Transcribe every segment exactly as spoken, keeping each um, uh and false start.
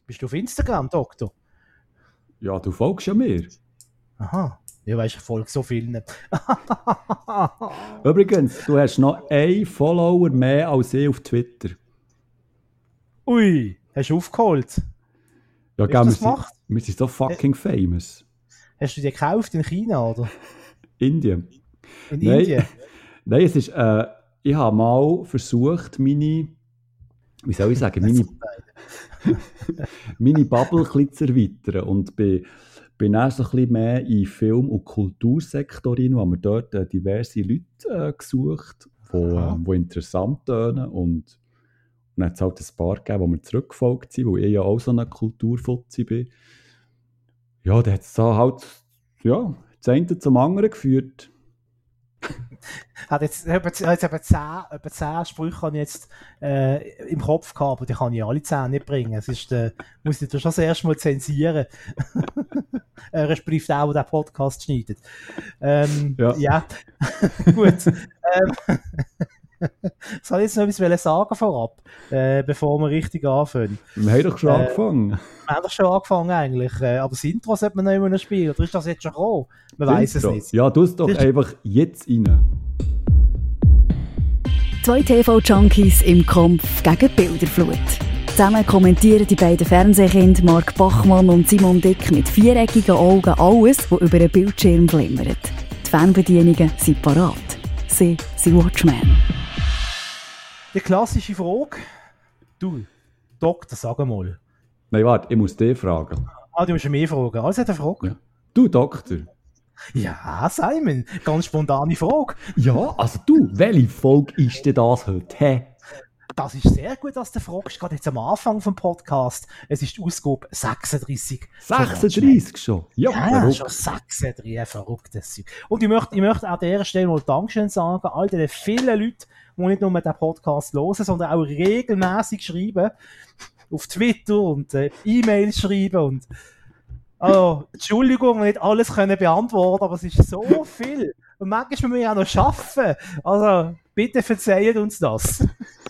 Bist du auf Instagram, Doktor? Ja, du folgst ja mir. Aha. Ja, weißt, ich folge so vielen. Übrigens, du hast noch einen Follower mehr als ich auf Twitter. Ui, hast du aufgeholt? Ja, Hast gell, du wir, das sind, gemacht? wir sind so fucking famous. Hast du die gekauft in China, oder? Indien. In Nein, Indien? nein, es ist, äh, ich habe mal versucht, meine, wie soll ich sagen, meine, meine Bubble ein bisschen zu erweitern und bin, bin dann so ein bisschen mehr in den Film- und Kultursektor rein, haben wir dort äh, diverse Leute äh, gesucht, die äh, wo interessant tönen, und dann hat es halt ein paar gegeben, wo wir zurückgefolgt sind, weil ich ja auch so ein Kulturfuzzi bin. Ja, da hat es so halt, ja, das eine zum anderen geführt. Hat jetzt, jetzt, jetzt etwa zehn, etwa zehn Sprüche habe ich jetzt äh, im Kopf gehabt, aber die kann ich alle zehn nicht bringen. Es ist, äh, muss ich schon das erste Mal zensieren. äh, respektive auch, der den Podcast schneidet. Ähm, Ja. ja. Gut. ähm, soll ich jetzt noch etwas sagen vorab, äh, bevor wir richtig anfangen? Wir haben doch schon Äh, angefangen. Wir haben doch schon angefangen eigentlich, äh, aber das Intro sollte man nicht mehr spielen, oder ist das jetzt schon gekommen? Man weiß es nicht. Ja, tu es doch Das ist- einfach jetzt rein. Zwei T V-Junkies im Kampf gegen die Bilderflut. Zusammen kommentieren die beiden Fernsehkinder Mark Bachmann und Simon Dick mit viereckigen Augen alles, was über einen Bildschirm glimmert. Die Fernbedienungen sind parat. Sie sind Watchmen. Die klassische Frage. Du, Doktor, sag mal. Nein, warte, ich muss dich fragen. Ah, du musst mich fragen. Alles hat eine Frage? Ja. Du, Doktor. Ja, Simon, ganz spontane Frage. Ja, also du, welche Folge ist denn das heute? Hä? Das ist sehr gut, dass du fragst, gerade jetzt am Anfang vom Podcast. Es ist die Ausgabe sechsunddreissig. sechsunddreissig schon? Ja, Ja, verrückt. schon sechsunddreißig, verrücktes Zeug. Und ich möchte, ich möchte an dieser Stelle mal Dankeschön sagen, all den vielen Leuten, die nicht nur den Podcast hören, sondern auch regelmäßig schreiben, auf Twitter und äh, E-Mails schreiben und also, Entschuldigung, wir nicht alles können beantworten, aber es ist so viel. Und manchmal müssen wir ja auch noch arbeiten. Also, bitte verzeiht uns das.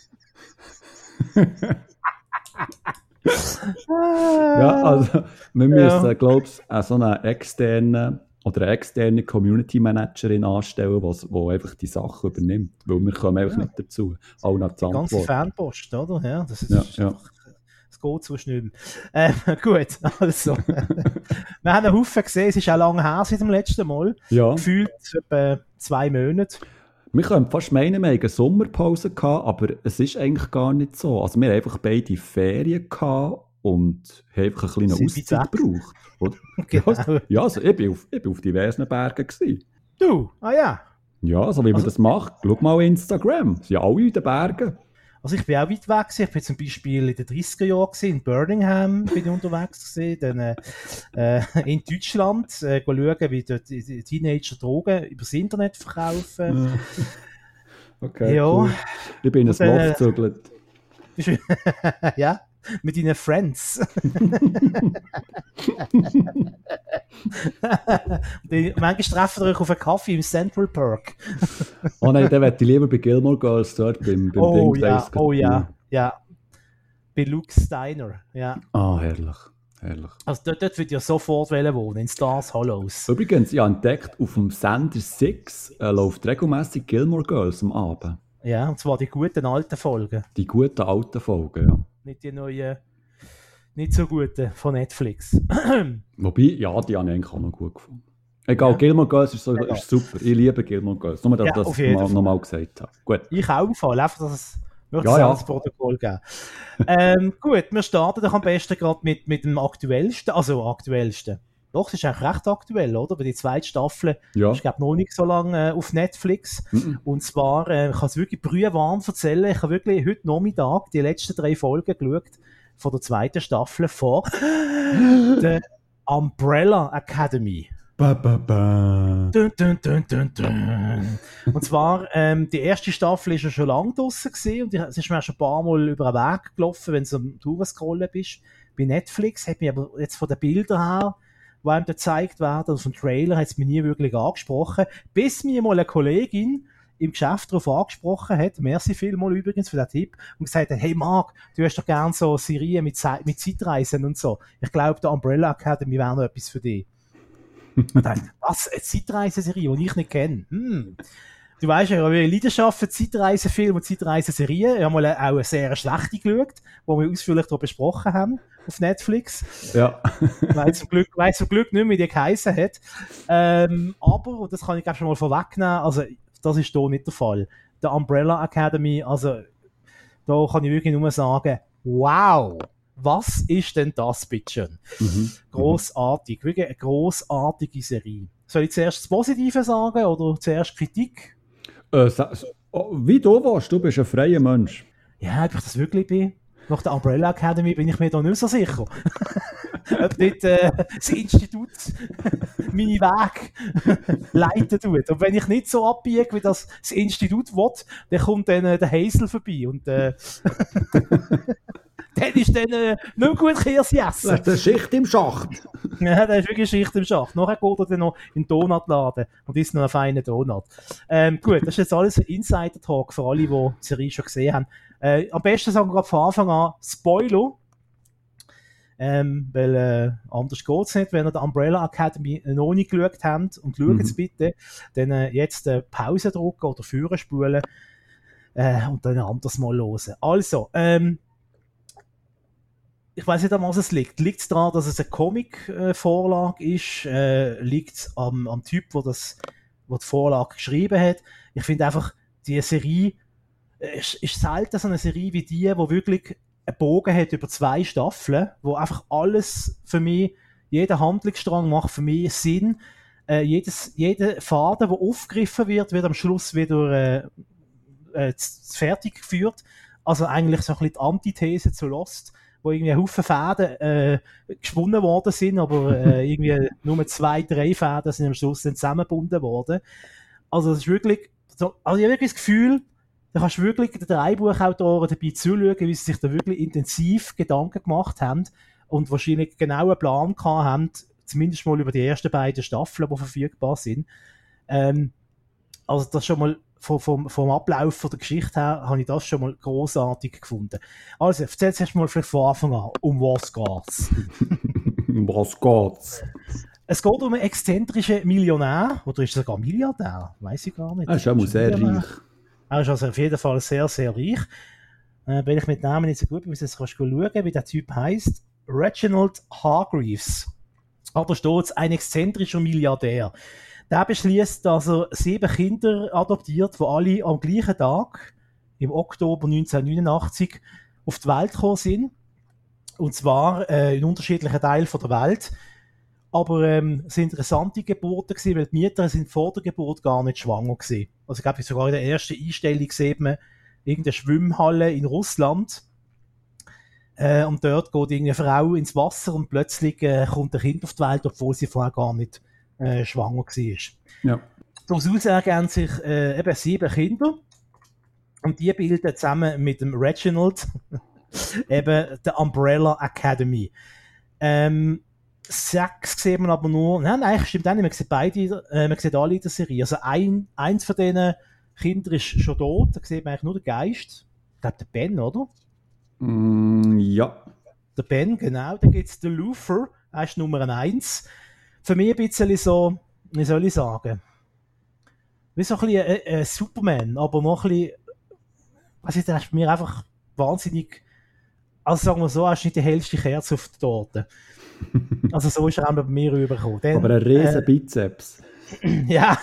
Ja, also wir Ja. müssen, glaube ich, auch so eine externe oder eine externe Community Managerin anstellen, die einfach die Sachen übernimmt. Weil wir kommen einfach Ja. nicht dazu, auch nach zu Die ganze antworten. Fanpost, oder? Ja, das ist, Ja, ist ja. einfach, es geht so schnell. Ähm, gut, also. Wir haben einen Haufen gesehen, es ist auch lange her seit dem letzten Mal. Ja. Gefühlt etwa zwei Monate. Wir können fast meinen, wir hatten eine Sommerpause gehabt, aber es ist eigentlich gar nicht so. Also wir haben einfach beide Ferien gehabt und haben einfach eine kleine Sind Auszeit weit weg. gebraucht. Oder? Genau. Ja, also ich bin auf, ich bin auf diversen Bergen gewesen. Du, ah ja. Ja, so wie man Also- das macht. Schau mal Instagram. Sie sind ja alle in den Bergen. Also ich bin auch weit weg gewesen. Ich bin zum Beispiel in den dreißiger Jahren gewesen, in Birmingham bin ich unterwegs gewesen, dann äh, äh, in Deutschland äh, schauen, wie dort die die Teenager Drogen übers Internet verkaufen. Okay, Ja. cool. Ich bin in ein Und dann, äh, Loft gezögert. Ja, mit deinen Friends. Und die- manchmal treffen wir euch auf einen Kaffee im Central Park. Oh nein, dann möchte ich lieber bei Gilmore Girls dort beim, beim Oh Ding ja, Days oh gehen. ja, ja. Bei Luke Steiner, ja. Ah, herrlich, herrlich. Also dort, dort würde ich ja sofort wollen wohnen, in Stars Hollows. Übrigens, ich habe entdeckt, auf dem Sender sechs äh, läuft regelmäßig Gilmore Girls am Abend. Ja, und zwar die guten alten Folgen. Die guten alten Folgen, ja. Nicht die neuen, nicht so guten von Netflix. Wobei, ja, die habe ich eigentlich auch noch gut gefunden. Egal, Ja. Gilmore Girls ist, so, Egal. ist super. Ich liebe Gilmore Girls. Nur, dass Ja, ich auf das jeden mal, Fall. noch mal gesagt habe. Gut. Ich auch im Fall, einfach, dass es möchte Ja, es ja. auch als Protokoll geben. ähm, gut, wir starten doch am besten gerade mit, mit dem aktuellsten, also aktuellsten. Doch, es ist eigentlich recht aktuell, oder? Bei die zweite Staffel Ja. ist, glaube ich, noch nicht so lange äh, auf Netflix. Mhm. Und zwar, äh, ich kann es wirklich brühwarm erzählen, ich habe wirklich heute Nachmittag die letzten drei Folgen geschaut von der zweiten Staffel vor der Umbrella Academy. Ba, ba, ba. Dun, dun, dun, dun, dun. Und zwar, ähm, die erste Staffel ist ja schon lange draussen gewesen und es ist mir auch schon ein paar Mal über den Weg gelaufen, wenn du am Touren-Scrollen bist. Bei Netflix hat mich aber jetzt von den Bildern her, die einem da gezeigt werden, also vom Trailer, hat es mich nie wirklich angesprochen, bis mir mal eine Kollegin im Geschäft darauf angesprochen hat, merci vielmal übrigens für den Tipp, und gesagt hat, hey Marc, du hast doch gern so Serien mit, Ze- mit Zeitreisen und so. Ich glaube, der Umbrella Academy wäre noch etwas für dich. Und dann, was, eine Zeitreiseserie, die ich nicht kenne? Hm. Du weißt ja, ich habe eine Leidenschaft für Zeitreisefilme und Zeitreiseserien. Ich habe mal auch eine sehr schlechte geschaut, die wir ausführlich darüber besprochen haben, auf Netflix. Ja. weil zum Glück, weil zum Glück nicht mehr, wie die geheissen hat. Ähm, aber, und das kann ich glaube schon mal vorwegnehmen, also, das ist hier nicht der Fall. Der Umbrella Academy, also, da kann ich wirklich nur sagen, wow! Was ist denn das, bitte? Mhm. Grossartig, wirklich eine grossartige Serie. Soll ich zuerst das Positive sagen oder zuerst Kritik? Äh, wie du warst, du bist ein freier Mensch. Ja, ob ich das wirklich bin. Nach der Umbrella Academy bin ich mir da nicht so sicher. Ob nicht äh, das Institut meine Weg leiten tut. Und wenn ich nicht so abbiege, wie das, das Institut will, dann kommt dann äh, der Hazel vorbei. Und äh, dann ist dann äh, nicht gut Kirse essen. Das ist eine Schicht im Schacht. Ja, das ist wirklich Schicht im Schacht. Nachher geht er dann noch in den Donutladen und isst noch einen feinen Donut. Ähm, gut, das ist jetzt alles ein Insider-Talk für alle, die die Serie schon gesehen haben. Äh, am besten sagen wir gerade von Anfang an Spoiler. Ähm, weil äh, anders geht es nicht. Wenn ihr die Umbrella Academy noch nicht geschaut habt, und schaut es mhm. bitte, dann äh, jetzt äh, Pause drücken oder Führer spulen äh, und dann ein anderes Mal hören. Also, ähm, ich weiss nicht, an was es liegt. Liegt es daran, dass es eine Comic-Vorlage ist? Äh, liegt es am, am Typ, der das, der die Vorlage geschrieben hat? Ich finde einfach, die Serie äh, ist, ist selten so eine Serie wie die, die wirklich einen Bogen hat über zwei Staffeln, wo einfach alles für mich, jeder Handlungsstrang macht für mich Sinn. Äh, jedes, jeder Faden, der aufgegriffen wird, wird am Schluss wieder äh, äh, fertig geführt. Also eigentlich so ein bisschen die Antithese zu Lost, wo irgendwie ein Haufen Fäden äh, gesponnen worden sind, aber äh, irgendwie nur zwei, drei Fäden sind am Schluss dann zusammengebunden worden. Also das ist wirklich, so, also ich habe wirklich das Gefühl, da kannst du wirklich den drei Buchautoren dabei zuschauen, wie sie sich da wirklich intensiv Gedanken gemacht haben und wahrscheinlich genau einen Plan gehabt haben, zumindest mal über die ersten beiden Staffeln, die verfügbar sind. Ähm, also das schon mal vom, vom, vom Ablauf von der Geschichte her habe ich das schon mal grossartig gefunden. Also, erzähl jetzt erst mal vielleicht von Anfang an, um was geht's? Um was geht's? Es geht um einen exzentrischen Millionär, oder ist er sogar Milliardär? Weiss ich gar nicht. Er ist auch sehr reich. Er ist also auf jeden Fall sehr, sehr reich. Äh, wenn ich mit Namen nicht so gut bin, muss ich jetzt schauen, wie der Typ heisst. Reginald Hargreaves. Aber steht ein exzentrischer Milliardär. Der beschließt, dass er sieben Kinder adoptiert, die alle am gleichen Tag, im Oktober neunzehnhundertneunundachtzig, auf die Welt gekommen sind. Und zwar äh, in unterschiedlichen Teilen der Welt. Aber ähm, es waren interessante Geburten gewesen, weil die Mütter sind vor der Geburt gar nicht schwanger gewesen. Also ich glaube, sogar in der ersten Einstellung sieht man irgendeine Schwimmhalle in Russland. Äh, und dort geht irgendeine Frau ins Wasser und plötzlich äh, kommt ein Kind auf die Welt, obwohl sie vorher gar nicht äh, schwanger war. Ja. Daraus ergeben sich äh, eben sieben Kinder. Und die bilden zusammen mit dem Reginald eben die Umbrella Academy. Ähm, Sechs sieht man aber nur, nein, eigentlich stimmt auch nicht, man sieht beide, äh, man sieht alle in der Serie. Also ein, eins von diesen Kindern ist schon tot, da sieht man eigentlich nur den Geist. Ich glaube, der Ben, oder? Mm, ja. Der Ben, genau. Dann gibt es den Luther, er ist Nummer eins. Für mich ein bisschen so, wie soll ich sagen, wie so ein bisschen ein, ein Superman, aber noch ein bisschen, was ist, der ist bei mir einfach wahnsinnig, also sagen wir so, er ist nicht die hellste Kerze auf der Torte. Also so ist er auch bei mir rübergekommen. Dann, aber ein riesen äh, Bizeps. Ja.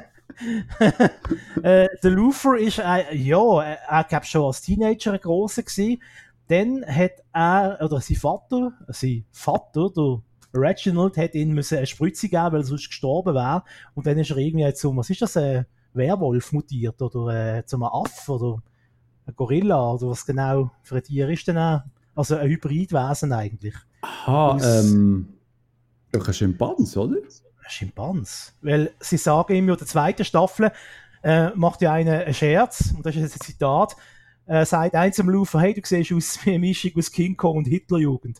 äh, der Luther ist, äh, ja, er glaube schon als Teenager ein grosser gewesen. Dann hat er, oder sein Vater, sein Vater, der Reginald, hat ihn müssen eine Spritze geben, weil er sonst gestorben wäre. Und dann ist er irgendwie zum, was ist das, ein Werwolf mutiert, oder äh, zum Aff, oder ein Gorilla, oder was genau für ein Tier ist denn auch? Also ein Hybridwesen eigentlich. Aha, ähm, doch ein Schimpans, oder? Ein Schimpans. Weil sie sagen ihm ja, in der zweiten Staffel äh, macht ja einer einen Scherz, und das ist jetzt ein Zitat, äh, sagt eins zum Luther, hey, du siehst aus wie eine Mischung aus King Kong und Hitlerjugend.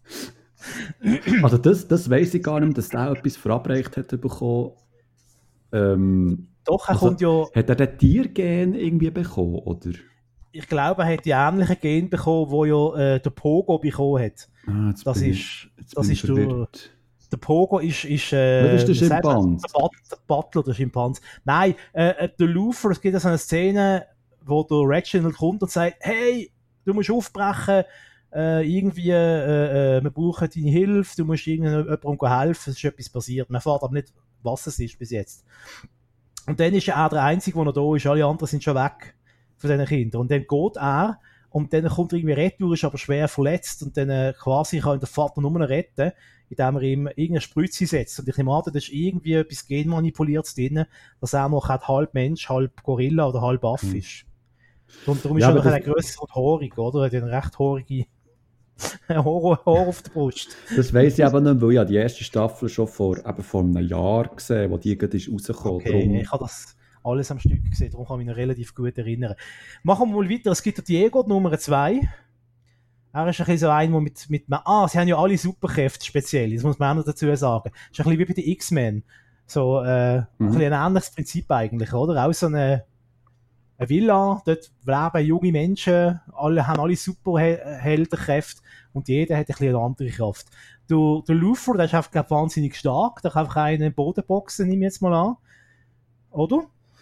Also das, das weiss ich gar nicht, dass der auch etwas verabreicht hat bekommen, äh, Ähm, Doch, er also, kommt ja... Hat er den Tiergen irgendwie bekommen, oder? Ich glaube, er hat die ähnlichen Gene bekommen, die ja äh, der Pogo bekommen hat. Ah, jetzt das bin ist, ich, jetzt das bin ist ich der, verwirrt. der Pogo ist, ist, äh, Was ist der wie sagt man? Schimpans? Der, Bat, der Butler, der Schimpans. Nein, äh, der Luther, es gibt ja so eine Szene, wo der Reginald kommt und sagt, hey, du musst aufbrechen, äh, irgendwie, äh, äh, wir brauchen deine Hilfe, du musst irgendjemandem helfen, es ist etwas passiert. Man erfährt aber nicht, was es ist bis jetzt. Und dann ist er der Einzige, der noch da ist, alle anderen sind schon weg von diesen Kindern. Und dann geht er, und dann kommt er irgendwie retour, ist aber schwer verletzt, und dann äh, quasi kann der Vater nur noch retten, indem er ihm irgendeine Spritze setzt. Und ich nehme an, da ist irgendwie etwas genmanipuliertes drin, dass er noch halb Mensch, halb Gorilla oder halb Affe Hm. ist. Und darum ist Ja, er aber noch das- ein grösser und haarig, oder? Er hat einen recht haarige Haar, Haar auf der Brust. Das weiss ich aber nicht, weil ich habe die erste Staffel schon vor, eben vor einem Jahr gesehen, wo die gerade ist rausgekommen ist. Okay, ich habe das alles am Stück gesehen, darum kann ich mich noch relativ gut erinnern. Machen wir mal weiter, es gibt den Diego, die Nummer zwei. Er ist ein bisschen so ein, der mit, mit... Ah, sie haben ja alle Superkräfte speziell, das muss man auch noch dazu sagen. Das ist ein bisschen wie bei den X-Men. So äh, Mhm. ein, bisschen ein ähnliches Prinzip eigentlich, oder? Auch so eine, eine Villa, dort leben junge Menschen, alle haben alle Superheldenkräfte und jeder hat ein bisschen eine andere Kraft. Der, der Luther, der ist einfach, glaub, wahnsinnig stark, der kann einfach einen in den Boden boxen, nehme ich jetzt mal an. Oder?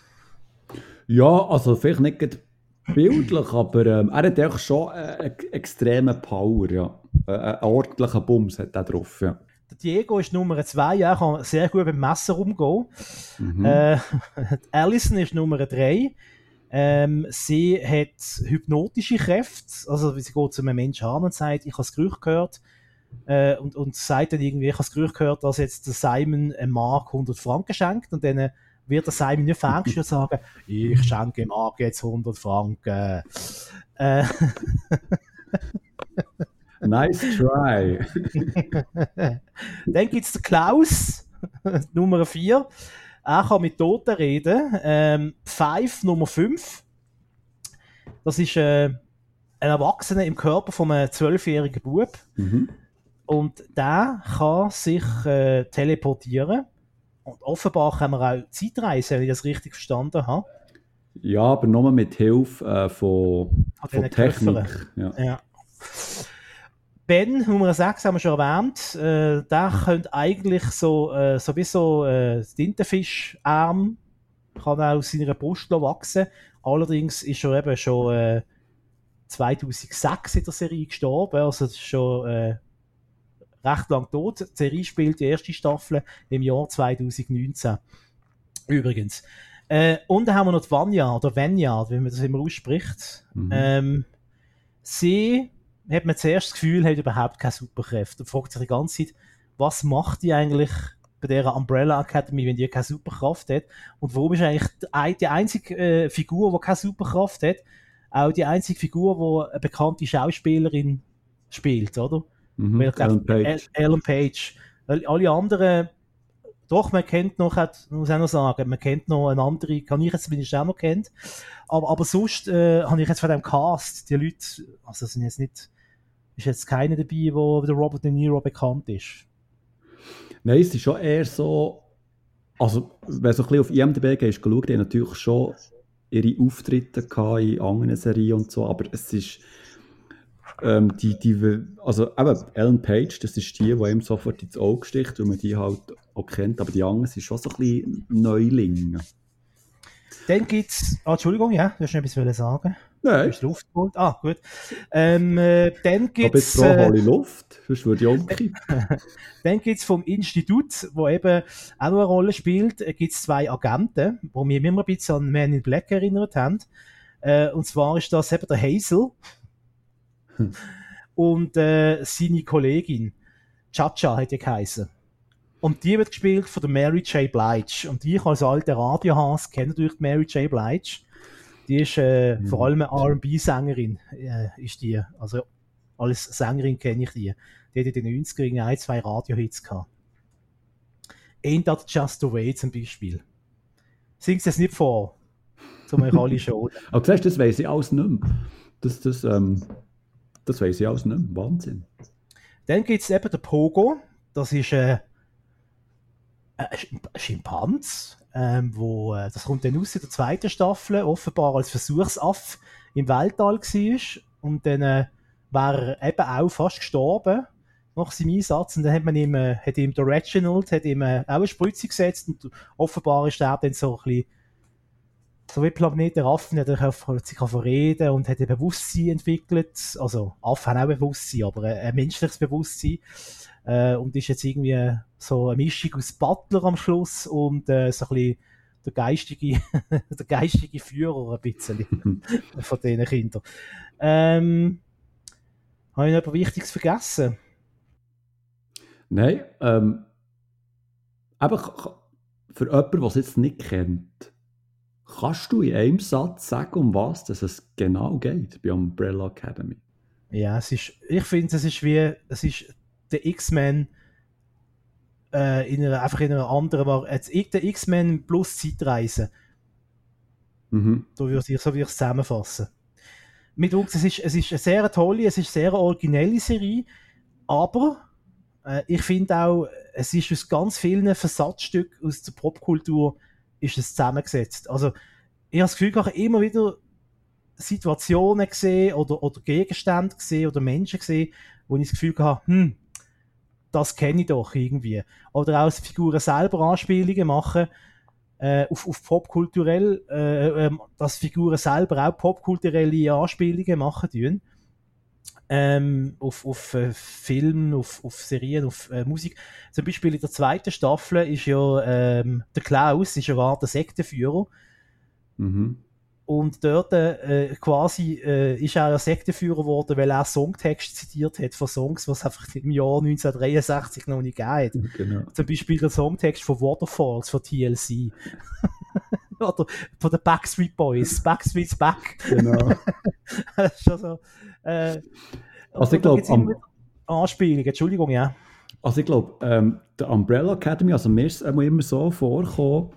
Ja, also vielleicht nicht gerade bildlich, aber ähm, er hat echt schon äh, eine extreme Power, ja. Äh, einen ordentlichen Bums hat er drauf, ja. Der Diego ist Nummer zwei, er kann sehr gut mit dem Messer umgehen. Mhm. Äh, Alison ist Nummer drei. Ähm, sie hat hypnotische Kräfte, also sie geht zu einem Menschen an und sagt, ich habe das Gerücht gehört, äh, und, und sagt dann irgendwie, ich habe das Gerücht gehört, dass jetzt der Simon einem Mark hundert Franken schenkt, und dann äh, wird der Simon nicht fängst und sagen, ich schenke Mark jetzt hundert Franken. Äh, Nice try. Dann gibt es den Klaus, Nummer vier. Er kann mit Toten reden. Ähm, Five, Nummer fünf. Das ist äh, ein Erwachsener im Körper von einem zwölfjährigen Bub. Mhm. Und der kann sich äh, teleportieren. Und offenbar kann man auch Zeitreisen, wenn ich das richtig verstanden habe. Ja, aber nur mit Hilfe äh, von, Von von diesen Technik. Ja. Ja. Ben, Nummer sechs haben wir schon erwähnt, äh, der könnte eigentlich so, äh, sowieso äh, das Tintenfischarm kann auch aus seiner Brust wachsen. Allerdings ist er eben schon äh, zweitausendsechs in der Serie gestorben, also das ist schon äh, recht lang tot. Die Serie spielt die erste Staffel im Jahr zweitausendneunzehn. Übrigens. Äh, und dann haben wir noch die Vanya, oder Vanya, wie man das immer ausspricht. Mhm. Ähm, sie hat man zuerst das Gefühl, hat überhaupt keine Superkräfte. Da fragt sich die ganze Zeit, was macht die eigentlich bei dieser Umbrella Academy, wenn die keine Superkraft hat? Und warum ist eigentlich die, die einzige äh, Figur, die keine Superkraft hat, auch die einzige Figur, die eine bekannte Schauspielerin spielt, oder? Mhm. Weil ich glaub, Ellen Page. Ellen Page. Weil alle anderen, doch, man kennt noch, hat, muss ich auch noch sagen, man kennt noch eine andere, kann ich jetzt zumindest auch noch kennt. Aber, aber sonst äh, habe ich jetzt von dem Cast, die Leute, also sind jetzt nicht, ist jetzt keiner dabei, wo der Robert De Niro bekannt ist. Nein, es ist schon eher so, also wenn du so ein bisschen auf I M D B gehst, geschaut, die haben natürlich schon ihre Auftritte gehabt in anderen Serien und so, aber es ist ähm, die, die, also eben Ellen Page, das ist die, die ihm sofort ins Auge sticht, weil man die halt auch kennt, aber die anderen sind schon so ein bisschen Neulinge. Dann gibt's, ah, Entschuldigung, ja, du hast noch etwas sagen. Du Nein, hast Luft geholt. Ah, gut. Ähm, äh, dann ich bin gibt's, froh, äh, hole ich Luft, sonst würde ich umkippen. Dann gibt es vom Institut, wo eben auch noch eine Rolle spielt, äh, gibt es zwei Agenten, die mich immer ein bisschen an Man in Black erinnert haben. Äh, und zwar ist das eben der Hazel Hm. und äh, seine Kollegin. Chacha hat die geheißen. Und die wird gespielt von der Mary J. Blige. Und ich als alter Radiohas kenne natürlich die Mary J. Blige. Die ist äh, Mhm. vor allem eine R and B-Sängerin, äh, ist die. Also als Sängerin kenne ich die. Die hat in den neunzigern ein, zwei Radiohits gehabt. Ain't That Just the Way zum Beispiel. Singst es nicht vor, um euch alle schon. Aber du siehst, das weiss ich alles nicht mehr. Das, das, ähm, das weiss ich alles nicht mehr. Wahnsinn. Dann gibt es eben den Pogo. Das ist äh, Ein Schimpanz, ähm, wo, äh, das kommt dann aus in der zweiten Staffel, offenbar als Versuchsaff im Weltall war. Und dann äh, war er eben auch fast gestorben nach seinem Einsatz. Und dann hat man ihm, äh, hat ihm der Reginald hat ihm, äh, auch eine Spritze gesetzt. Und offenbar ist er dann so ein bisschen, so wie Planet der Affen, hat er sich verreden und hat ein Bewusstsein entwickelt. Also Affen haben auch ein Bewusstsein, aber ein, ein menschliches Bewusstsein. Äh, und ist jetzt irgendwie so eine Mischung aus Butler am Schluss und äh, so ein bisschen der geistige, der geistige Führer ein bisschen von diesen Kindern. Ähm, habe ich noch etwas Wichtiges vergessen? Nein, ähm, einfach für jemanden, der es jetzt nicht kennt, kannst du in einem Satz sagen, um was dass es genau geht bei Umbrella Academy? Ja, es ist, ich finde, es ist wie, es ist der X-Men äh, in einer, einfach in einer anderen, jetzt der X-Men plus Zeitreise. Mhm. So würde ich, so würde ich es zusammenfassen. Mit uns, es ist, es ist eine sehr tolle, es ist eine sehr originelle Serie, aber äh, ich finde auch, es ist aus ganz vielen Versatzstücken aus der Popkultur ist es zusammengesetzt. Also, ich habe das Gefühl, ich habe immer wieder Situationen gesehen oder, oder Gegenstände gesehen oder Menschen gesehen, wo ich das Gefühl habe, hm, das kenne ich doch irgendwie. Oder auch als Figuren selber Anspielungen machen äh, auf, auf popkulturell, äh, äh, dass Figuren selber auch popkulturelle Anspielungen machen tun. Ähm, auf, auf äh, Film, auf, auf Serien, auf äh, Musik. Zum Beispiel in der zweiten Staffel ist ja ähm, der Klaus ist ja gerade der Sektenführer. Mhm. Und dort äh, quasi äh, ist er ja Sektenführer geworden, weil er Songtext zitiert hat von Songs, was es einfach im Jahr neunzehnhundertdreiundsechzig noch nicht gegeben hat. Genau. Zum Beispiel der Songtext von Waterfalls von T L C. Oder von den Backstreet Boys. Backstreet's Back. Genau. Das ist schon so. Äh, also ich glaube, Anspielungen, Entschuldigung, ja. Also ich glaube, ähm, der Umbrella Academy, also mir ist es immer so vorgekommen,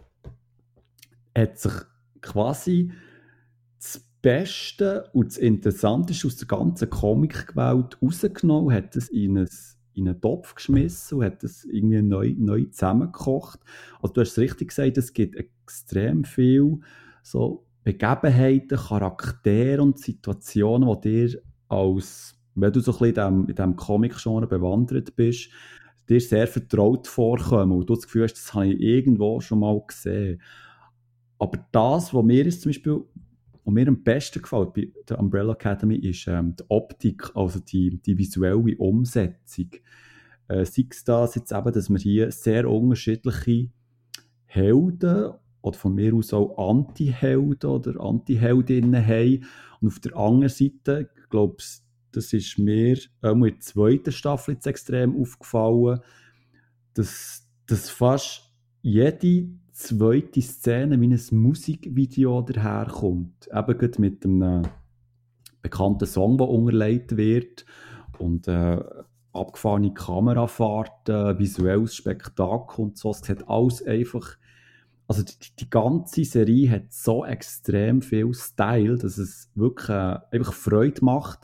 hat sich quasi das Beste und das Interessanteste aus der ganzen Comicwelt rausgenommen, hat es in, ein, in einen Topf geschmissen und hat es irgendwie neu, neu zusammengekocht. Also du hast es richtig gesagt, es gibt extrem viel so Begebenheiten, Charaktere und Situationen, die dir als, wenn du so ein bisschen in diesem Comic-Genre bewandert bist, dir sehr vertraut vorkommen und du das Gefühl hast, das habe ich irgendwo schon mal gesehen. Aber das, was mir ist zum Beispiel, was mir am besten gefällt bei der Umbrella Academy, ist ähm, die Optik, also die, die visuelle Umsetzung. Äh, sei es das jetzt eben, dass wir hier sehr unterschiedliche Helden oder von mir aus auch Anti-Helden oder Anti-Heldinnen haben. Und auf der anderen Seite, ich glaube, das ist mir auch in der zweiten Staffel jetzt extrem aufgefallen, dass, dass fast jede zweite Szene wie ein Musikvideo daherkommt. Eben gerade mit einem bekannten Song, der unterlegt wird und äh, abgefahrene Kamerafahrten, visuelles Spektakel und so. Es sieht alles einfach... Also die, die ganze Serie hat so extrem viel Style, dass es wirklich äh, einfach Freude macht,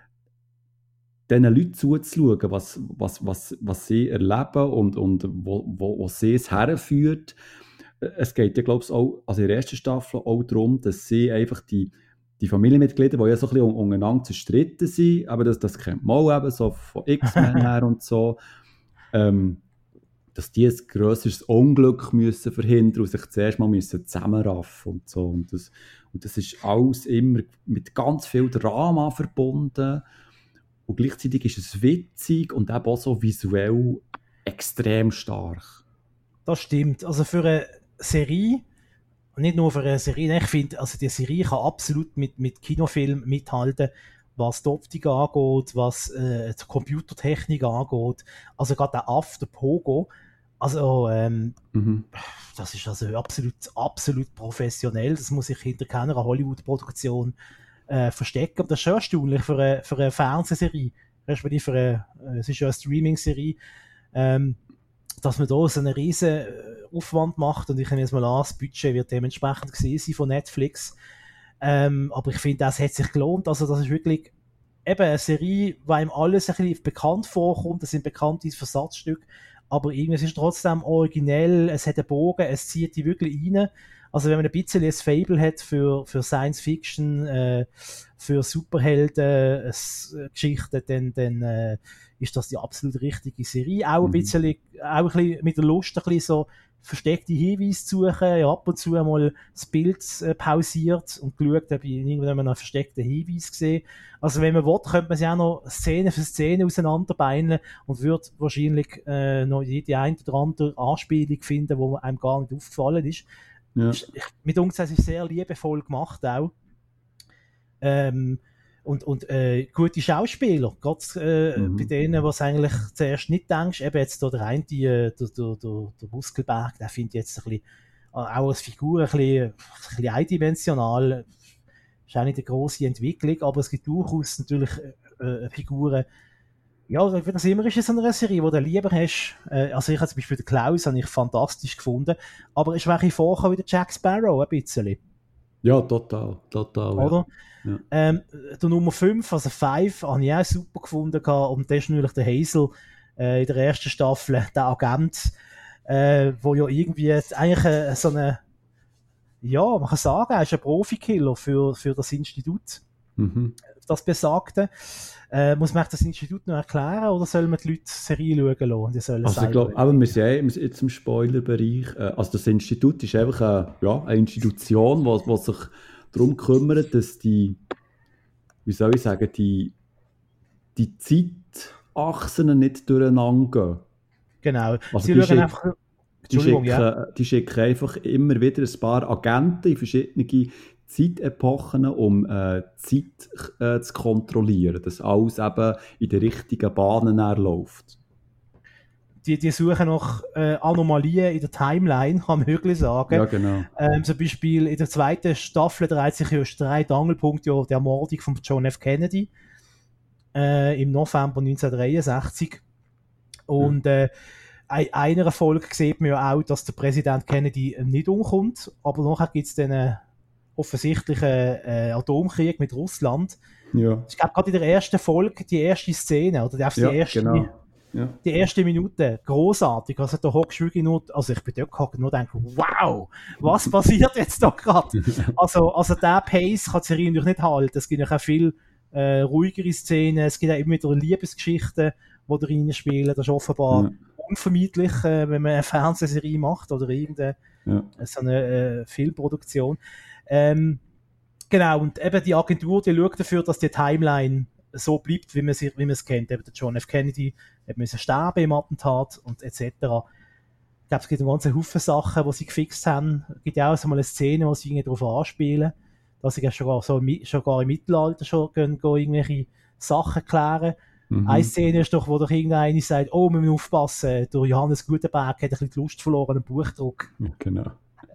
diesen Leuten zuzuschauen, was, was, was, was sie erleben und, und wo, wo, wo sie es herführt. Es geht ja, glaube ich, auch, also in der ersten Staffel auch darum, dass sie einfach die, die Familienmitglieder, die ja so ein bisschen untereinander zerstritten sind, aber das, das kennt man auch eben so von X-Men her und so, ähm, dass die ein grösseres Unglück müssen verhindern und sich zuerst mal müssen zusammenraffen und so. Und das, und das ist alles immer mit ganz viel Drama verbunden. Und gleichzeitig ist es witzig und eben auch so visuell extrem stark. Das stimmt. Also für eine Serie, nicht nur für eine Serie, ich finde, also die Serie kann absolut mit, mit Kinofilm mithalten, was die Optik angeht, was äh, die Computertechnik angeht. Also gerade der Aff, der Pogo, also ähm, mhm. das ist also absolut, absolut professionell. Das muss ich hinter keiner Hollywood-Produktion äh, verstecken. Aber das ist schon erstaunlich für eine, für eine Fernsehserie, respektive für eine, äh, es ist ja eine Streaming-Serie, ähm, dass man da so einen riesen Aufwand macht, und ich nehme jetzt mal an, das Budget wird dementsprechend gesehen sein von Netflix. Ähm, aber ich finde, das hat sich gelohnt. Also das ist wirklich eben eine Serie, wo einem alles ein bisschen bekannt vorkommt. Das sind bekannte Versatzstücke, aber irgendwie es ist trotzdem originell, es hat einen Bogen, es zieht die wirklich rein. Also wenn man ein bisschen ein Fable hat für, für Science Fiction, äh, für Superhelden, äh, Geschichten, dann, dann äh, ist das die absolut richtige Serie. Auch ein Mhm. bisschen, auch ein bisschen mit der Lust, ein bisschen so versteckte Hinweise zu suchen, ja, ab und zu einmal das Bild äh, pausiert und geschaut, ob ich irgendwann einen versteckten Hinweis gesehen. Also wenn man will, könnte man sich auch noch Szene für Szene auseinanderbeineln und würde wahrscheinlich äh, noch jede ein oder andere Anspielung finden, wo einem gar nicht aufgefallen ist. Ja. Ich, mit uns ist es sehr liebevoll gemacht auch. Ähm, und und äh, gute Schauspieler, gerade äh, Mhm. bei denen, was eigentlich zuerst nicht denkst, eben jetzt da der eine, die, der, der, der, der Muskelberg, der finde ich jetzt ein bisschen, auch als Figur ein bisschen, ein bisschen eindimensional, ist auch nicht eine grosse Entwicklung, aber es gibt durchaus natürlich äh, Figuren, ja, wie das immer ist in so einer Serie, wo du lieber hast, äh, also ich habe zum Beispiel den Klaus, habe ich fantastisch gefunden, aber es war ein vorher wie der Jack Sparrow, ein bisschen. Ja, total, total. Ja. Oder? Ja. Ähm, der Nummer fünf, also fünf, habe ich auch super gefunden gehabt, und das ist natürlich der Hazel äh, in der ersten Staffel, der Agent, äh, wo ja irgendwie eigentlich äh, so eine, ja, man kann sagen, er ist ein Profikiller für, für das Institut, Mhm. das Besagte. Äh, muss man das Institut noch erklären, oder soll man die Leute Serie schauen lassen? Die sollen Also ich selber glaube, aber wir sind eh wir sind jetzt im Spoilerbereich. Äh, Also das Institut ist einfach eine, ja, eine Institution, die, die sich darum kümmert, dass die, wie soll ich sagen, die, die Zeitachsen nicht durcheinander gehen. Genau. Also Sie die schauen schick- einfach, Die Entschuldigung, schicken, ja. die schicken einfach immer wieder ein paar Agenten in verschiedene Zeitepochen, um äh, die Zeit äh, zu kontrollieren, dass alles eben in die richtigen Bahnen läuft. Die, die suchen nach äh, Anomalien in der Timeline, kann man wirklich sagen. Ja, genau. Ähm, zum Beispiel in der zweiten Staffel dreht sich ja der Angelpunkt ja der Ermordung von John F. Kennedy äh, im November neunzehnhundertdreiundsechzig. Und äh, in einer Folge sieht man ja auch, dass der Präsident Kennedy nicht umkommt, aber nachher gibt es dann einen offensichtlichen äh, Atomkrieg mit Russland. Ja, Ich glaube, gerade in der ersten Folge, die erste Szene, oder die, die ja erste... genau. Ja. Die erste Minute, großartig. Also da hockst du wirklich nur, also ich bin dort gehockt und nur denke, wow, was passiert jetzt da gerade? Also, also der Pace kann die Serie natürlich nicht halten. Es gibt auch viel äh, ruhigere Szenen, es gibt auch immer wieder Liebesgeschichten, die da reinspielen. Das ist offenbar Ja. unvermeidlich, äh, wenn man eine Fernsehserie macht oder irgendeine Ja. so eine äh, Filmproduktion. Ähm, genau, und eben die Agentur, die schaut dafür, dass die Timeline so bleibt, wie man sie, wie man es kennt. Eben der John F. Kennedy hat müssen sterben im Attentat und et cetera. Ich glaube, es gibt einen ganzen Haufen Sachen, die sie gefixt haben. Es gibt ja auch so mal eine Szene, wo sie irgendwie darauf anspielen, dass sie ja sogar, so, im- sogar im Mittelalter schon gehen, gehen irgendwelche Sachen klären. Mhm. Eine Szene ist doch, wo doch irgendeiner sagt, oh, wir müssen aufpassen, der Johannes Gutenberg hat ein bisschen die Lust verloren am Buchdruck. Ja, genau.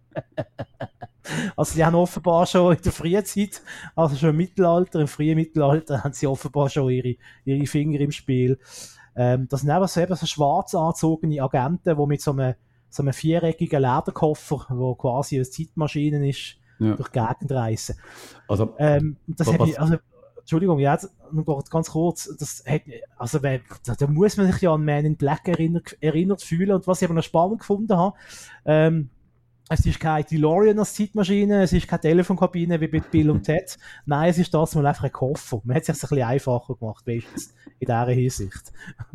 Also die haben offenbar schon in der frühen Zeit, also schon im Mittelalter, im frühen Mittelalter, haben sie offenbar schon ihre, ihre Finger im Spiel. Ähm, das sind einfach so, eben so schwarz angezogene Agenten, die mit so einem, so einem viereckigen Lederkoffer, wo quasi eine Zeitmaschine ist, Ja. durch die Gegend reisen. Also, Ähm, das Was- hat mich, also, Entschuldigung, ja, jetzt noch ganz kurz, das hat, also, wenn, da, da muss man sich ja an Man in Black erinnert, erinnert fühlen, und was ich aber noch spannend gefunden habe, ähm, es ist keine DeLorean als Zeitmaschine, es ist keine Telefonkabine wie bei Bill und Ted. Nein, es ist das mal einfach ein Koffer. Man hat es sich ein bisschen einfacher gemacht, wenigstens in dieser Hinsicht.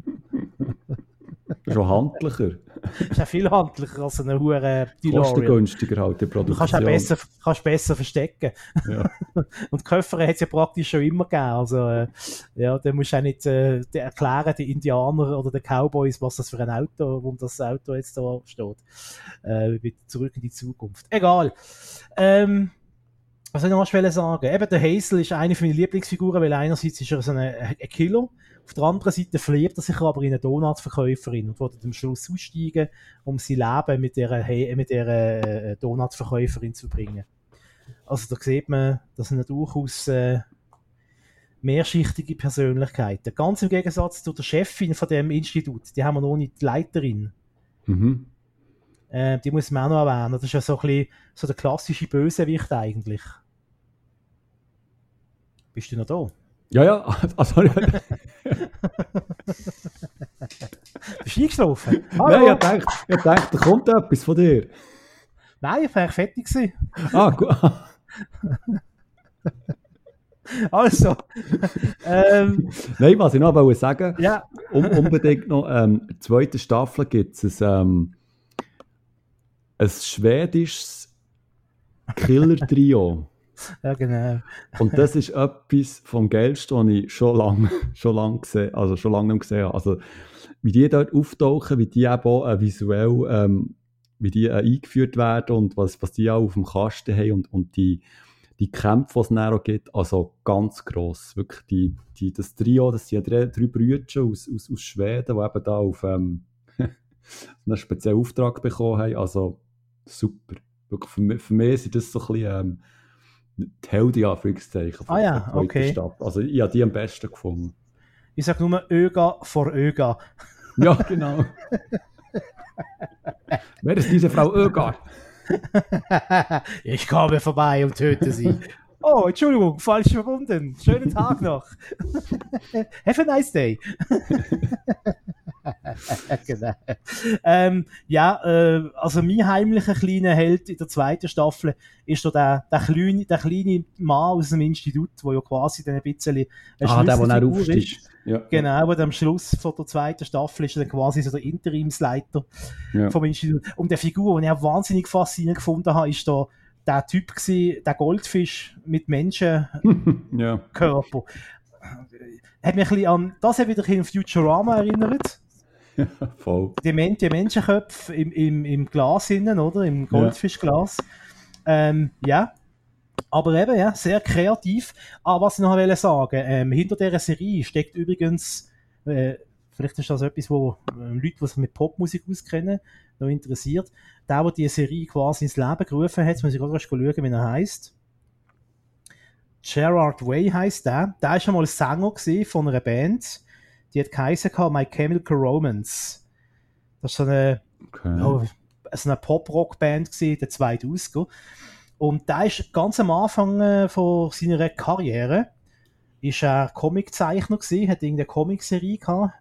schon handlicher. Es ist ja viel handlicher als eine hure DeLorean. Kostengünstiger halt, die Du Produktion. kannst auch besser, kannst besser verstecken. Ja. Und Koffer hat es ja praktisch schon immer gegeben. Also, äh, ja, da musst du auch nicht äh, die erklären, den Indianern oder den Cowboys, was das für ein Auto, warum das Auto jetzt da steht. Äh, wie zurück in die Zukunft. Egal. Ähm, was soll ich noch was sagen? Eben, der Hazel ist eine meiner Lieblingsfiguren, weil einerseits ist er so ein, ein Killer, auf der anderen Seite verliebt er sich aber in eine Donutverkäuferin und will am Schluss aussteigen, um sein Leben mit dieser, mit dieser äh, Donutverkäuferin zu bringen. Also da sieht man, das sind durchaus äh, mehrschichtige Persönlichkeiten. Ganz im Gegensatz zu der Chefin von dem Institut, die haben wir noch nicht, die Leiterin. Mhm. Äh, die muss man auch noch erwähnen. Das ist ja so ein bisschen so der klassische Bösewicht eigentlich. Bist du noch da? Ja, ja, also, Bist Bist du eingeschlafen? Nein, ich dachte, ich dachte, da kommt etwas von dir. Nein, ich war eigentlich fertig gewesen. Ah, gut. Also. ähm, Nein, was ich noch wollte sagen, ja. um, unbedingt noch, ähm, in der zweiten Staffel gibt es ein, ähm, ein schwedisches Killer-Trio. Ja, genau. Und das ist etwas vom Geilsten, was ich schon lange schon lang gesehen, also schon lange nicht gesehen habe. Also, wie die dort auftauchen, wie die eben auch äh, visuell ähm, wie die äh, eingeführt werden und was, was die auch auf dem Kasten haben und, und die, die Kämpfe, die es dann auch gibt, also ganz gross. Wirklich die, die, das Trio, das sind ja drei, drei Brüder aus, aus, aus Schweden, die eben da auf ähm, einen speziellen Auftrag bekommen haben. Also super. Wirklich für, mich, für mich sind das so ein bisschen ähm, die Helden, ja, Anführungszeichen, ah ja, okay. Stadt. Also ich habe die am besten gefunden. Ich sage nur Öga vor Öga. Ja, genau. Wer ist diese Frau Ögar? Ich komme vorbei und töte sie. Oh, Entschuldigung, falsch verbunden. Schönen Tag noch. Have a nice day. Genau. Ähm, ja, äh, also mein heimlicher kleiner Held in der zweiten Staffel ist so der, der, kleine, der kleine Mann aus dem Institut, der ja quasi dann ein bisschen eine ah, der, der Schlüsselfigur ist. Ja. Genau, aber am Schluss von der zweiten Staffel ist er dann quasi so der Interimsleiter ja. vom Institut. Und der Figur, die ich auch wahnsinnig faszinierend gefunden habe, ist da der Typ gewesen, der Goldfisch mit Menschenkörper. ja. Hat mich ein bisschen an, das hat wieder an Futurama erinnert. Ja, voll. Die, Men- die Menschenköpfe im, im, im Glas innen, oder? Im Goldfischglas. Ja. Ähm, ja. Aber eben, ja, sehr kreativ. Aber was ich noch wollte sagen, ähm, hinter dieser Serie steckt übrigens, äh, vielleicht ist das etwas, wo äh, Leute, die sich mit Popmusik auskennen, noch interessiert. Der, der diese Serie quasi ins Leben gerufen hat, muss ich gerade schauen, wie er heisst. Gerard Way heisst der. Der war schon mal Sänger von einer Band, die hat geheißen My Chemical Romance. Das war so eine, okay. oh, so eine Pop-Rock-Band in den zweitausender. Und der ist ganz am Anfang äh, von seiner Karriere ist er Comiczeichner gewesen, hat irgendeine Comicserie gehabt.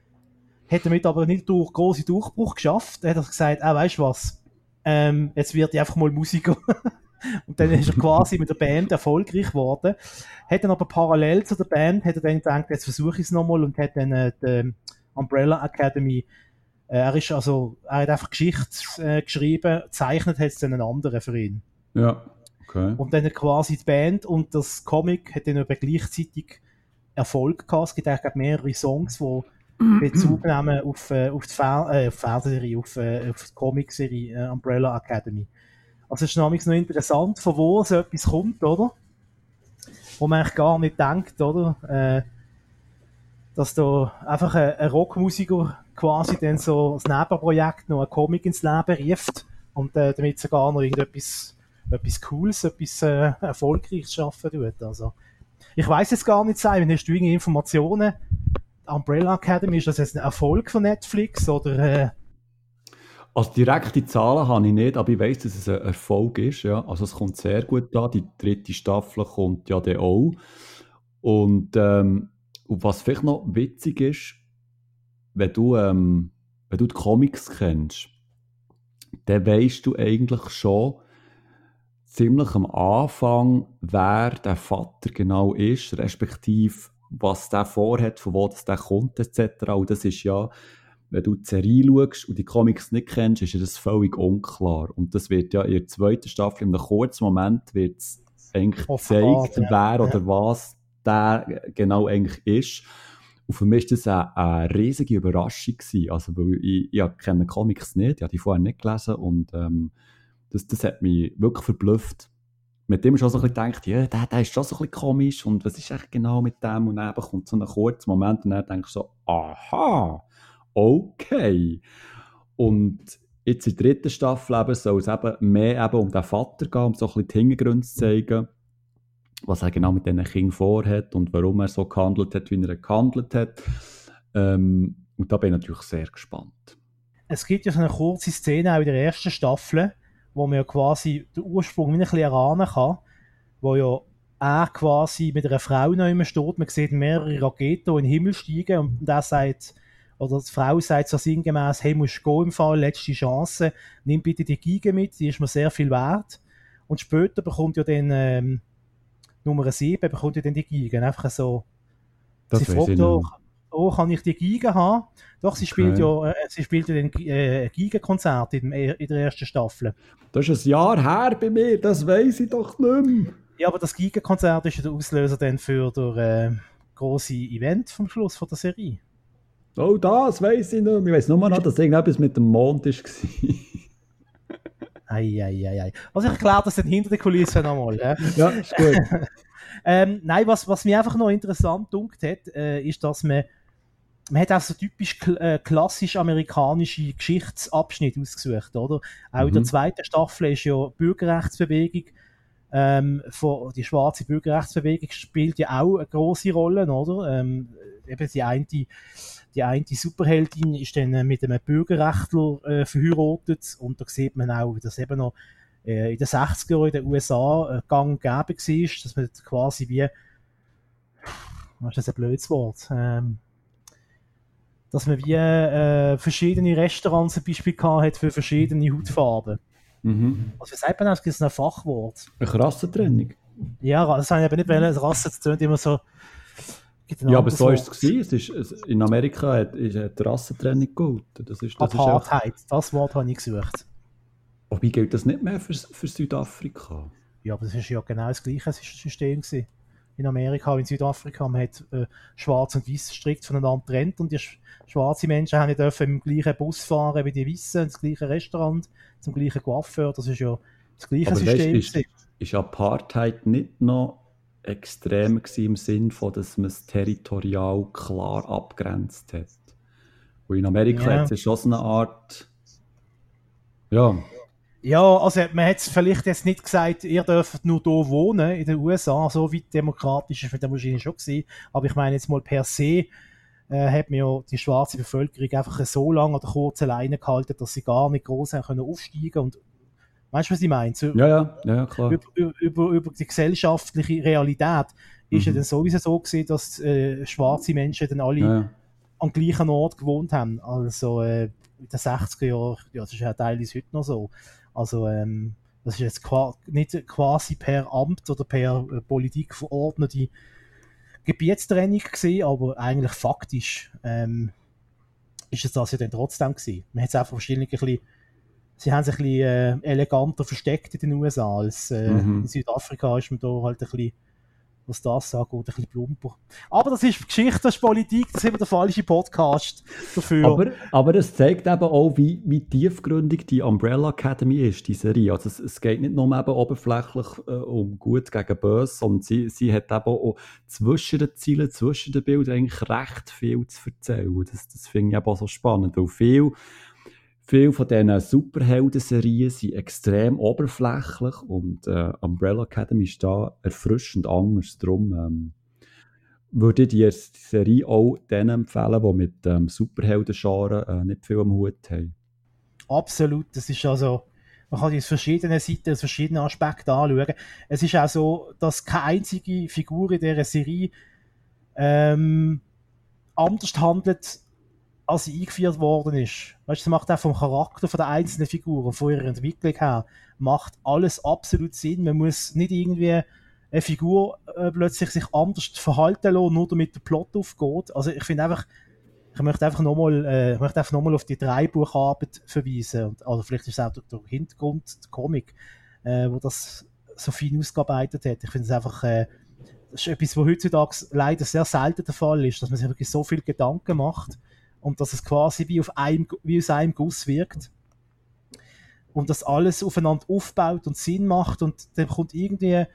Hat damit aber nicht durch grossen Durchbruch geschafft. Er hat gesagt, ah, weißt du was, ähm, jetzt wird ich einfach mal Musiker. Und dann ist er quasi mit der Band erfolgreich geworden. Hat dann aber parallel zu der Band, hat er dann gedacht, jetzt versuche ich es nochmal und hat dann äh, die Umbrella Academy, äh, er ist also, er hat einfach Geschichte äh, geschrieben, gezeichnet hat es dann einen anderen für ihn. Ja, okay. Und dann quasi die Band und das Comic hat dann aber gleichzeitig Erfolg gehabt. Es gibt eigentlich mehrere Songs, die Bezug nehmen auf, äh, auf die Fer- äh, Fernsehserie, auf, äh, auf die Comic-Serie äh, Umbrella Academy. Also es ist nämlich noch interessant, von wo so etwas kommt, oder? Wo man eigentlich gar nicht denkt, oder? Äh, dass da einfach ein, ein Rockmusiker quasi dann so als Nebenprojekt noch ein Comic ins Leben ruft und äh, damit sogar noch irgendetwas etwas Cooles, etwas äh, Erfolgreiches schaffen tut. Also, ich weiss jetzt gar nicht, Simon, hast du irgendwelche Informationen? Umbrella Academy, ist das jetzt ein Erfolg von Netflix oder... Äh, Also direkte Zahlen habe ich nicht, aber ich weiss, dass es ein Erfolg ist. Ja. Also es kommt sehr gut an. Die dritte Staffel kommt ja dann auch. Und, ähm, und was vielleicht noch witzig ist, wenn du, ähm, wenn du die Comics kennst, dann weisst du eigentlich schon ziemlich am Anfang, wer der Vater genau ist, respektive was der vorhat, von wo das der kommt, et cetera. Und das ist ja... Wenn du die Serie schaust und die Comics nicht kennst, ist das völlig unklar. Und das wird ja in der zweiten Staffel, in einem kurzen Moment, wird es eigentlich gezeigt, ja. wer oder was der genau eigentlich ist. Und für mich war das eine, eine riesige Überraschung gewesen. Also, weil ich, ich kenne Comics nicht, ich habe die vorher nicht gelesen und ähm, das, das hat mich wirklich verblüfft. Mit dem ich schon so ein bisschen gedacht, ja, der, der ist schon so ein bisschen komisch und was ist eigentlich genau mit dem? Und dann kommt so ein kurzer Moment und dann denkst du so, aha, okay. Und jetzt in der dritten Staffel eben soll es eben mehr eben um den Vater gehen, um so ein bisschen die Hintergründe zu zeigen, was er genau mit diesen Kindern vorhat und warum er so gehandelt hat, wie er gehandelt hat. Ähm, und da bin ich natürlich sehr gespannt. Es gibt ja so eine kurze Szene auch in der ersten Staffel, wo man ja quasi den Ursprung ein bisschen erahnen kann, wo ja er quasi mit einer Frau noch immer steht, man sieht mehrere Raketen, die in den Himmel steigen und er sagt, oder die Frau sagt so sinngemäß, hey, musst du gehen im Fall, letzte Chance, nimm bitte die Geige mit, die ist mir sehr viel wert. Und später bekommt ja dann ähm, Nummer sieben, bekommt ja dann die Geige, einfach so, Das sie weiss fragt ich ja, nicht. oh, kann ich die Geige haben? Doch, sie spielt Okay. ja, äh, sie spielt ja ein äh, Geigenkonzert in, dem- in der ersten Staffel. Das ist ein Jahr her bei mir, das weiss ich doch nicht mehr. Ja, aber das Geigenkonzert ist ja der Auslöser dann für das äh, grosse Event vom Schluss von der Serie. Oh, das weiss ich nicht mehr. Ich weiss nur noch, dass irgendetwas mit dem Mond war. Eieiei. Also ich erkläre das dann hinter den Kulissen nochmal. Ja? Ja, ist gut. ähm, nein, was, was mich einfach noch interessant gedunkt hat, äh, ist, dass man man hat auch so typisch kl- äh, klassisch amerikanische Geschichtsabschnitte ausgesucht, oder? Auch Mhm. in der zweiten Staffel ist ja Bürgerrechtsbewegung, ähm, von, die schwarze Bürgerrechtsbewegung spielt ja auch eine grosse Rolle, oder? Ähm, eben die eine, die eine Superheldin ist dann äh, mit einem Bürgerrechtler äh, verheiratet und da sieht man auch, dass eben noch äh, in den sechziger Jahren in den U S A äh, gang und gäbe war, dass man quasi wie, was ist das ein blödes Wort, ähm, dass man wie äh, verschiedene Restaurants zum Beispiel gehabt hat für verschiedene Hautfarben. Mhm. Also wie sagt man das? Gibt es ein Fachwort? Eine Rassentrennung. Ja, das habe ich aber nicht wollen. Das Rasse, das tönt immer so... Gibt ein Ja, aber anderes so war Wort. es. gewesen. Es ist, es, in Amerika hat, ist, hat die Rassentrennung gegolten. Das ist, das ist auch, Apartheid, das Wort habe ich gesucht. wobei gilt das nicht mehr für, für Südafrika. Ja, aber das ist ja genau das gleiche System gewesen. In Amerika, in Südafrika, man hat äh, schwarz und weiß strikt voneinander getrennt und die sch schwarzen Menschen haben nicht dürfen im gleichen Bus fahren wie die Weißen, ins gleiche Restaurant, zum gleichen Coiffeur. Das ist ja das gleiche Aber System weißt, ist, ist Apartheid nicht noch extrem gewesen im Sinn von, dass man es territorial klar abgrenzt hat? Und in Amerika Ja. hat es schon so eine Art... Ja, Ja, also man hat es vielleicht jetzt nicht gesagt, ihr dürft nur hier wohnen in den U S A, so weit demokratisch ist es wahrscheinlich schon gewesen, aber ich meine jetzt mal per se äh, hat man ja die schwarze Bevölkerung einfach so lange oder kurz alleine gehalten, dass sie gar nicht groß haben können aufsteigen und weißt du, was ich meine? So, ja, ja, ja, ja klar. über, über, über die gesellschaftliche Realität ist Mhm. ja dann sowieso so gewesen, dass äh, schwarze Menschen dann alle Ja, ja. am gleichen Ort gewohnt haben. Also äh, in den sechziger Jahren, ja, das ist ja teilweise heute noch so. Also ähm, das ist jetzt qua nicht quasi per Amt oder per äh, Politik verordnete Gebietstrennung gewesen, aber eigentlich faktisch ähm, ist es das ja dann trotzdem gewesen. Man hat es einfach wahrscheinlich ein bisschen, sie haben sich ein bisschen äh, eleganter versteckt in den U S A als äh, Mhm. in Südafrika ist man da halt ein bisschen, was das angeht, ein bisschen plumper. Aber das ist Geschichte, das ist Politik, das ist immer der falsche Podcast dafür. Aber, aber es zeigt eben auch, wie, wie tiefgründig die Umbrella Academy ist, die Serie. Also es, es geht nicht nur eben oberflächlich äh, um Gut gegen Böse, sondern sie, sie hat eben auch zwischen den Zielen, zwischen den Bildern eigentlich recht viel zu erzählen. Das, das finde ich eben auch so spannend, weil viel, viel von diesen Superhelden-Serien sind extrem oberflächlich und äh, Umbrella Academy ist da erfrischend anders. Darum ähm, würde ich die Serie auch denen empfehlen, die mit ähm, Superhelden-Genre äh, nicht viel am Hut haben. Absolut, das ist also, man kann die aus verschiedenen Seiten, aus verschiedenen Aspekten anschauen. Es ist auch so, dass keine einzige Figur in dieser Serie ähm, anders handelt, als sie eingeführt worden ist. Weißt du, es macht auch vom Charakter von der einzelnen Figur und von ihrer Entwicklung her, macht alles absolut Sinn. Man muss nicht irgendwie eine Figur äh, plötzlich sich anders verhalten lassen, nur damit der Plot aufgeht. Also ich finde einfach, ich möchte einfach nochmal äh, ich möchte einfach nochmal auf die Drei-Bucharbeit verweisen. Und, also vielleicht ist es auch der, der Hintergrund, der Comic, äh, wo das so fein ausgearbeitet hat. Ich finde es einfach, äh, das ist etwas, was heutzutage leider sehr selten der Fall ist, dass man sich wirklich so viel Gedanken macht und dass es quasi wie, auf einem, wie aus einem Guss wirkt. Und dass alles aufeinander aufbaut und Sinn macht und dann kommt irgendwie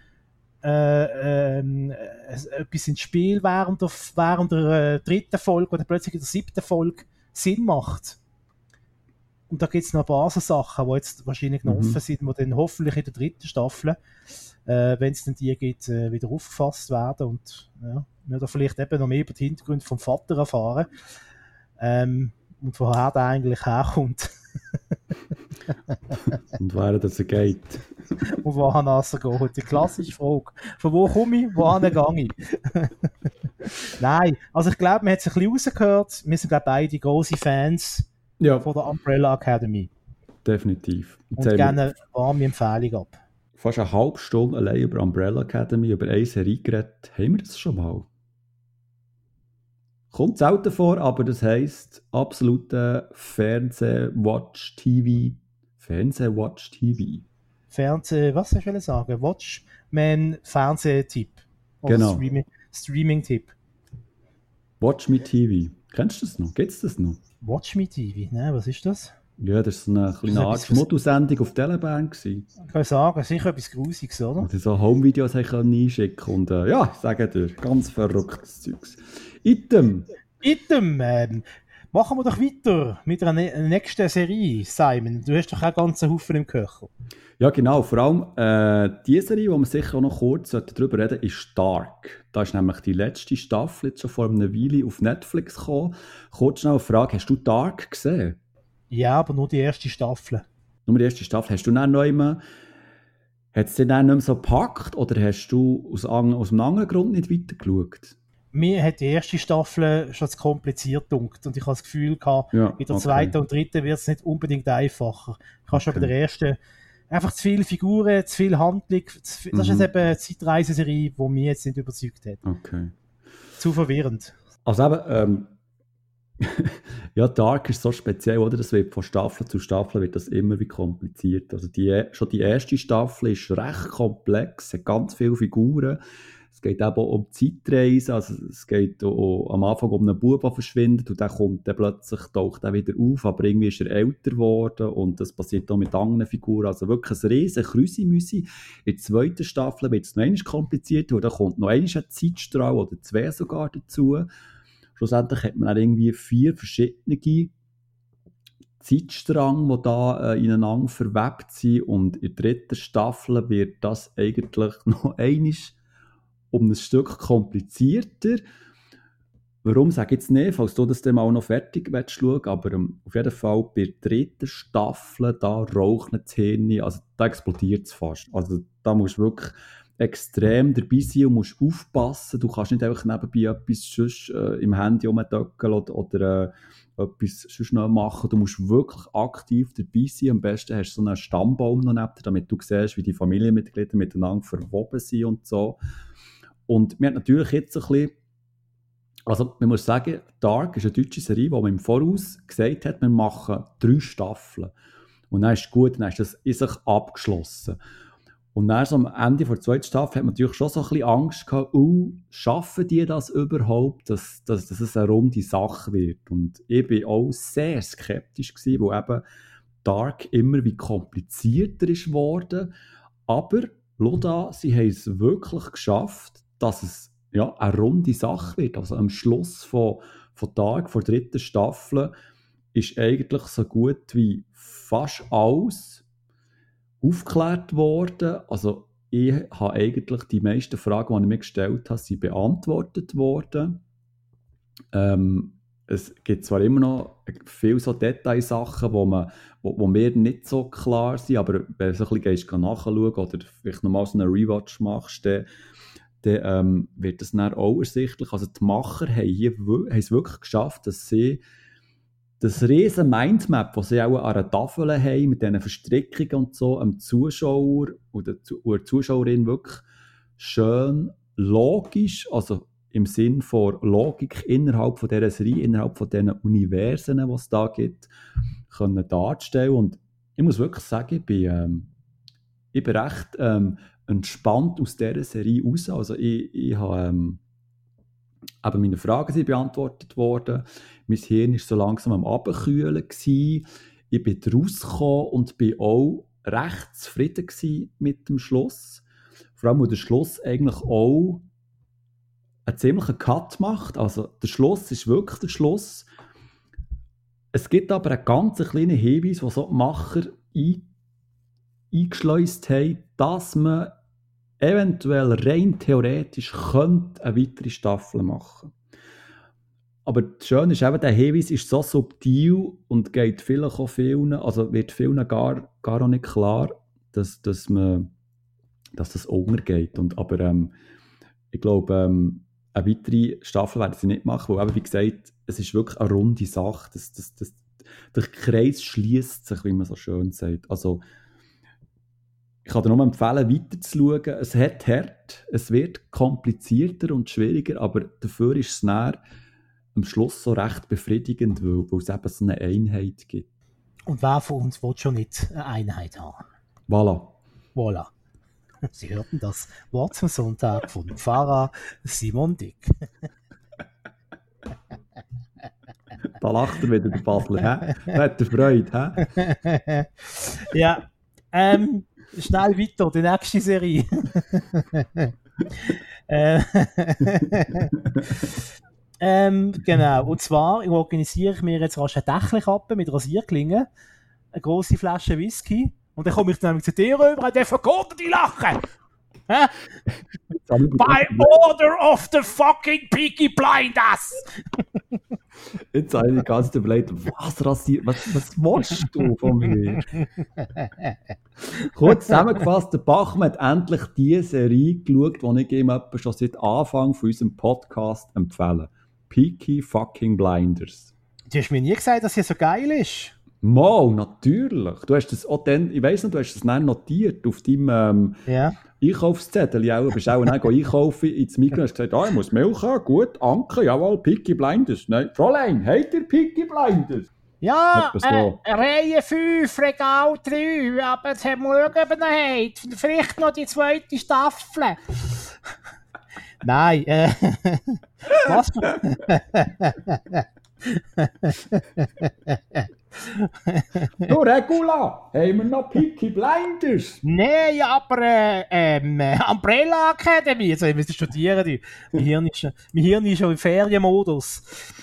Äh, ähm, äh, etwas ins Spiel während der, während der äh, dritten Folge oder plötzlich in der siebten Folge Sinn macht. Und da gibt es noch ein paar so Sachen, die jetzt wahrscheinlich noch Mhm. offen sind, die dann hoffentlich in der dritten Staffel, äh, wenn es dann die gibt, äh, wieder aufgefasst werden und ja, wir da vielleicht eben noch mehr über die Hintergründe vom Vater erfahren ähm, und woher der eigentlich herkommt Und während es geht. und wohin er geht. Die klassische Frage, von wo komme ich, wohin gehe ich? Nein, also ich glaube, man hat es ein bisschen rausgehört. Wir sind, glaube ich, beide grosse Fans Ja, von der Umbrella Academy. definitiv. Jetzt Und haben wir gerne eine warme Empfehlung ab. fast eine halbe Stunde allein über Umbrella Academy, über eine Serie geredet. Haben wir das schon mal? Kommt selten vor, aber das heisst absolute Fernseh-Watch-T V. Fernseh-Watch-T V. Fernseh, was soll ich sagen? Watchman Fernsehtipp. Oder Genau. Streaming, Streaming-Tipp. Watch Me T V. Kennst du das noch? Gibt es das noch? Watch Me T V, ne? Was ist das? Ja, das war so eine kleine Das Art ist etwas- Modusendung auf Telebahn. Ich kann sagen, sicher etwas Grusiges, oder? Und so Home-Videos einschicken und äh, ja, ich sage dir, ganz verrücktes Zeugs. Item. Item, ähm, machen wir doch weiter mit einer ne- nächsten Serie, Simon. Du hast doch auch einen ganzen Haufen im Köcher. Ja, genau. Vor allem äh, die Serie, die wir sicher auch noch kurz darüber reden, ist Dark. Da ist nämlich die letzte Staffel jetzt schon vor einer Weile auf Netflix gekommen. Kurz schnell eine Frage, hast du Dark gesehen? Ja, aber nur die erste Staffel. Nur die erste Staffel. Hast du dann noch immer, hat es dich dann nicht mehr so gepackt oder hast du aus, an, aus einem anderen Grund nicht weitergeschaut? Mir hat die erste Staffel schon zu kompliziert gedunkt und ich habe das Gefühl gehabt, Ja, mit der okay. zweiten und dritten wird es nicht unbedingt einfacher. Ich habe schon bei Okay. der ersten einfach zu viele Figuren, zu viel Handlung. Zu viel, das Mhm. ist eben eine Zeitreiseserie, die mich jetzt nicht überzeugt hat. Okay. Zu verwirrend. Also eben, ähm, ja, Dark ist so speziell, oder? Das wird von Staffel zu Staffel wird das immer wie kompliziert. Also die, schon die erste Staffel ist recht komplex, hat ganz viele Figuren. Es geht eben auch um Zeitreisen, also es geht auch am Anfang um einen Bub, der verschwindet und der kommt dann plötzlich, taucht er wieder auf, aber irgendwie ist er älter geworden und das passiert auch mit anderen Figuren. Also wirklich ein riesen Krüsi-Müsi. In der zweiten Staffel wird es noch einmal komplizierter und da kommt noch einmal ein Zeitstrahl oder zwei sogar dazu. Schlussendlich hat man dann irgendwie vier verschiedene Zeitstränge, die da äh, ineinander verwebt sind und in der dritten Staffel wird das eigentlich noch einmal um ein Stück komplizierter. Warum, sage ich jetzt nicht, falls du das dann mal noch fertig willst, schauen, aber ähm, auf jeden Fall bei der dritten Staffel, da raucht das Hirn, also da explodiert es fast. Also da musst du wirklich extrem dabei sein und musst aufpassen. Du kannst nicht einfach nebenbei etwas sonst, äh, im Handy rumdöckeln oder, oder äh, etwas sonst noch machen. Du musst wirklich aktiv dabei sein. Am besten hast du so einen Stammbaum noch neben dir, damit du siehst, wie die Familienmitglieder miteinander verwoben sind und so. Und mir hat natürlich jetzt ein bisschen, also man muss sagen, Dark ist eine deutsche Serie, wo man im Voraus gesagt hat, wir machen drei Staffeln. Und dann ist es gut, dann ist das in sich abgeschlossen. Und dann so am Ende der zweiten Staffel hat man natürlich schon so ein bisschen Angst gehabt, oh, schaffen die das überhaupt, dass, dass, dass es eine runde Sache wird. Und ich war auch sehr skeptisch gewesen, weil eben Dark immer wie komplizierter ist geworden. Aber schau da, sie haben es wirklich geschafft, dass es ja, eine runde Sache wird. Also am Schluss von, von Dark, von der dritten Staffel, ist eigentlich so gut wie fast alles aufgeklärt worden. Also ich habe eigentlich die meisten Fragen, die ich mir gestellt habe, sind beantwortet worden. Ähm, es gibt zwar immer noch viele so Detailsachen, wo, man, wo, wo mir nicht so klar sind, aber wenn du so ein bisschen nachschauen oder vielleicht nochmal so einen Rewatch machst, dann, dann ähm, wird das dann auch ersichtlich. Also die Macher haben, hier, haben es wirklich geschafft, dass sie das riesen Mindmap, das sie auch an einer Tafel haben, mit diesen Verstrickungen und so, dem Zuschauer oder der Zuschauerin wirklich schön logisch, also im Sinn von Logik innerhalb von dieser Serie, innerhalb von diesen Universen, die es da gibt, können darstellen. Und ich muss wirklich sagen, ich bin, ähm, ich bin recht ähm, entspannt aus dieser Serie raus. Also ich, ich habe... Ähm, aber meine Fragen sind beantwortet worden. Mein Hirn war so langsam am Abkühlen. Ich bin rausgekommen und bin auch recht zufrieden mit dem Schluss. Vor allem, weil der Schluss eigentlich auch einen ziemlichen Cut macht. Also der Schluss ist wirklich der Schluss. Es gibt aber einen ganz kleinen Hinweis, den so die Macher ein, eingeschleust haben, dass man eventuell rein theoretisch könnte eine weitere Staffel machen. Aber das Schöne ist eben, der Hinweis ist so subtil und geht vielleicht auch vielen, also wird vielen gar, gar auch nicht klar, dass, dass, man, dass das untergeht. Und, aber ähm, ich glaube, ähm, eine weitere Staffel werden sie nicht machen, weil eben, wie gesagt, es ist wirklich eine runde Sache. Das, das, das, der Kreis schließt sich, wie man so schön sagt. Also, ich kann dir nur empfehlen, weiterzuschauen. Es hat hart, es wird komplizierter und schwieriger, aber dafür ist es dann am Schluss so recht befriedigend, weil, weil es eben so eine Einheit gibt. Und wer von uns will schon nicht eine Einheit haben? Voilà. Voilà. Sie hörten das Wort zum Sonntag von Pfarrer Simon Dick. Da lacht er wieder, der Basler. Hä? Da hat er Freude. Hä? Ja, ähm, schnell weiter, die nächste Serie. äh, ähm, genau, und zwar organisiere ich mir jetzt rasch eine Dächelkappe mit Rasierklingen, eine grosse Flasche Whisky, und dann komme ich dann zu dir rüber und dann verkoten die Lachen. Hä? By order of the fucking Peaky Blinders! Jetzt habe ich die ganze Zeit überlegt, was rasiert, was, was willst du von mir? Kurz zusammengefasst, der Bachmann hat endlich die Serie geschaut, die ich ihm etwa schon seit Anfang von unserem Podcast empfehle. Peaky fucking Blinders. Du hast mir nie gesagt, dass sie so geil ist. Mal, natürlich. Du hast das auch dann, ich weiss nicht, du hast das dann notiert auf deinem ähm, ja. Einkaufszettel. Ja, du bist auch dann einkaufen ins Migros und hast gesagt, ah, ich muss Milch haben, gut, Anke, jawohl, Peaky Blinders. Nein, Fräulein, habt ihr Peaky Blinders? Ja, so. äh, Reihe fünf, Regal drei, aber jetzt haben wir schauen, ob ihr noch habt. Vielleicht noch die zweite Staffel. Nein, äh, was? Du, Regula, haben wir noch Peaky Blinders? Nein, aber äh, ähm, Umbrella Academy. Jetzt also, müssen studieren. Die. Mein, Hirn ist, mein Hirn ist schon im Ferienmodus.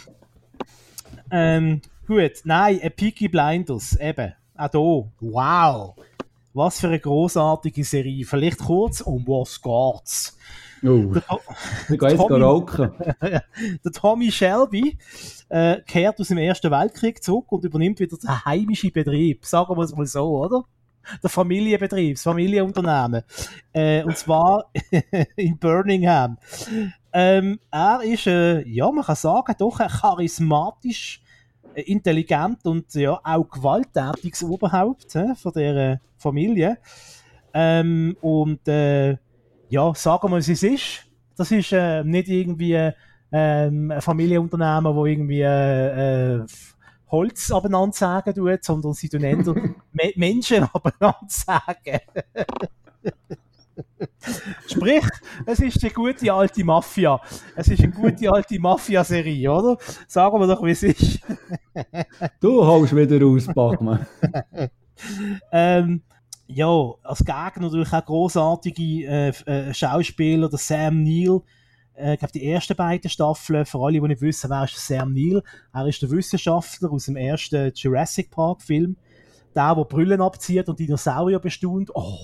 Ähm, gut, nein, äh, Peaky Blinders, eben. Auch hier. Wow. Was für eine grossartige Serie. Vielleicht kurz, um was geht's? Oh, ich gehe jetzt rauchen. Der Tommy Shelby äh, kehrt aus dem Ersten Weltkrieg zurück und übernimmt wieder den heimischen Betrieb. Sagen wir es mal so, oder? Der Familienbetrieb, das Familienunternehmen. Äh, und zwar in Birmingham. Ähm, er ist, äh, ja, man kann sagen, doch ein charismatisch, äh, intelligent und ja, auch gewalttätiges Oberhaupt äh, von der Familie. Ähm, und äh, ja, sagen wir, was es ist. Das ist äh, nicht irgendwie äh, ein Familienunternehmen, wo irgendwie äh, äh, Holz abeinander sagen tut, sondern sie tun eher Me- Menschen abeinander sagen. Sprich, es ist eine gute alte Mafia. Es ist eine gute alte Mafia-Serie, oder? Sagen wir doch, wie es ist. Du holst wieder raus, Bachmann. ähm, Ja, als Gegner natürlich auch grossartige äh, äh, Schauspieler, der Sam Neill. Äh, ich glaube, die ersten beiden Staffeln, für alle, die nicht wissen, wer ist Sam Neill? Er ist der Wissenschaftler aus dem ersten Jurassic Park Film. Der, der Brüllen abzieht und Dinosaurier bestaunt. Oh.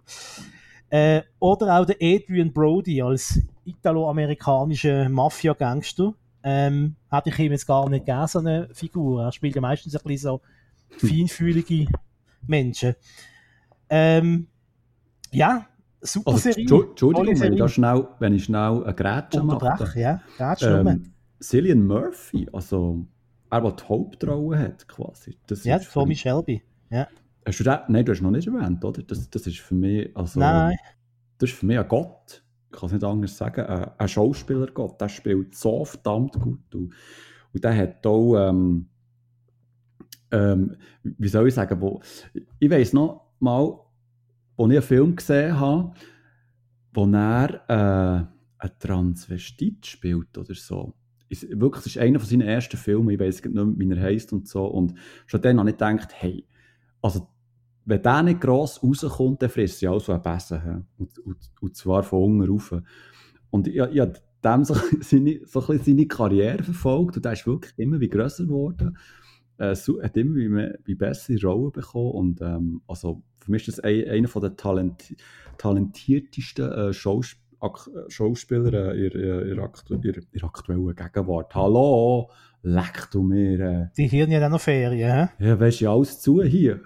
Äh, oder auch der Adrian Brody als italo-amerikanischer Mafia-Gangster. Ähm, hätte ich ihm jetzt gar nicht gegeben, so eine Figur. Er spielt ja meistens ein bisschen so feinfühlige Menschen. Ähm, ja, super also, Serie. Entschuldigung, wenn ich, da schnell, wenn ich schnell eine Grätsche mache. Ja, Grätsche ähm, Cillian Murphy, also er, der die Hauptrolle hat, quasi. Das ja, ist Tommy mich, Shelby. Ja. Hast du das, nein, du hast noch nicht erwähnt, oder? Das, das ist für mich, also, nein. Das ist für mich ein Gott. Ich kann es nicht anders sagen. Ein, ein Schauspielergott. Der spielt so verdammt gut. Und, und der hat auch, ähm, ähm, wie soll ich sagen, wo, ich weiss noch mal, als ich einen Film gesehen habe, wo er äh, einen Transvestit spielt oder so. Ist, wirklich, das ist einer von seinen ersten Filmen, ich weiss nicht mehr, wie er heisst und so. Und schon dann habe ich gedacht, hey, also, wenn der nicht gross rauskommt, dann frisst er auch so ein Besen. Und, und, und zwar von unten rauf. Und ich, ich habe dem so, seine, so ein bisschen seine Karriere verfolgt und der ist wirklich immer wie grösser geworden. Äh, so, hat immer wie, mehr, wie bessere Rollen bekommen. Und ähm, also, für mich ist das ein, einer der talenti- talentiertesten äh, Schaus- Ak- Schauspieler äh, in ihrer aktu- aktuellen Gegenwart. Hallo, leck du mir. Äh. Die Hirn ja dann noch Ferien, hä? Ja, weisst du, ja alles zu hier.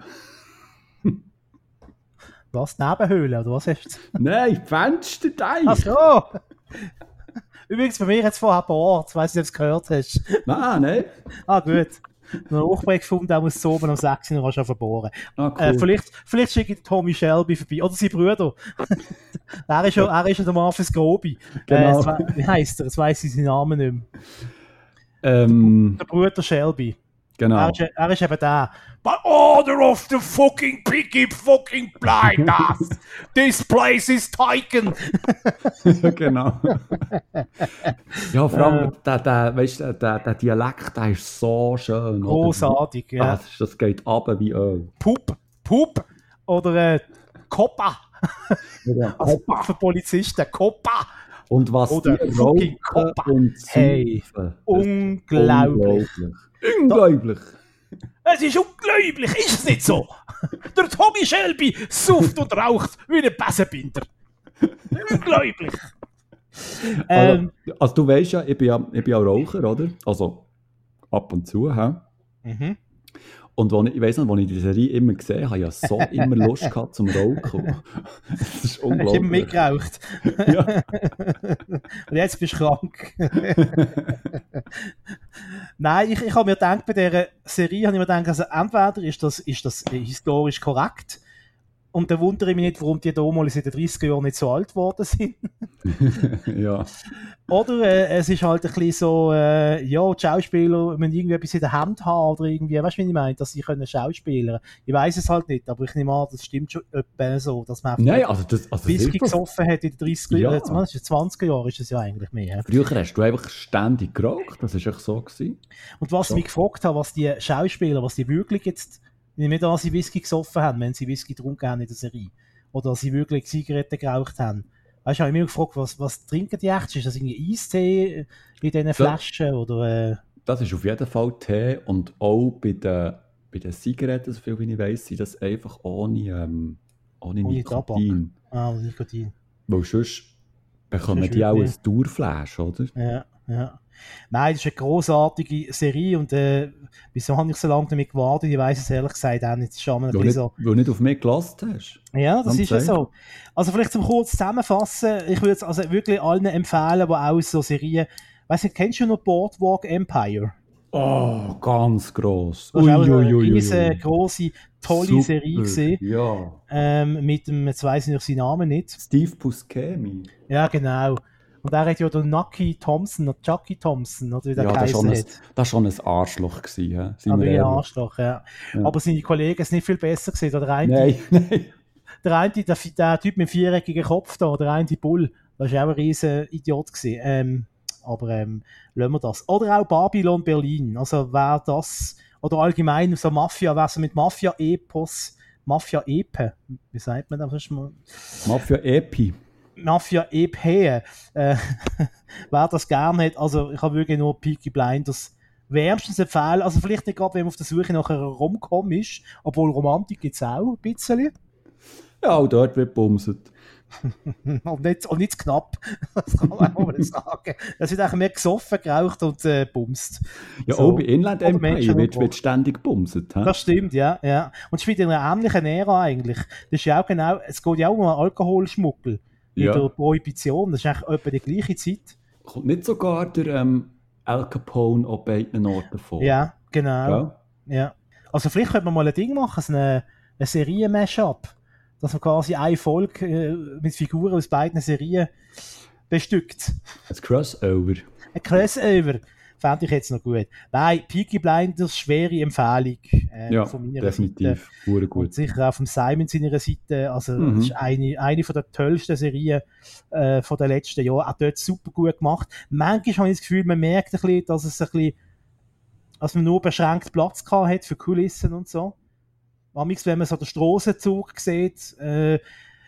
Was? Nebenhöhle, oder was hast du? Nein, Fensterteich! Ach so! Übrigens, bei mir hat es vorher Bohrt. Ich weiss nicht, ob du es gehört hast. Nein, nein. Ah, gut. Ein Hochbrett gefunden, der muss oben am sechs Uhr schon verbohren. Ah, cool. äh, vielleicht, vielleicht schicke ich Tommy Shelby vorbei. Oder sein Bruder. er ist ja, er ist ja der Marfus Grobi. Genau. Äh, wie heisst er? Jetzt weiss ich seinen Namen nicht mehr. Ähm, Der Bruder Shelby. genau. Er ist, er ist eben der. By order of the fucking Peaky fucking Blinders, this place is taken. genau. ja, vor allem, der, der, weißt, der, der Dialekt, der ist so schön. Großartig, oder? ja. Das, das geht runter wie Öl. Pup, Pup oder äh, Koppa. Ja. Also für Polizisten, Koppa. Und was Oder die fucking rauchen Koppa. und Hey, saufen, unglaublich. Unglaublich. Unglaublich. Es ist unglaublich, ist es nicht so? Der Tommy Shelby sauft und raucht wie ein Bessenbinder. Unglaublich. Ähm, Also, also du weißt ja, ich bin ja, ich bin ja Raucher, oder? Also ab und zu, hä? mhm. Und wo ich, ich weiss noch, als ich die Serie immer gesehen habe, ich hatte so immer Lust gehabt zum Rauchen. Das ist Hast unglaublich. du immer mitgeraucht? Ja. Und jetzt bist du krank. Nein, ich, ich habe mir gedacht, bei dieser Serie habe ich mir gedacht, also entweder ist das, ist das historisch korrekt und dann wundere ich mich nicht, warum die damals in den dreißiger Jahren nicht so alt geworden sind. ja. Oder äh, es ist halt ein bisschen so, äh, ja, die Schauspieler müssen irgendwie etwas in der Hand haben oder irgendwie, weißt du, wie ich meine, dass sie können schauspielern. Ich weiss es halt nicht, aber ich nehme an, das stimmt schon etwa so, dass man Nein, also das, also Whisky das gesoffen hat in den dreißiger Ja. Jahren, äh, zwanziger Jahren ist es ja eigentlich mehr. Früher hast du einfach ständig geraucht, das war echt so gewesen. Und was So. ich mich gefragt habe, was die Schauspieler, was die wirklich jetzt, ich nehme nicht an, dass sie Whisky gesoffen haben, wenn sie Whisky getrunken haben in der Serie. Oder dass sie wirklich Zigaretten geraucht haben. Weißt du, ich habe mich immer gefragt, was, was trinken die echt? Ist das irgendwie Eistee in diesen Flaschen? Oder, äh, Das ist auf jeden Fall Tee und auch bei den, bei den Zigaretten, so viel wie ich weiss, sind das einfach ohne, ähm, ohne, Ohne Nikotin. ah, Nikotin. Weil sonst bekommen Sonst die auch wirklich. ein Dauerflash, oder? Ja, ja. Nein, das ist eine grossartige Serie und äh, wieso habe ich so lange damit gewartet? Ich weiss es ehrlich gesagt auch nicht. Das ist schon ein Weil bisschen nicht, so. weil nicht auf mich gelassen hast. Ja, das Ganz ist ja einfach. so. Also vielleicht zum kurz zusammenfassen, ich würde es also wirklich allen empfehlen, die auch so Serien, weiss nicht, kennst du noch Boardwalk Empire? Oh, ganz gross. Das war auch eine Uiuiuiui. riesengroße, tolle Super, Serie gewesen, Ja. ähm, mit dem, jetzt weiss ich noch seinen Namen nicht. Steve Buscemi. Ja, genau. Und er hat ja den Nucky Thompson, oder Chucky Thompson, oder wie der Ja, das war geheißen schon, ein- hat. das war schon ein Arschloch gewesen, hä? Seien Aber wir wie ein ehrlich. Arschloch, ja. Ja. Aber seine Kollegen sind nicht viel besser gewesen. Der eine, Nein, nein. der, eine der, der Typ mit dem viereckigen Kopf da, der eine Bull, das war auch ein riesen Idiot gewesen. Ähm, aber ähm, lassen wir das. Oder auch Babylon Berlin. Also wer das, oder allgemein so Mafia, wer so mit Mafia-Epos, Mafia-Epe, wie sagt man das? Mafia Epi. Mafia-Epe, äh, wer das gerne hat, also ich habe wirklich nur Peaky Blinders wärmstens empfehlen, also vielleicht nicht gerade, wenn man auf der Suche nach einer Rom-Com ist, obwohl Romantik gibt es auch ein bisschen. Ja, auch dort wird bumset. und, nicht, und nicht zu knapp, das kann man auch mal sagen. Es wird eigentlich mehr gesoffen, geraucht und äh, bumst. Ja, So. auch bei Inland Oder Empire Menschen wird, und wird ständig bumset. hä? Das stimmt, ja, ja. Und es spielt in einer ähnlichen Ära eigentlich. Das ist ja auch genau, es geht ja auch um Alkoholschmuggel in Ja. der Prohibition, das ist eigentlich etwa die gleiche Zeit. Kommt nicht sogar der ähm, Al Capone an beiden Orten vor? Ja, genau. Ja? Ja. Also vielleicht könnte man mal ein Ding machen, so eine, eine Serie-Mashup, dass man quasi eine Folge äh, mit Figuren aus beiden Serien bestückt. Ein Crossover. Ein Crossover fände ich jetzt noch gut. Nein, Peaky Blinders, schwere Empfehlung äh, Ja, von meiner Seite. definitiv. Hure Und gut. sicher auch von Simon seiner Seite. Also, Mhm. das ist eine, eine von der tollsten Serien äh, von den letzten Jahren. Auch dort super gut gemacht. Manchmal habe ich das Gefühl, man merkt ein bisschen, dass es ein bisschen, dass man nur beschränkt Platz gehabt hat für Kulissen und so. Manchmal, wenn man so den Strassenzug sieht, äh,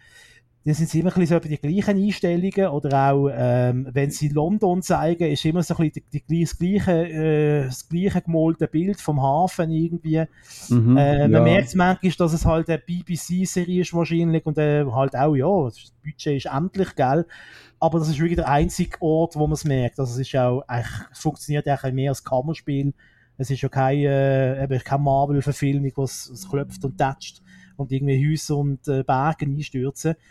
dann sind sie immer ein bisschen so über die gleichen Einstellungen. Oder auch, ähm, wenn sie London zeigen, ist immer so ein bisschen die, die, das, gleiche, äh, das gleiche gemalte Bild vom Hafen irgendwie. Mhm, Äh, man ja. merkt manchmal, dass es halt eine B B C-Serie ist wahrscheinlich und äh, halt auch, ja, das Budget ist endlich, gell? Aber das ist wirklich der einzige Ort, wo man es merkt. Also es ist auch, eigentlich, es funktioniert eigentlich mehr als Kammerspiel. Es ist ja keine, äh, eben keine Marvel-Verfilmung, wo es, es klopft und tätscht und irgendwie Häuser und äh, Berge einstürzen.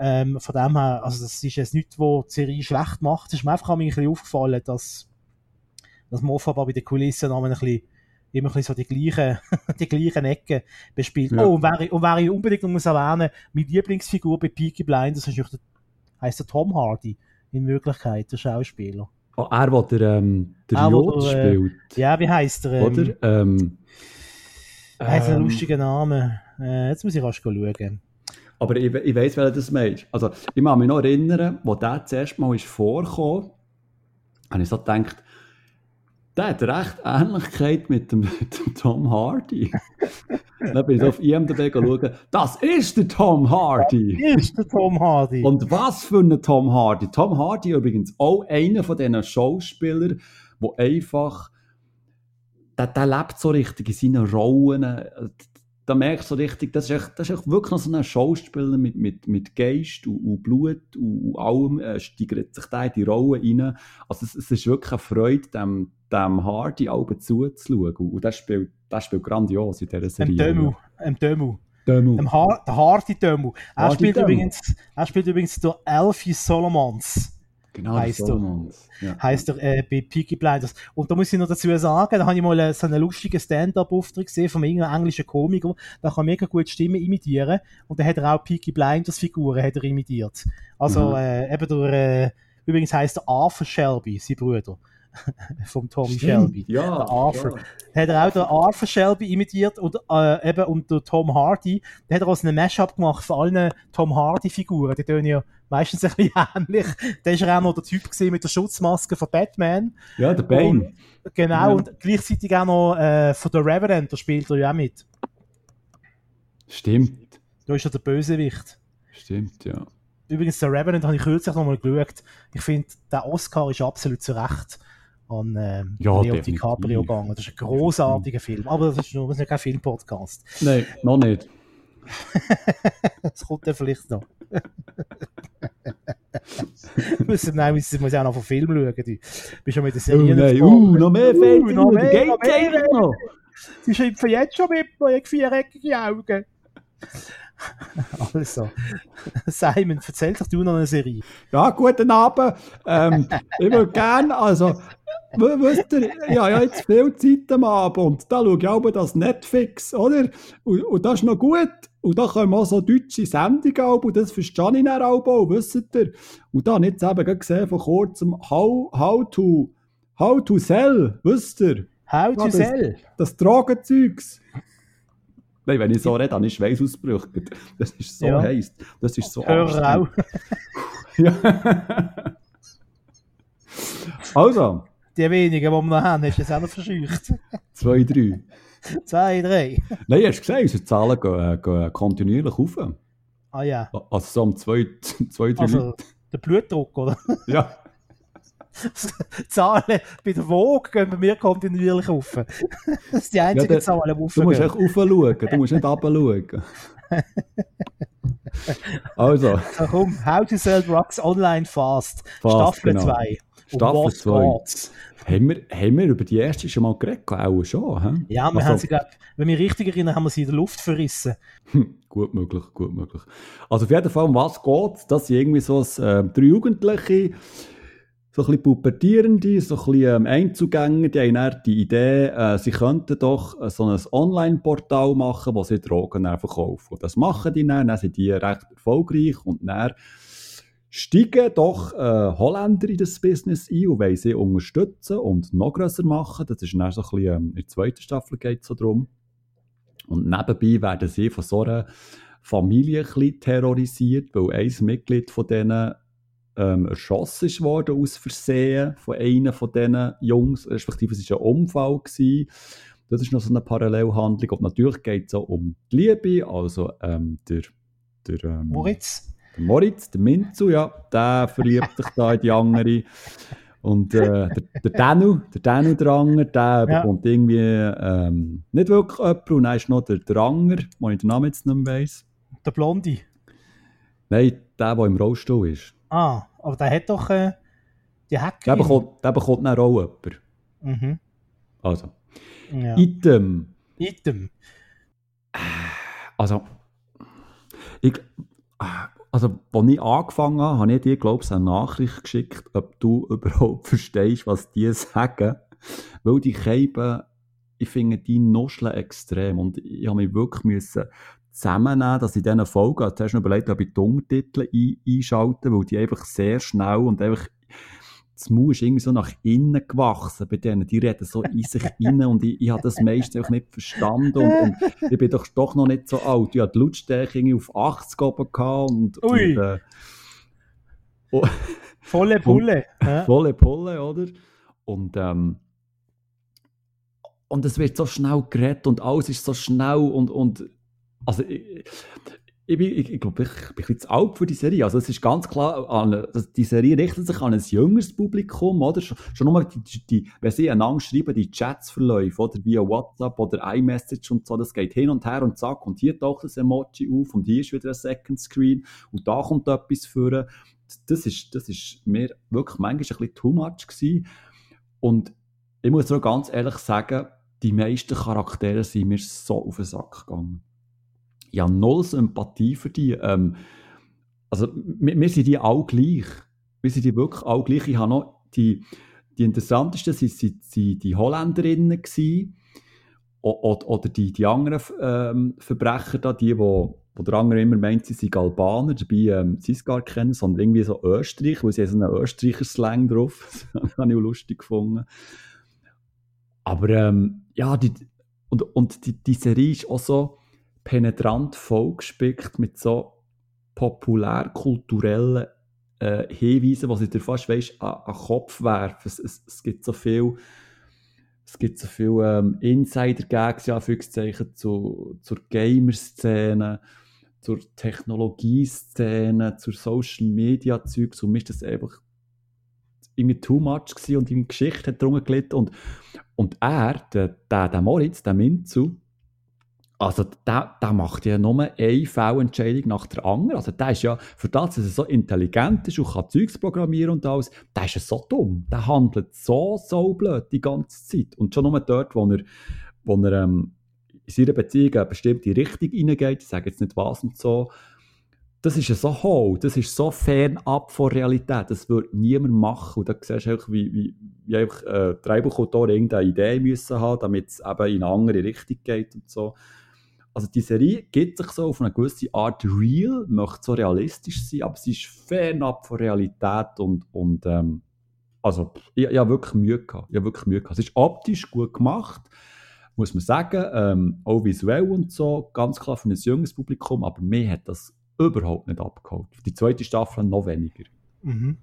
Ähm, von dem her, also das ist jetzt nichts, was die Serie schlecht macht. Es ist mir einfach ein bisschen aufgefallen, dass, dass Moffat bei den Kulissen noch ein bisschen, immer ein bisschen so die gleichen, die gleichen Ecken bespielt. Ja. Oh, und wer, ich- und wer ich unbedingt noch muss erwähnen, meine Lieblingsfigur bei Peaky Blinders ist der, heisst der Tom Hardy, in Wirklichkeit, der Schauspieler. Oh, er, der der, ähm, der Ah, wo Jod der, äh, spielt, Ja, wie heisst er? Ähm, oder? Ähm, Er hat einen ähm, lustigen Namen. Äh, jetzt muss ich erst schauen. Aber ich, ich weiss, wer das meinst. Also, ich kann mich noch erinnern, als der das erste Mal ist vorgekommen, habe ich so gedacht, der hat recht Ähnlichkeit mit dem, mit dem Tom Hardy. Dann bin ich so auf I M D B schauen, das ist der Tom Hardy! Hier ist der Tom Hardy. Und was für ein Tom Hardy? Tom Hardy übrigens auch einer von diesen Schauspielern, der einfach, der, der lebt so richtig in seinen Rollen. Da merkst du so richtig, das ist, echt, das ist echt wirklich noch so ein Schauspieler mit, mit, mit Geist und, und Blut und, und allem, äh, steigert sich da in die Rolle rein. Also es, es ist wirklich eine Freude, dem, dem Hardy Alben zuzuschauen. Und der spielt, der spielt grandios in dieser Im Serie. Dömu. Im Dömu. Dömu. Im Har der Hardy Dömu. Er, Hardy spielt Dömu. übrigens, er spielt übrigens der Alfie Solomons. Genau, heisst der er. Solomons. Ja. Heisst er äh, bei Peaky Blinders. Und da muss ich noch dazu sagen, da habe ich mal äh, so einen lustigen Stand-Up-Auftritt gesehen von einem englischen Komiker, der kann mega gut Stimmen imitieren und dann hat er auch Peaky Blinders Figuren hat er imitiert. Also Mhm. äh, eben durch, äh, übrigens heisst er Arthur Shelby, sein Bruder, vom Tommy Stimmt, Shelby. ja, Der Arthur. ja. Hat er auch den Arthur Shelby imitiert und, äh, eben, und der Tom Hardy, der hat er aus einem Mashup gemacht von allen Tom Hardy-Figuren. Die tun ja meistens ein bisschen ähnlich. Da war er auch noch der Typ gewesen mit der Schutzmaske von Batman. Ja, der Bane. Und, genau, Ja. und gleichzeitig auch noch äh, von der Revenant, da spielt er ja auch mit. Stimmt. Da ist er der Bösewicht. Stimmt, ja. Übrigens, der Revenant habe ich kürzlich noch mal geschaut. Ich finde, der Oscar ist absolut zu Recht an äh, Ja, Leo definitiv. DiCaprio gegangen. Das ist ein grossartiger Film. Aber das ist, nur, das ist ja kein Film-Podcast. Nein, noch nicht. Das kommt dann vielleicht noch. müssen, nein, müssen wir auch noch von Film schauen. Du bist schon mit der Oh Serie. nein, uh, noch mehr Fernsehen. Uh, noch mehr, Geht noch mehr. eigentlich noch. Sie schimpfen jetzt schon mit mir, ich viereckige Augen. Also, Simon, erzähl doch du noch eine Serie. Ja, guten Abend. Ähm, ich würde gerne, also, w- wisst ihr, ich habe ja jetzt viel Zeit am Abend und da schaue ich auch das Netflix, oder? Und, und das ist noch gut. Und da kommen auch so deutsche Sendungen ab und das verstehe ich dann auch, wisst ihr? Und da habe ich jetzt eben gerade gesehen, vor kurzem, How, how, to, how to Sell, wisst ihr? How to Ja, das- Sell. Das Drogenzeugs. Nein, wenn ich so rede, habe ich Schweißausbrüche. Das ist so Ja. heiß. Das ist so Hörer auch. Ja. Also, Die wenigen, die wir noch haben, hast du jetzt auch noch verscheucht. zwei, drei. Zwei, drei. Nein, hast du gesehen, unsere Zahlen gehen, äh, gehen kontinuierlich rauf. Ah ja, Also so um zwei, zwei drei also Leute. der Blutdruck, oder? Ja. Die Zahlen bei der Vogue gehen bei mir kontinuierlich rauf. Das sind die einzigen Ja, der- Zahlen, die Du musst raufgehen. echt raufschauen, du musst nicht runterschauen. Also, So, komm, How to Sell Drugs Online Fast. Fast, Staffel genau. zwei. Um Staffel was zwei. geht's? haben wir, haben wir über die erste schon mal geredet? Auch schon, hä? Ja, wir Also- haben sie, glaub, wenn ich mich richtig erinnere, haben wir sie in der Luft verrissen. Hm, gut möglich, gut möglich. Also auf jeden Fall, um was geht? Das sind irgendwie so ein, äh, drei Jugendliche, so ein bisschen Pubertierende, so ein bisschen ähm, Einzugänger, die haben dann die Idee, äh, sie könnten doch äh, so ein Online-Portal machen, wo sie Drogen dann verkaufen. Und das machen die dann, dann sind die recht erfolgreich und dann steigen doch äh, Holländer in das Business ein und wollen sie unterstützen und noch grösser machen. Das ist dann so ein bisschen, ähm, in der zweiten Staffel geht es so drum. Und nebenbei werden sie von so einer Familie ein bisschen terrorisiert, weil ein Mitglied von denen ähm, erschossen ist worden aus Versehen von einem von diesen Jungs, respektive es war ein Unfall gewesen. Das ist noch so eine Parallelhandlung. Und natürlich geht es auch um die Liebe, also ähm, der, der, ähm, Moritz? der Moritz, der Minzu, ja, der verliebt sich da in die andere. Und äh, der, der Danu, der Danu Dranger, der Ja. bekommt irgendwie ähm, nicht wirklich jemanden. Und dann ist noch der Dranger, wo ich den Namen jetzt nicht mehr weiss. Der Blondie? Nein, der, der im Rollstuhl ist. Ah, aber der hat doch äh, die Der Hackerin. bekommt, der bekommt dann auch jemanden. Mhm. Also, Ja. Item. Item. Also, ich, Also, als ich angefangen habe, habe ich dir, glaube ich, eine Nachricht geschickt, ob du überhaupt verstehst, was die sagen. Weil die Keiben, ich finde, die nuscheln extrem. Und ich habe mich wirklich müssen zusammennehmen, dass ich diesen Folgen, also zuerst noch überlegt, ob ich die Untertitel ein, einschalte, weil die einfach sehr schnell und einfach, das Maul ist irgendwie so nach innen gewachsen bei denen. Die reden so in sich rein und ich, ich habe das meistens einfach nicht verstanden und, und ich bin doch, doch noch nicht so alt. Ich hatte die Lautstärke irgendwie auf achtzig oben gehabt und, Ui. und äh, oh, Volle Pulle. und, Ja. volle Pulle, oder? Und, ähm, und es wird so schnell geredet und alles ist so schnell und, und also ich, ich, bin, ich, ich glaube, ich, ich bin ein bisschen zu alt für die Serie. Also es ist ganz klar, an, die Serie richtet sich an ein jüngeres Publikum, oder? Schon, schon nur, die, die, wenn sie einander schreiben, die Chats-Verläufe, oder via WhatsApp oder iMessage und so, das geht hin und her und zack, und hier taucht das Emoji auf und hier ist wieder ein Second Screen und da kommt etwas vor. Das ist, das ist mir wirklich manchmal ein bisschen too much gewesen. Und ich muss auch ganz ehrlich sagen, die meisten Charaktere sind mir so auf den Sack gegangen. Ich habe null Sympathie für die. Ähm, also, wir, wir sind die alle gleich. Wir sind die wirklich alle gleich. Ich habe noch die, die interessantesten sind, sind, sind die Holländerinnen gewesen. Oder, oder die, die anderen ähm, Verbrecher da, die, wo, wo der andere immer meint, sie sind Albaner, dabei ähm, sie es gar kennen, sondern irgendwie so Österreich, weil sie haben so einen Österreicher-Slang drauf. Das habe ich auch lustig gefunden. Aber ähm, ja, die, und, und die, die Serie ist auch so penetrant vollgespickt mit so populärkulturellen äh, Hinweisen, was ich dir fast weißt, an, an den Kopf werfen. Es, es, es gibt so viel, es gibt so viel ähm, Insider-Gags, ja, Anführungszeichen, zu, zur Gamer-Szene, zur Technologie-Szene, zur Social-Media-Zeugs, und mir ist das einfach irgendwie too much gewesen und die Geschichte hat darunter gelitten. Und, und er, der, der, der Moritz, der Minzu, also der, der macht ja nur eine Fehlentscheidung nach der anderen. Also der ist ja, für das, dass er so intelligent ist und kann Zeugs programmieren und alles, der ist ja so dumm. Der handelt so, so blöd die ganze Zeit. Und schon nur dort, wo er, wo er ähm, in seiner Beziehung eine bestimmte Richtung reingeht, ich sage jetzt nicht was und so, das ist ja so hohl, das ist so fernab von Realität, das würde niemand machen. Und da siehst du auch, wie, wie, wie einfach äh, Drehbuchautoren irgendeine Idee müssen haben, damit es eben in eine andere Richtung geht und so. Also die Serie gibt sich so auf eine gewisse Art real, möchte so realistisch sein, aber sie ist fernab von Realität und, und ähm, also ich, ich habe wirklich Mühe gehabt. Ich habe wirklich Mühe gehabt. Es ist optisch gut gemacht, muss man sagen, ähm, auch visuell und so, ganz klar für ein junges Publikum, aber mir hat das überhaupt nicht abgeholt. Die zweite Staffel noch weniger. Mhm.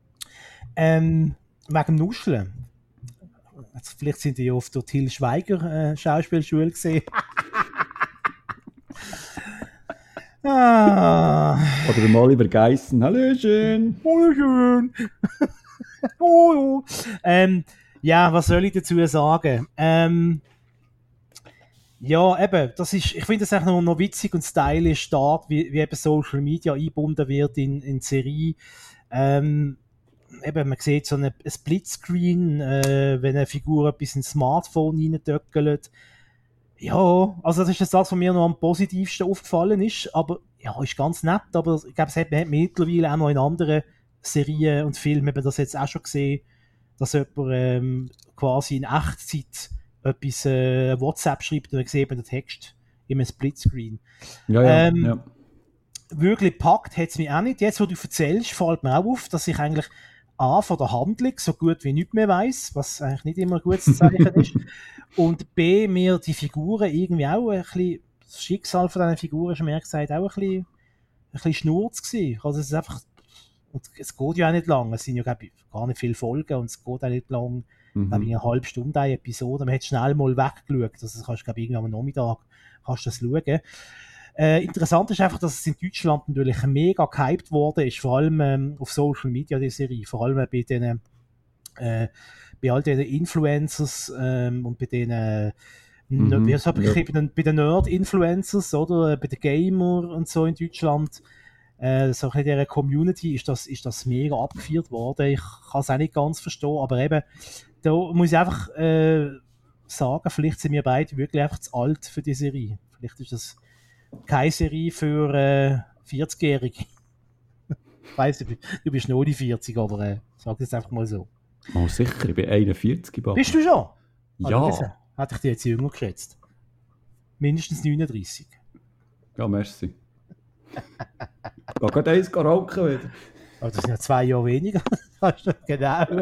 Ähm, wegen dem Nuscheln. Also vielleicht sind die ja auf der Til Schweiger äh, Schauspielschule gesehen. ah. Oder der Oliver Geissen. Hallöchen! Hallöchen! oh, ähm, ja, was soll ich dazu sagen? Ähm, ja, eben, das ist, ich finde das eigentlich noch, noch witzig und stylisch stark, wie, wie eben Social Media eingebunden wird in, in die Serie. Ähm, eben, man sieht so einen Splitscreen, äh, wenn eine Figur etwas ins Smartphone reintöckelt. Ja, also das ist das, was mir noch am positivsten aufgefallen ist, aber ja, ist ganz nett, aber ich glaube, es hat man mittlerweile auch noch in anderen Serien und Filmen eben das jetzt auch schon gesehen, dass jemand ähm, quasi in Echtzeit etwas äh, WhatsApp schreibt und dann sieht man den Text in einem Splitscreen. Ja, ja, ähm, ja. Wirklich gepackt hat es mich auch nicht. Jetzt, wo du erzählst, fällt mir auch auf, dass ich eigentlich A, von der Handlung so gut wie nichts mehr weiss, was eigentlich nicht immer ein gutes Zeichen ist, und B, mir die Figuren irgendwie auch ein bisschen, das Schicksal von diesen Figuren ist mir ehrlich gesagt auch ein bisschen, ein bisschen schnurz gewesen. Also es ist einfach, und es geht ja auch nicht lang, es sind ja glaube ich gar nicht viele Folgen und es geht auch nicht lang, mhm. glaube ich eine halbe Stunde eine Episode, man hat schnell mal weggeschaut, also das kannst du glaube ich irgendwann am Nachmittag kannst du das schauen. Äh, interessant ist einfach, dass es in Deutschland natürlich mega gehypt worden ist, vor allem ähm, auf Social Media, die Serie, vor allem bei den äh, bei all den Influencers ähm, und bei den mhm, wie so, ja. bei den, bei den Nerd-Influencers oder bei den Gamer und so in Deutschland, äh, so in dieser Community ist das, ist das mega abgefeiert worden. Ich kann es auch nicht ganz verstehen, aber eben, da muss ich einfach äh, sagen, vielleicht sind wir beide wirklich einfach zu alt für die Serie. Vielleicht ist das keine Serie für, äh, vierzigjährige. Ich weiss, du bist noch die vierzig, aber äh, sag jetzt einfach mal so. Oh, sicher, ich bin einundvierzig. Baba. Bist du schon? Ja. Also, hätte ich dich jetzt jünger geschätzt. Mindestens neununddreißig. Ja, merci. Ich gehe gerade eins rauchen wieder. Aber das sind ja zwei Jahre weniger. Genau.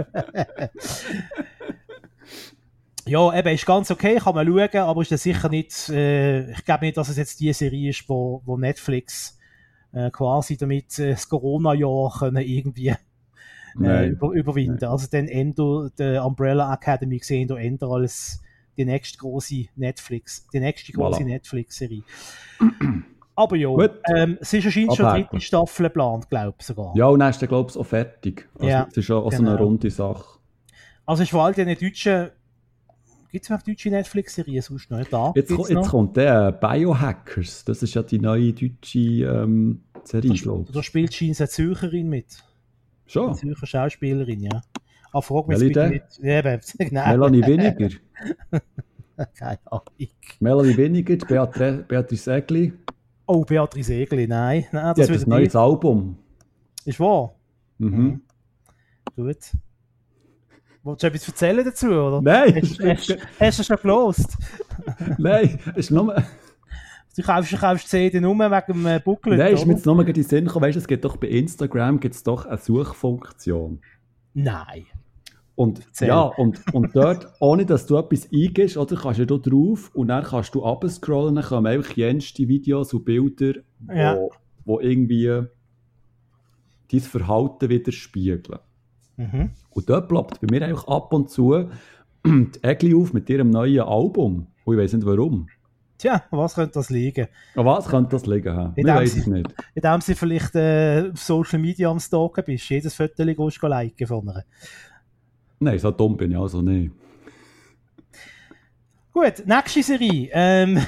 Ja, eben, ist ganz okay, kann man schauen, aber ist das sicher nicht, äh, ich glaube nicht, dass es jetzt die Serie ist, wo, wo Netflix äh, quasi damit äh, das Corona-Jahr können irgendwie äh, über, überwinden. Nein. Also dann Endo, die Umbrella Academy gesehen, da Ender als die nächste große Netflix, die nächste große voilà. Netflix-Serie. Aber ja, ähm, es ist anscheinend schon die dritte Staffel geplant, glaube ich sogar. Ja, und dann ist der, glaube ich, auch fertig. Also ja, es ist auch genau. so eine runde Sache. Also ist vor allem in den deutschen, gibt es noch deutsche Netflix-Serien sonst noch? Da jetzt ko- jetzt noch? kommt der Biohackers, das ist ja die neue deutsche ähm, Serie, glaube ich. Da spielt scheinbar eine Zürcherin mit. Schon? Eine Zürcher Schauspielerin, ja. Aber frag mich jetzt bitte nicht. Ja, eben, genau. Melanie Weniger. Keine Ahnung. Melanie Weniger, Beatre- Beatrice Egli. Oh, Beatrice Egli, nein. nein das die hat ein neues nicht. Album. Ist wahr? Mhm. mhm. Gut. Wolltest du etwas erzählen dazu, oder? Nein! Hast, hast, hast du schon gelost? Nein, ist nur... Du kaufst, du kaufst C D nur wegen dem Booklet, Nein, ist mir jetzt nur in den Sinn gekommen, weißt du, es gibt doch bei Instagram gibt's doch eine Suchfunktion. Nein. Und, ja, und, und dort, ohne dass du etwas eingibst, oder, kannst du da drauf und dann kannst du runterscrollen, dann kommen einfach jenste Videos und Bilder, ja. wo, wo irgendwie dein Verhalten widerspiegeln. Mhm. Und dort ploppt bei mir einfach ab und zu die Egli auf mit ihrem neuen Album. Und ich weiss nicht warum. Tja, was könnte das liegen? An was könnte das liegen? Ich weiss es nicht. Indem sie vielleicht äh, auf Social Media am Stalken bist, jedes Foto gehst du liken von ihr. Nein, so dumm bin ich also nicht. Gut, nächste Serie. Ähm.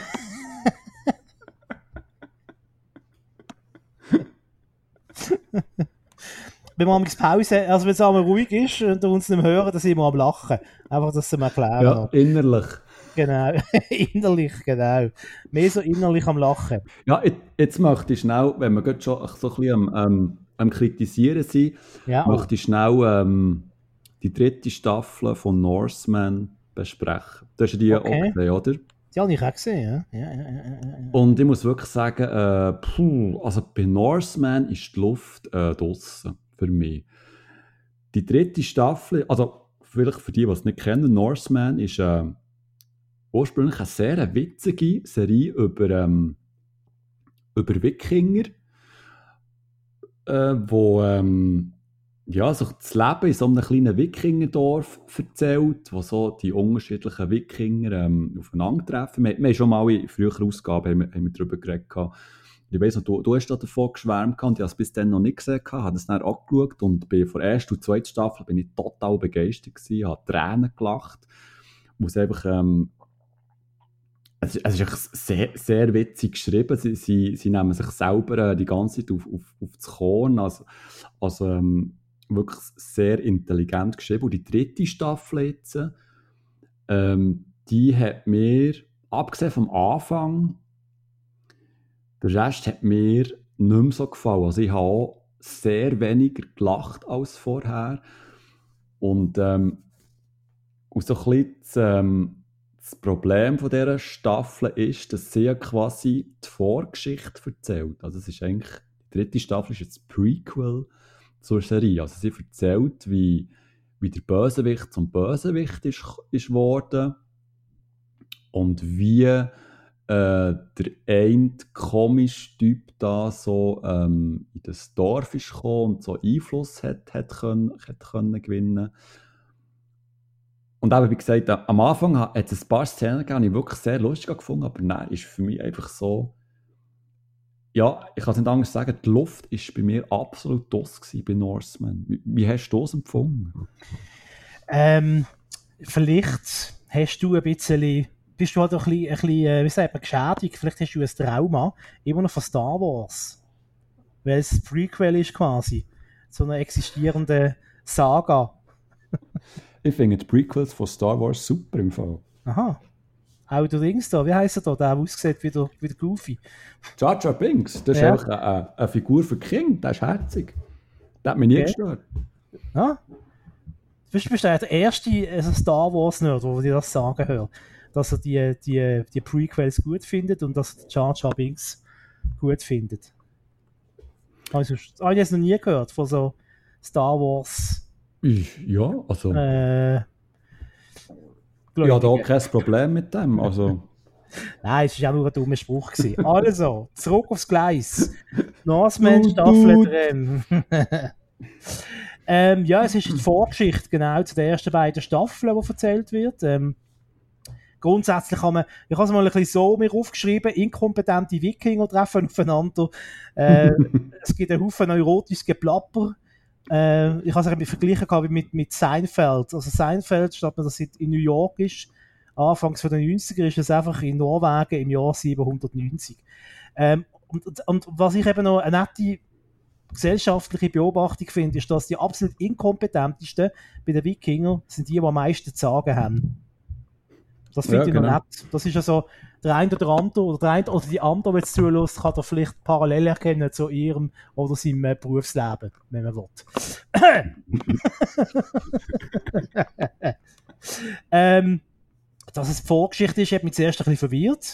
Wenn man am Pause, also wenn es einmal ruhig ist und uns nicht mehr hören, dann sind wir am Lachen. Einfach, dass sie mir erklären. Ja, innerlich. Genau, innerlich, genau. Mehr so innerlich am Lachen. Ja, jetzt möchte ich schnell, wenn wir gerade schon so ein bisschen am, ähm, am Kritisieren sind, ja, oh. möchte ich schnell ähm, die dritte Staffel von Norseman besprechen. Das hast du die okay. auch gesehen, oder? Die habe ich auch gesehen, ja. Ja, ja, ja, ja. Und ich muss wirklich sagen, äh, puh, also bei Norseman ist die Luft äh, draussen für mich. Die dritte Staffel, also vielleicht für die, die es nicht kennen, Norseman ist äh, ursprünglich eine sehr witzige Serie über, ähm, über Wikinger, äh, wo ähm, ja, sich das Leben in so einem kleinen Wikingerdorf erzählt, wo so die unterschiedlichen Wikinger ähm, aufeinandertreffen. Wir, wir haben schon mal in früheren Ausgaben haben wir, haben wir darüber geredet. Ich weiss noch, du, du hast da davon geschwärmt und ich habe es bis dann noch nicht gesehen, habe es dann angeschaut und bei der ersten und zweiten Staffel bin ich total begeistert gewesen, habe Tränen gelacht. Ich muss einfach, ähm, es, es ist echt sehr, sehr witzig geschrieben. Sie, sie, sie nehmen sich selber äh, die ganze Zeit auf, auf, auf das Korn. Also, also ähm, wirklich sehr intelligent geschrieben. Und die dritte Staffel jetzt, ähm, die hat mir, abgesehen vom Anfang, der Rest hat mir nicht mehr so gefallen. Also ich habe auch sehr weniger gelacht als vorher. Und, ähm, und so ein bisschen das, ähm, das Problem von dieser Staffel ist, dass sie ja quasi die Vorgeschichte erzählt. Also es ist eigentlich, die dritte Staffel ist jetzt das Prequel zur Serie. Also sie erzählt, wie, wie der Bösewicht zum Bösewicht ist, ist worden und wie äh, der eine komische Typ da so ähm, in das Dorf ist gekommen und so Einfluss hat, hat, können, hat können gewinnen. Und eben, wie gesagt, am Anfang hat es ein paar Szenen gegeben, die ich wirklich sehr lustig gefunden, aber nein, ist für mich einfach so, ja, ich kann es nicht anders sagen, die Luft war bei mir absolut draus bei Norseman. Wie, wie hast du das empfunden? Ähm, vielleicht hast du ein bisschen, bist du halt ein bisschen, ein bisschen wie sagt man, geschädigt, vielleicht hast du ein Trauma, immer noch von Star Wars. Weil es Prequel ist quasi, so eine existierende Saga. Ich finde die Prequels von Star Wars super im Fall. Aha. auch der Dings da, wie heisst er da, der aussieht wie der, wie der Goofy. Jar Jar Binks, das ist Ja. einfach eine, eine Figur für King, der ist herzig. Der hat mich nie Okay. gestört. Ja? Du bist bist der erste also Star Wars-Nerd, der dir das sagen hört. Dass er die, die, die Prequels gut findet und dass er Jar Jar Binks gut findet. Also, habe ich jetzt noch nie gehört von so Star Wars. Ich, ja, also, Äh, ich habe da Gläubigen. kein Problem mit dem. Also, Nein, es war auch nur ein dummer Spruch gewesen. Also, zurück aufs Gleis. Norseman Tut, Staffel tut. drei. ähm, ja, es ist die Vorgeschichte genau zu den ersten beiden Staffeln, die erzählt wird. Ähm, grundsätzlich kann man, ich habe es mal ein bisschen so mir aufgeschrieben, inkompetente Wikinger treffen aufeinander. Äh, es gibt einen Haufen neurotisches Geplapper. Äh, ich habe es ein bisschen verglichen gehabt mit, mit Seinfeld. Also Seinfeld, statt dass es in New York ist, anfangs von den neunziger, ist es einfach in Norwegen im Jahr siebenhundertneunzig. Ähm, und, und, und was ich eben noch eine nette gesellschaftliche Beobachtung finde, ist, dass die absolut inkompetentesten bei den Wikingern sind die, die am meisten zu sagen haben. Das finde Ja, ich noch genau. nett. Das ist also der eine oder andere, oder der eine oder die andere, der jetzt zulässt, kann da vielleicht parallel erkennen zu ihrem oder seinem äh, Berufsleben, wenn man will. ähm, dass es die Vorgeschichte ist, hat mich zuerst ein bisschen verwirrt.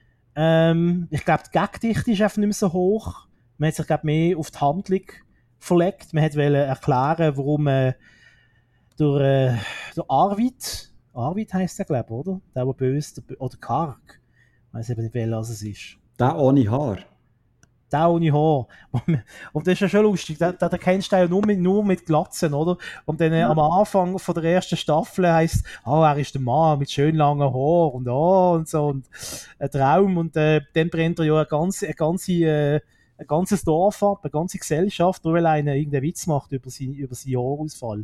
Ähm, ich glaube, die Gagdichte ist einfach nicht mehr so hoch. Man hat sich, glaube mehr auf die Handlung verlegt. Man wollte erklären, warum äh, durch, äh, der Arvid, Arvid heisst der, glaube ich, oder? Der, der böse, der, oder Karg. Ich weiß eben nicht, welcher es ist. der ohne Haar. Der ohne Haar. Und das ist ja schon lustig, den, den kennst du ja nur mit, nur mit Glatzen, oder? Und dann äh, am Anfang von der ersten Staffel heisst, ah, er ist der Mann mit schön langen Haaren und ah, und so, und ein Traum. Und äh, dann brennt er ja eine ganze, eine ganze, äh, ein ganzes Dorf ab, eine ganze Gesellschaft, nur weil einer irgendeinen Witz macht über seinen, über seinen Haarausfall.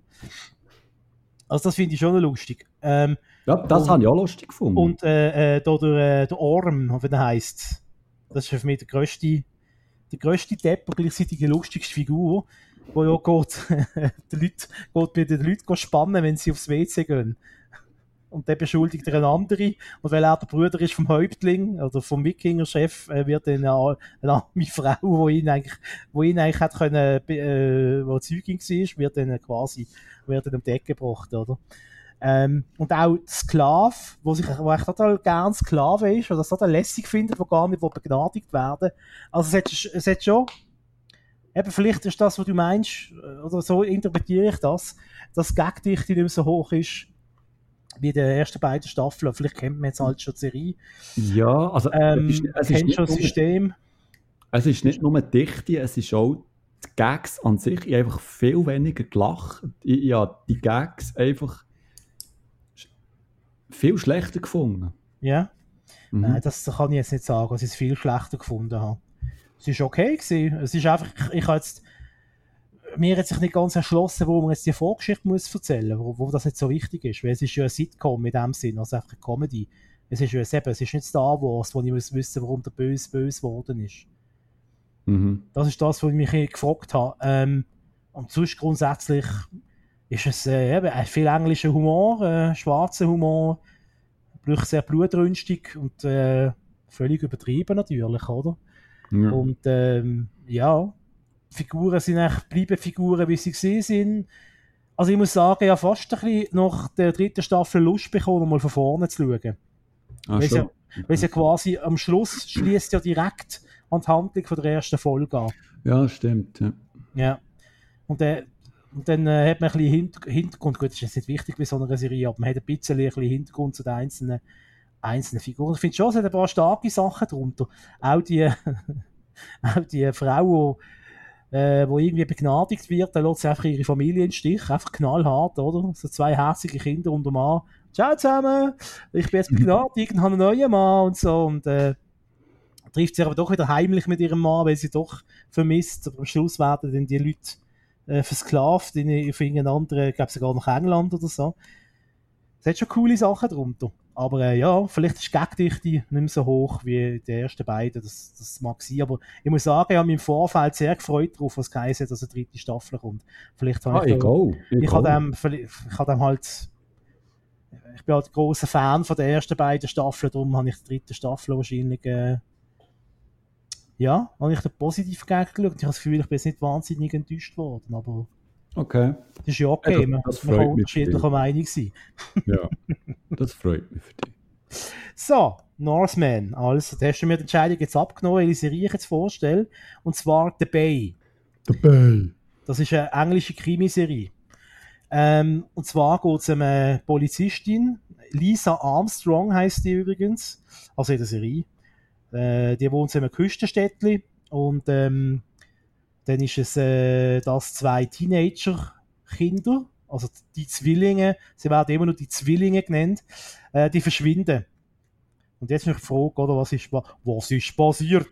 Also das finde ich schon noch lustig. Ähm, Ja, das Und- habe ich auch lustig gefunden. und äh, äh, da der, äh, der Orm, wie der heisst, das ist für mich der grösste, der grösste Depp und gleichzeitig die lustigste Figur, wo ja geht, die Leute, geht mit den Leuten spannen, wenn sie aufs W C gehen. Und dann beschuldigt er einen anderen. Und weil er der Bruder ist vom Häuptling oder vom Wikinger-Chef, äh, wird dann eine, eine arme Frau, die ihn eigentlich, wo ihn eigentlich hat können, äh, wo Zeugin war, wird dann quasi, wird dann um die Ecke gebracht, oder? Ähm, und auch der Sklave, wo sich, wo ich total gern Sklave ist, oder das total lässig findet, wo gar nicht begnadigt werden. Also es hat, es hat schon, eben vielleicht ist das, was du meinst, oder so interpretiere ich das, dass die Gagdichte nicht mehr so hoch ist, wie in den ersten beiden Staffeln. Vielleicht kennt man jetzt halt schon die Serie. Ja, also Ähm, es ist, es, ist kennt nicht schon das nur, System. es ist nicht nur die Dichte, es ist auch die Gags an sich. Ich habe einfach viel weniger gelacht. Ich, ich habe die Gags einfach sch- viel schlechter gefunden. Ja. Mhm. Nein, das kann ich jetzt nicht sagen, dass ich es viel schlechter gefunden habe. Es ist okay gewesen. Es ist einfach, ich, ich habe jetzt, mir hat sich nicht ganz erschlossen, wo man jetzt die Vorgeschichte muss erzählen muss, wo, wo das jetzt so wichtig ist. Weil es ist ja ein Sitcom in dem Sinn, also einfach eine Comedy. Es ist ja eben, es ist nicht Star Wars, wo ich muss wissen, warum der Böse böse geworden ist. Mhm. Das ist das, was ich mich hier gefragt habe. Ähm, und sonst grundsätzlich ist es äh, eben, ein viel englischer Humor, äh, schwarzer Humor, sehr blutrünstig und äh, völlig übertrieben natürlich, oder? Ja. Und ähm, ja, Figuren sind eigentlich, bleiben Figuren, wie sie gesehen sind. Also ich muss sagen, ja fast ein bisschen nach der dritten Staffel Lust bekommen, mal von vorne zu schauen. Ah, Weil es ja, schon. weil es ja quasi am Schluss schließt ja direkt an die Handlung von der ersten Folge an. Ja, stimmt. Ja. Ja. Und, äh, und dann äh, hat man ein bisschen Hinter- Hintergrund, gut, das ist jetzt nicht wichtig bei so einer Serie, aber man hat ein bisschen, ein bisschen Hintergrund zu den einzelnen, einzelnen Figuren. Ich finde schon, es hat ein paar starke Sachen drunter. Auch die, auch die Frau, die, äh, wo irgendwie begnadigt wird, dann lässt sie einfach ihre Familie in den Stich, einfach knallhart, oder? So zwei herzige Kinder und der Mann. Ciao zusammen, ich bin jetzt begnadigt und habe einen neuen Mann und so. Und äh, trifft sich aber doch wieder heimlich mit ihrem Mann, weil sie doch vermisst. Aber am Schluss werden dann die Leute äh, versklavt in, auf irgendeinen anderen, ich glaube sogar nach England oder so. Es hat schon coole Sachen drunter. Aber äh, ja, vielleicht ist die Gagdichte nicht mehr so hoch wie die ersten beiden, das, das mag sein. Aber ich muss sagen, ich habe mich im Vorfeld sehr gefreut darauf, was geheißen hat, dass eine dritte Staffel kommt. Vielleicht habe Ah, ich, da, egal. ich habe dem, vielleicht- ich habe dem halt ich bin halt ein grosser Fan von den ersten beiden Staffeln, darum habe ich die dritte Staffel wahrscheinlich, äh, ja, habe ich da positiv gegengeschaut. Ich habe das Gefühl, ich bin jetzt nicht wahnsinnig enttäuscht worden, aber Okay. das ist ja okay, Ja, man, das man freut kann mich unterschiedlicher Meinung sein. Ja, das freut mich für dich. So, Northman, also, da hast du mir die Entscheidung jetzt abgenommen, welche Serie ich jetzt vorstelle, und zwar The Bay. Dabei. Das ist eine englische Krimiserie. Ähm, und zwar geht es um eine Polizistin, Lisa Armstrong heisst die übrigens, also in der Serie. Äh, die wohnt in einem Küstenstädtchen und ähm, dann ist es äh, das zwei Teenager-Kinder, also die Zwillinge, sie werden immer nur die Zwillinge genannt, äh, die verschwinden. Und jetzt mich gefragt, oder, was ist, was ist passiert?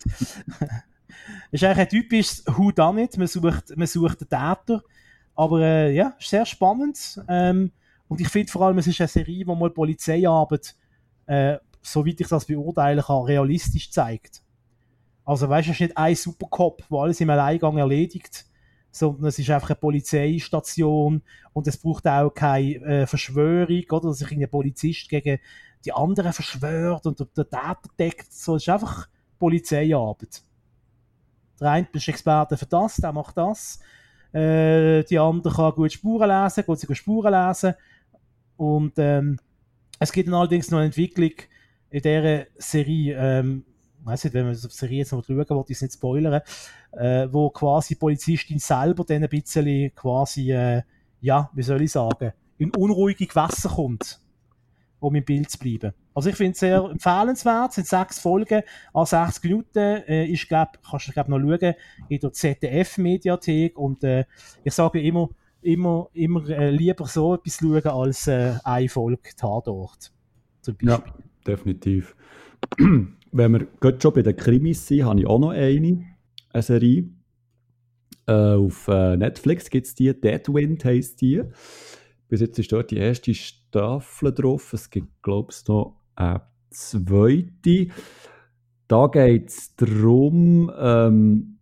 ist eigentlich ein typisches Whodunit, man sucht, man sucht den Täter, aber äh, ja, ist sehr spannend. Ähm, und ich finde vor allem, es ist eine Serie, wo mal Polizeiarbeit, äh, soweit ich das beurteilen kann, realistisch zeigt. Also weißt du, es ist nicht ein Supercop, der alles im Alleingang erledigt, sondern es ist einfach eine Polizeistation und es braucht auch keine äh, Verschwörung, oder, dass sich ein Polizist gegen die anderen verschwört und der Täter deckt. So, es ist einfach Polizeiarbeit. Der eine ist Experte für das, der macht das. Äh, die andere kann gut Spuren lesen, geht sie Spuren lesen. Und ähm, es gibt dann allerdings noch eine Entwicklung in dieser Serie, ähm, ich weiss nicht, wenn man auf die Serie jetzt noch schauen will, ich es nicht spoilern, äh, wo quasi die Polizistin selber dann ein bisschen quasi, äh, ja, wie soll ich sagen, in unruhige Gewässer kommt, um im Bild zu bleiben. Also ich finde es sehr empfehlenswert, es sind sechs Folgen, an sechzig Minuten, äh, ist, glaub, kannst du glaub, noch schauen, in der Z D F-Mediathek und äh, ich sage immer, immer, immer äh, lieber so etwas schauen, als äh, eine Folge Tatort. Zum Beispiel. Ja, definitiv. Wenn wir gerade schon bei den Krimis sind, habe ich auch noch eine, eine Serie. Äh, auf äh, Netflix gibt es die, Deadwind heisst die. Bis jetzt ist dort die erste Staffel drauf. Es gibt, glaube ich, noch eine zweite. Da geht es darum, ähm,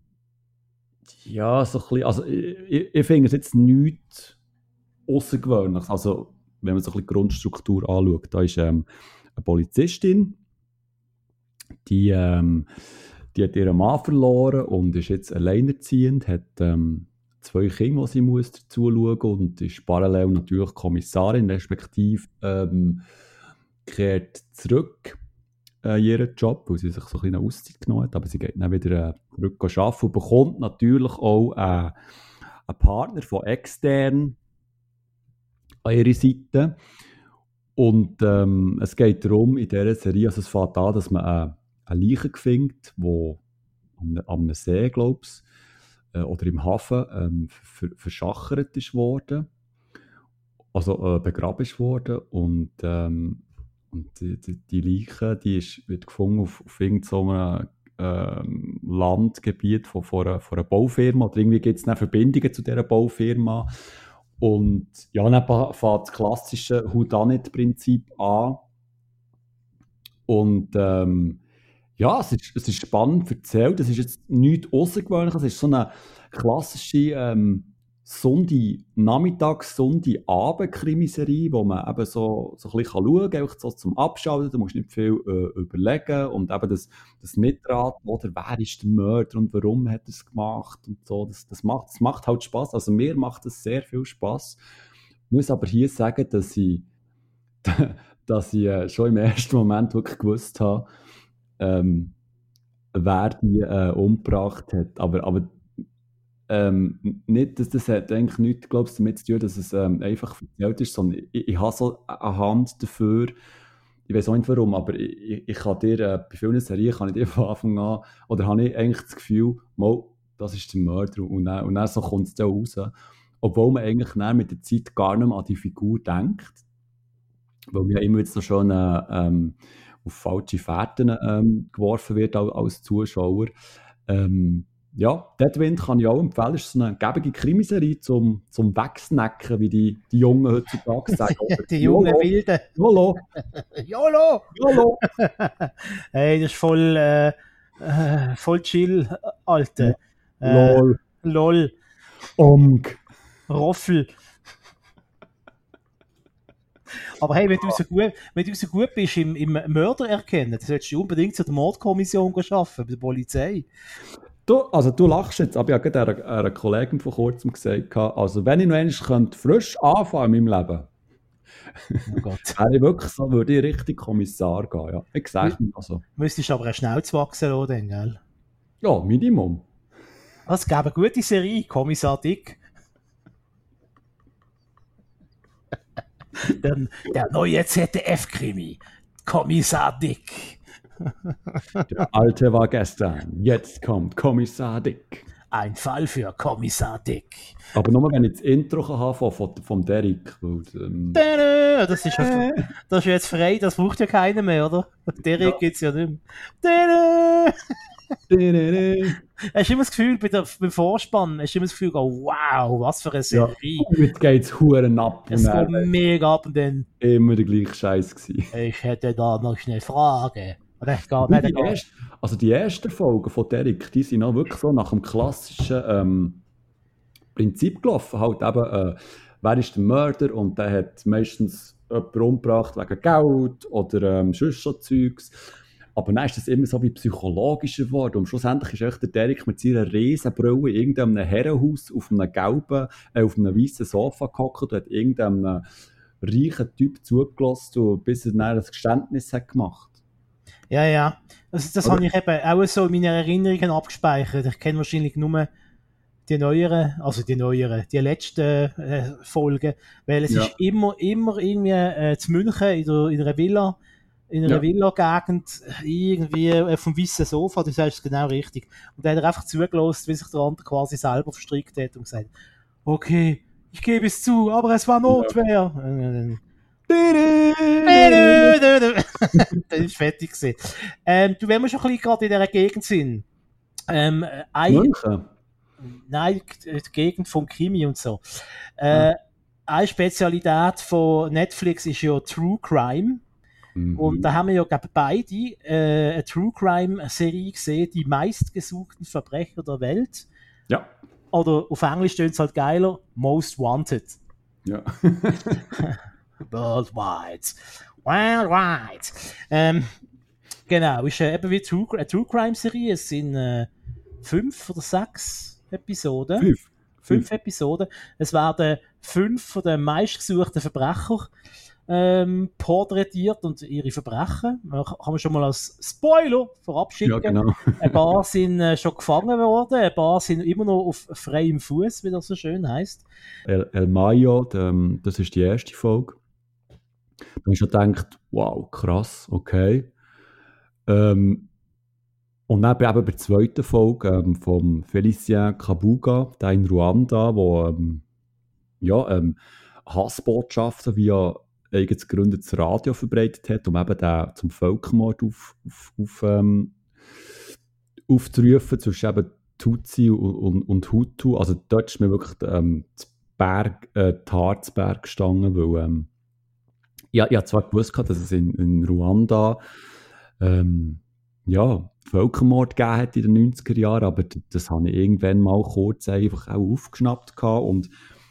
ja, so ein bisschen, also ich, ich, ich finde es jetzt nichts Außergewöhnliches. Also, wenn man so ein bisschen die Grundstruktur anschaut, da ist ähm, eine Polizistin, die, ähm, die hat ihren Mann verloren und ist jetzt alleinerziehend, hat ähm, zwei Kinder, die sie muss dazu schauen muss und ist parallel natürlich Kommissarin, respektive ähm, kehrt zurück äh, in ihren Job, weil sie sich so ein bisschen eine Auszeit genommen hat, aber sie geht dann wieder äh, zurück arbeiten und bekommt natürlich auch äh, einen Partner von extern an ihre Seite. Und ähm, es geht darum, in dieser Serie, also es fängt an, dass man eine, eine Leiche findet, die am, am See, glaube ich, äh, oder im Hafen ähm, verschachert ist worden, also äh, begraben ist worden. Und, ähm, und die, die, die Leiche, die ist, wird gefunden auf, auf irgendeinem so ähm, Landgebiet von, von, einer, von einer Baufirma, oder irgendwie gibt es dann Verbindungen zu dieser Baufirma. Und ja, dann fängt das klassische Whodunit-Prinzip an. Und ähm, ja, es ist, es ist spannend erzählt. Es ist jetzt nichts Außergewöhnliches. Es ist so eine klassische ähm, Sonntag-Nachmittags-, Sonntagabend-Krimiserie, wo man eben so, so ein bisschen schauen kann, einfach so zum Abschalten. Du musst nicht viel äh, überlegen. Und eben das, das Mitraten, oder wer ist der Mörder und warum hat er es gemacht und so. Das, das, macht, das macht halt Spass. Also mir macht das sehr viel Spass. Ich muss aber hier sagen, dass ich, dass ich äh, schon im ersten Moment wirklich gewusst habe, ähm, wer die äh, umgebracht hat. Aber, aber ähm, nicht, dass das hat eigentlich nichts, glaubst du, damit zu tun, dass es ähm, einfach erzählt ist, sondern ich, ich habe so eine Hand dafür, ich weiß auch nicht warum, aber ich, ich, ich kann dir, äh, bei vielen Serien kann ich dir von Anfang an, oder habe ich eigentlich das Gefühl, mal, das ist der Mörder, und dann, und dann so kommt es dann raus. Obwohl man eigentlich dann mit der Zeit gar nicht mehr an die Figur denkt, weil mir immer jetzt so schon äh, ähm, auf falsche Fährten ähm, geworfen wird als, als Zuschauer. Ähm, ja, Deadwind kann ich auch empfehlen. Es ist so eine gebige Krimiserie zum, zum Wegsnacken, wie die, die Jungen heutzutage sagen. Die jungen Wilden. YOLO! YOLO! YOLO! Hey, das ist voll, äh, äh, voll chill, Alter. Äh, LOL. LOL. Omg. Roffel. Aber hey, wenn du so gut, wenn du so gut bist im, im Mörder erkennen, dann solltest du unbedingt zu der Mordkommission arbeiten, bei der Polizei. Du, also du lachst jetzt, aber ich habe gerade einer, einer Kollegin vor kurzem gesagt, also wenn ich noch einmal könnte, frisch anfangen in meinem Leben, oh Gott. wäre ich wirklich so, würde ich richtig Kommissar gehen, ja. Ich sage mir also. Müsstest aber auch schnell zu wachsen lassen, gell? Ja, Minimum. Es gäbe eine gute Serie, Kommissar Dick. der, der neue Z D F-Krimi, Kommissar Dick. Der Alte war gestern, jetzt kommt Kommissar Dick. Ein Fall für Kommissar Dick. Aber nur wenn ich das Intro haben kann von, von Derek. Weil, ähm, das, ist ja, das ist jetzt frei, das braucht ja keiner mehr, oder? Derek ja. Gibt es ja nicht mehr. Hast du immer das Gefühl, bei der, beim Vorspann, hast du immer das Gefühl, oh, wow, was für eine Serie. Ja, jetzt geht es Huren ab. Es geht mega ab und dann... Immer der gleiche Scheiß gewesen. Ich hätte da noch eine Frage. Gar, nein, die erste, also die ersten Folgen von Derek, die sind auch wirklich so nach dem klassischen ähm, Prinzip gelaufen. Halt eben, äh, wer ist der Mörder? Und der hat meistens jemanden umgebracht wegen Geld oder ähm, sonst so Zeugs. Aber dann ist das immer so wie psychologischer geworden. Und schlussendlich ist echt der Derek mit seiner Riesenbrille in irgendeinem Herrenhaus auf einem gelben, äh, auf einem weißen Sofa gehockt und hat irgendeinem reichen Typ zugelassen, bis er dann das Geständnis hat gemacht. Ja, ja. Also das habe ich eben auch so in meinen Erinnerungen abgespeichert. Ich kenne wahrscheinlich nur die neueren, also die neueren, die letzten äh, Folgen, weil es ja. ist immer, immer irgendwie äh, zu München in, der, in einer Villa, in einer ja. Villa-Gegend, irgendwie äh, vom weißen Sofa, du sagst es genau richtig. Und dann hat er einfach zugelassen, wie sich der andere quasi selber verstrickt hat und gesagt, okay, ich gebe es zu, aber es war Notwehr. Ja. Das ist fertig gewesen. Ähm, du, wenn wir schon ein bisschen gerade in dieser Gegend sind. Ähm, ein, nein, die Gegend vom Krimi und so. Äh, ja. Eine Spezialität von Netflix ist ja True Crime. Mhm. Und da haben wir ja, glaube ich, beide äh, eine True Crime-Serie gesehen, die meistgesuchten Verbrecher der Welt. Ja. Oder auf Englisch steht es halt geiler, Most Wanted. Ja. Worldwide. Worldwide. Ähm, genau, ist äh, eben wie True, eine True Crime Serie. Es sind äh, fünf oder sechs Episoden. Fünf. Fünf, fünf. Episoden. Es werden fünf von den meistgesuchten Verbrecher ähm, porträtiert und ihre Verbrechen. Man kann man schon mal als Spoiler verabschieden. Ja, genau. Ein paar sind äh, schon gefangen worden, ein paar sind immer noch auf freiem Fuß, wie das so schön heisst. El, El Mayo, das ist die erste Folge. Da habe ich schon gedacht, wow, krass, okay. Ähm, und dann eben bei der zweiten Folge ähm, vom Felicien Kabuga, der in Ruanda, wo ähm, ja, ähm, Hassbotschaften via eigens gegründetes Radio verbreitet hat, um eben den zum Völkermord auf, auf, auf, ähm, aufzurufen, zwischen eben Tutsi und, und, und Hutu. Also dort ist mir wirklich ähm, das Berg, äh, die Harzberg gestanden, weil ähm, ja, ich habe zwar gewusst, dass es in, in Ruanda ähm, ja, Völkermord gegeben hat in den neunziger Jahren, aber das, das habe ich irgendwann mal kurz einfach auch aufgeschnappt gehabt. Und,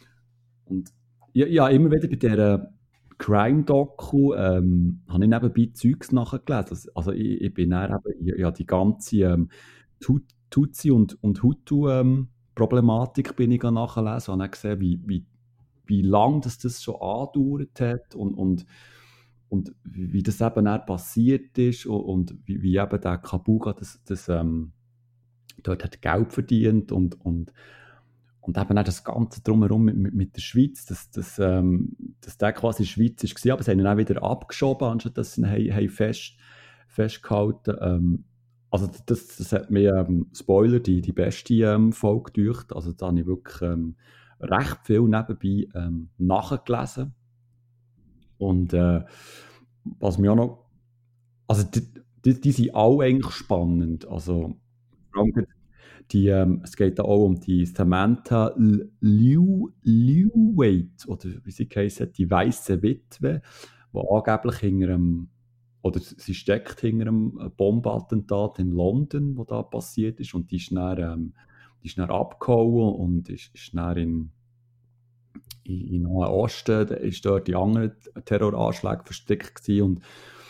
und ja, ja, immer wieder bei dieser Crime-Doku ähm, habe ich nebenbei Zeugs nachgelesen. Also ich, ich bin dann eben, ja, die ganze ähm, Tutsi- und, und Hutu-Problematik ähm, bin ich nachgelesen und habe gesehen, wie, wie wie lange das, das schon angedauert hat und, und, und wie das eben dann passiert ist und, und wie, wie eben der Kabuga das, das, ähm, dort hat Geld verdient und, und, und eben auch das Ganze drumherum mit, mit, mit der Schweiz, dass, dass, ähm, dass der quasi in der Schweiz war, aber sie haben ihn auch wieder abgeschoben, anstatt dass sie ihn haben, haben fest, festgehalten ähm, also das, das hat mir, ähm, Spoiler, die, die beste ähm, Folge durch, also da habe ich wirklich ähm, recht viel nebenbei ähm, nachgelesen. Und äh, was mir auch noch, also die, die, die sind alle eigentlich spannend. Also die, ähm, es geht da auch um die Samantha Liu, Liu-Wade, oder wie sie heisst, die weiße Witwe, die angeblich hinter einem, oder sie steckt hinter einem Bombenattentat in London, wo da passiert ist, und die ist dann, ähm, die ist dann abgehauen und ist, ist dann in, in Nahen Osten, da ist dort die anderen Terroranschläge verstrickt gewesen. Und,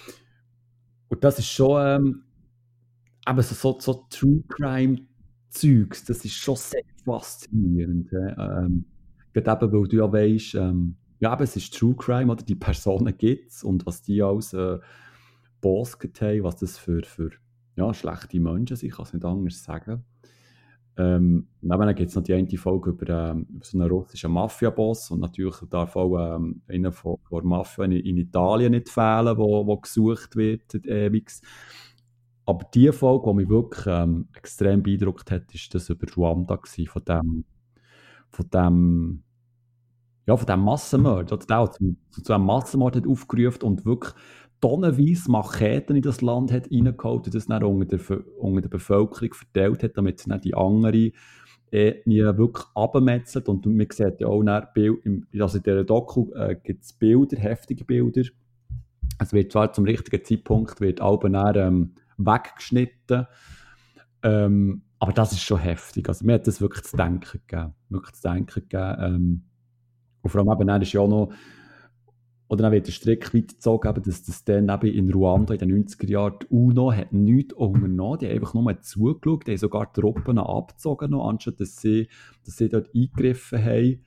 und das ist schon ähm, eben so, so, so True Crime Zeugs, das ist schon sehr faszinierend. Ähm, gerade eben, weil du ja weisst, ähm, ja, eben, es ist True Crime, oder die Personen gibt es und was die als äh, bosget haben, was das für, für ja, schlechte Menschen sind, ich kann es nicht anders sagen. Ähm, dann gibt es noch die eine Folge über, ähm, über so einen russischen Mafia-Boss und natürlich darf auch ähm, einer von, von der Mafia in, in Italien nicht fehlen, wo, wo gesucht wird ewig. Aber die Folge, die mich wirklich ähm, extrem beeindruckt hat, war das über Ruanda gewesen, von dem, von dem, ja, von dem Massenmord. Oder der hat zu, zu einem Massenmord hat aufgerufen und wirklich tonnenweise Macheten in das Land hat reingeholt und das dann unter der, unter der Bevölkerung verteilt hat, damit sie dann die andere Ethnie wirklich abmetzelt. Und man sieht ja auch dann Bild, also in dieser Doku äh, gibt es Bilder, heftige Bilder. Es wird zwar zum richtigen Zeitpunkt wird Alben dann, ähm, weggeschnitten, ähm, aber das ist schon heftig. Also mir hat das wirklich zu denken gegeben. Wirklich zu denken gegeben. Ähm, und vor allem eben, dann ist ja auch noch, oder dann wird der Strick weitergezogen, dass das dann eben in Ruanda in den neunziger Jahren die UNO hat nichts unternommen, die haben einfach nur zugeschaut, die haben sogar Truppen abgezogen, noch, anstatt dass sie, dass sie dort eingegriffen haben.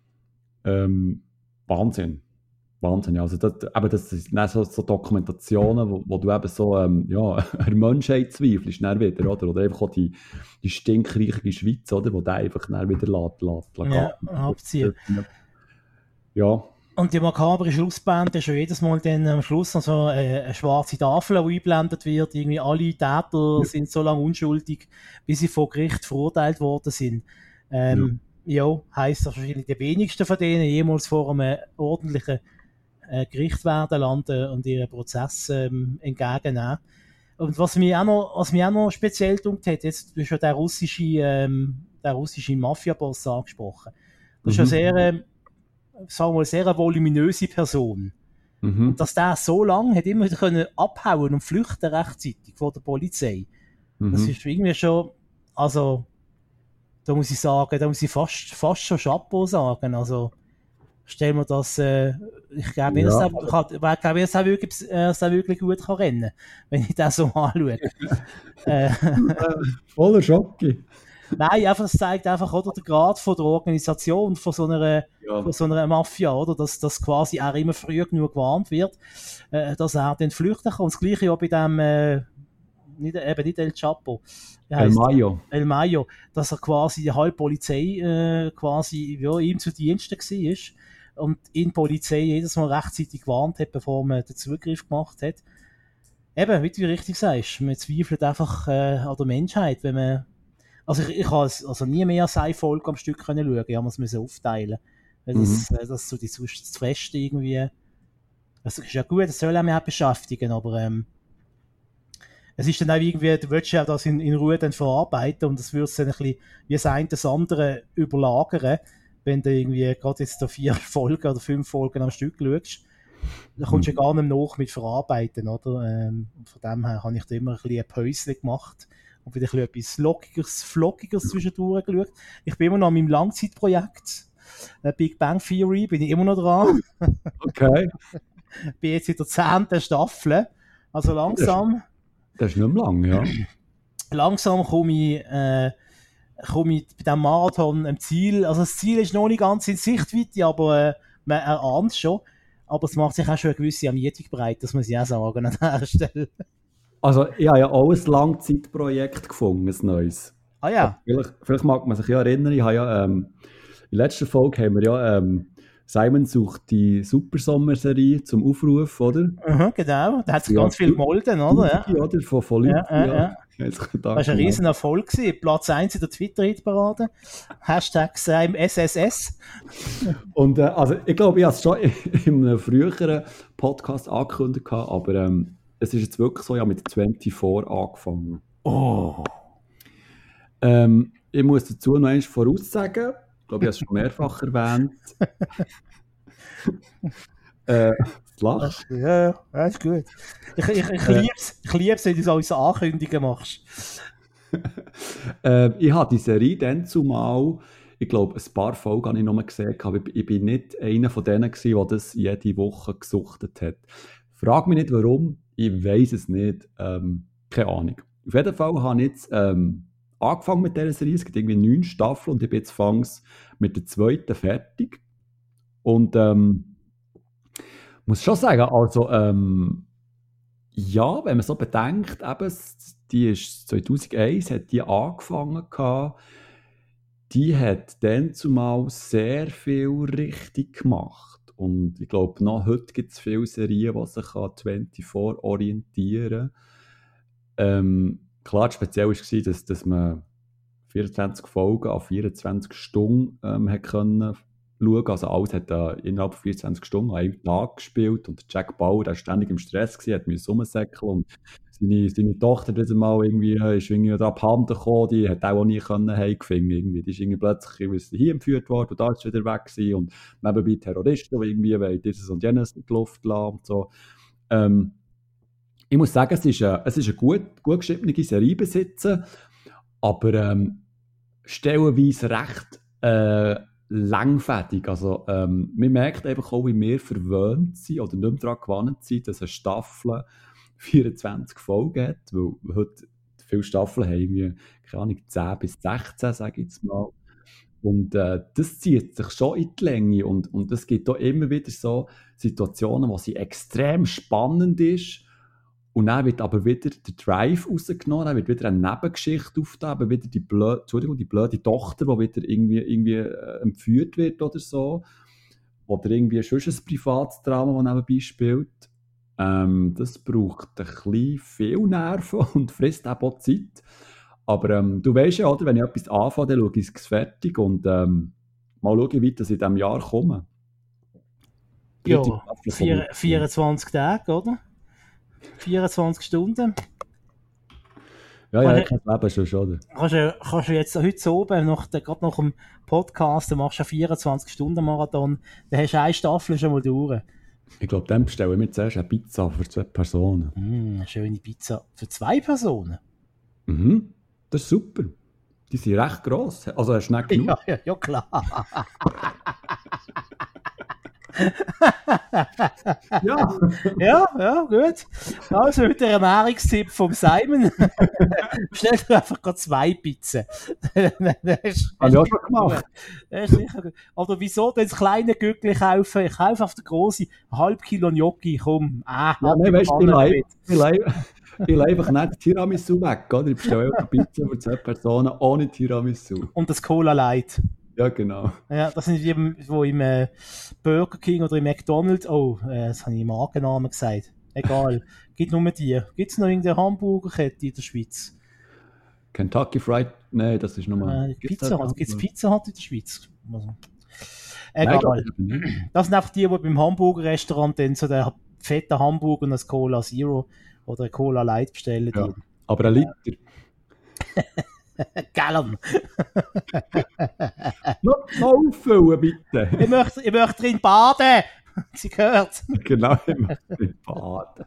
Ähm, Wahnsinn. Wahnsinn, ja. Also das, eben das sind so, so Dokumentationen, wo, wo du eben so ähm, ja, an Menschheit zweifelst, dann wieder, oder? Oder einfach auch die, die stinkreiche Schweiz, oder? Wo der einfach dann wieder lässt, lässt, lässt ja, abziehen. Ja. Und die makabre Schlussband ist ja jedes Mal dann am Schluss noch so eine, eine schwarze Tafel, die eingeblendet wird. Irgendwie alle Täter ja. sind so lange unschuldig, bis sie vor Gericht verurteilt worden sind. Ähm, ja. ja, heisst das wahrscheinlich, die wenigsten von denen jemals vor einem ordentlichen äh, Gericht werden landen und ihren Prozess ähm, entgegennehmen. Und was mich auch noch, was mich auch noch speziell gedacht hat, jetzt, du hast ja den russischen, ähm, den russischen Mafia-Boss angesprochen. Das mhm. ist ja sehr, äh, sagen wir mal, sehr eine voluminöse Person. Mhm. Und dass der so lange hat immer wieder können abhauen und flüchten rechtzeitig vor der Polizei. Mhm. Das ist irgendwie schon, also, da muss ich sagen, da muss ich fast, fast schon Chapeau sagen. Also, stell mir das, äh, ich glaube, ja. er es auch wirklich, äh, wirklich gut kann rennen, wenn ich das so anschaue. äh, Voller Schocke. Nein, einfach, das zeigt einfach, oder, der Grad von der Organisation von so einer, ja. von so einer Mafia, oder, dass, dass quasi auch immer früh genug gewarnt wird, äh, dass er dann flüchten kann. Und das Gleiche auch bei dem, äh, nicht, eben nicht El Chapo. El Mayo. El Mayo, dass er quasi die halbe Polizei äh, quasi ja, ihm zu Diensten war und ihn die Polizei jedes Mal rechtzeitig gewarnt hat, bevor man den Zugriff gemacht hat. Eben, wie du richtig sagst, man zweifelt einfach äh, an der Menschheit, wenn man also ich, ich habe also nie mehr als eine Folge am Stück können schauen, ich muss es aufteilen. Weil das, mhm. das so die zu fest irgendwie. Das ist ja gut, das soll auch mehr beschäftigen, aber ähm, es ist dann auch irgendwie, du willst ja das in, in Ruhe dann verarbeiten und das würde es dann ein bisschen wie das eine das andere überlagern, wenn du irgendwie gerade jetzt da vier Folgen oder fünf Folgen am Stück schaust. Da kommst du mhm. ja gar nicht nach mit Verarbeiten, oder? Ähm, von dem her habe ich da immer ein bisschen ein Päuschen gemacht und wieder ein bisschen etwas Lockigeres, Flockigeres zwischendurch geschaut. Ich bin immer noch an meinem Langzeitprojekt, äh, Big Bang Theory, bin ich immer noch dran. Okay. Bin jetzt in der zehnten Staffel, also langsam. Das ist nicht mehr lang, ja. Langsam komme ich, äh, komme ich bei diesem Marathon am Ziel. Also das Ziel ist noch nicht ganz in Sichtweite, aber äh, man erahnt es schon. Aber es macht sich auch schon eine gewisse Ermüdung breit, das muss ich auch sagen an dieser Stelle. Also ich habe ja auch ein Langzeitprojekt gefunden, ein neues. Ah ja. Vielleicht, vielleicht mag man sich ja erinnern, ich habe ja, ähm, in der letzten Folge haben wir ja ähm, Simon sucht die Super-Sommer-Serie zum Aufruf, oder? Mhm, genau, da hat sich ja, ganz viel gemolden, oder? Ja, oder? Von, von Leuten, ja, ja, ja. ja. Das war ein riesen Erfolg gewesen. Platz eins in der Twitter-Hitparade. Hashtag S S S. Und äh, also ich glaube, ich habe es schon in einem früheren Podcast angekündigt, aber ähm, es ist jetzt wirklich so, ich habe mit vierundzwanzig angefangen. Oh. Ähm, ich muss dazu noch eins voraussagen. Ich glaube, ich habe es schon mehrfach erwähnt. äh, du lachst? Ja, ja, das ist gut. Ich, ich, ich liebe es, ich lieb's, wenn du so unsere Ankündigungen machst. äh, ich habe die Serie dann zumal ich glaube, ein paar Folgen habe ich noch mal gesehen, aber ich, ich bin nicht einer von denen gewesen, der das jede Woche gesuchtet hat. Frag mich nicht, warum, ich weiß es nicht, ähm, keine Ahnung. Auf jeden Fall habe ich jetzt ähm, angefangen mit dieser Serie, es gibt irgendwie neun Staffeln und ich bin jetzt fangs mit der zweiten fertig. Und ähm, muss schon sagen, also ähm, ja, wenn man so bedenkt, eben, die ist zweitausendeins, hat die angefangen gehabt, die hat dann zumal sehr viel richtig gemacht. Und ich glaube, noch heute gibt es viele Serien, die sich an vierundzwanzig orientieren. Ähm, klar, speziell war, dass, dass man vierundzwanzig Folgen an vierundzwanzig Stunden ähm, hat können schauen. Also alles hat äh, innerhalb von vierundzwanzig Stunden an einem Tag gespielt. Und Jack Bauer, der war ständig im Stress, gewesen, hat mich rumsäckeln. Und seine, seine Tochter dieses Mal irgendwie, äh, ist irgendwie da abhanden gekommen, die hat auch nie können heimfinden irgendwie. Die ist irgendwie plötzlich hier entführt worden und da ist sie wieder weg gewesen. Und nebenbei Terroristen, die irgendwie wollen dieses und jenes in die Luft lassen und so. Ähm, ich muss sagen, es ist eine, es ist eine gut, gut geschriebene Serie besitzen, aber ähm, stellenweise recht äh, langfädig. Also, ähm, man merkt einfach auch, wie wir verwöhnt sind oder nicht mehr daran gewohnt sind, dass eine Staffel vierundzwanzig Folgen hat, weil heute viele Staffeln haben irgendwie, keine Ahnung, zehn bis sechzehn, sage ich jetzt mal. Und äh, das zieht sich schon in die Länge und, und es gibt auch immer wieder so Situationen, wo sie extrem spannend ist und dann wird aber wieder der Drive rausgenommen, dann wird wieder eine Nebengeschichte aufgetan, wieder die blöde, Entschuldigung, die blöde Tochter, die wieder irgendwie, irgendwie äh, entführt wird oder so. Oder irgendwie schon ein privates Drama, das nebenbei spielt. Ähm, das braucht ein bisschen viel Nerven und frisst auch Zeit. Aber ähm, du weißt ja, oder, wenn ich etwas anfange, dann schaue ich es fertig und ähm, mal schauen, wie weit ich in diesem Jahr komme. Ja, vier, vierundzwanzig Tage, oder? vierundzwanzig Stunden. Ja, ja, ich kann das Leben schon schon. Kannst du, kannst du jetzt heute oben, nach, gerade nach dem Podcast, du machst einen vierundzwanzig-Stunden-Marathon, dann hast du eine Staffel schon mal durch. Ich glaube, dann bestellen wir zuerst eine Pizza für zwei Personen. Mm, eine schöne Pizza für zwei Personen? Mhm, das ist super. Die sind recht gross. Also hast du nicht genug? Ja, ja, ja klar. Ja. Ja, ja, gut. Also mit der Ernährungstipp vom Simon. Stell dir einfach gerade zwei Pizzen. Habe ich auch schon gemacht. Das ist sicher gut. Oder wieso denn das kleine Gürkli kaufen? Ich kaufe auf der grosse halb Kilo Gnocchi, komm. Ah, ja, nein, weißt du, ich lebe einfach nicht Tiramisu weg, oder? Ich bestelle eine Pizza für zwei Personen ohne Tiramisu. Und das Cola Light. Ja, genau. Ja, das sind die, wo im äh, Burger King oder im McDonald's, oh, äh, das habe ich im Markennamen gesagt. Egal, gibt nur die. Gibt es noch irgendeine Hamburgerkette in der Schweiz? Kentucky Fried, nein, das ist nochmal... Äh, Pizza Hut, gibt es Pizza Hut in der Schweiz? Also, egal. Nein, das sind einfach die, die beim Hamburger-Restaurant dann so den fetten Hamburger und ein Cola Zero oder ein Cola Light bestellen. Ja, aber ein Liter. Gallon. Noch auffüllen, bitte. Ich möchte, ich möchte drin baden. Sie gehört. Genau, ich möchte drin baden.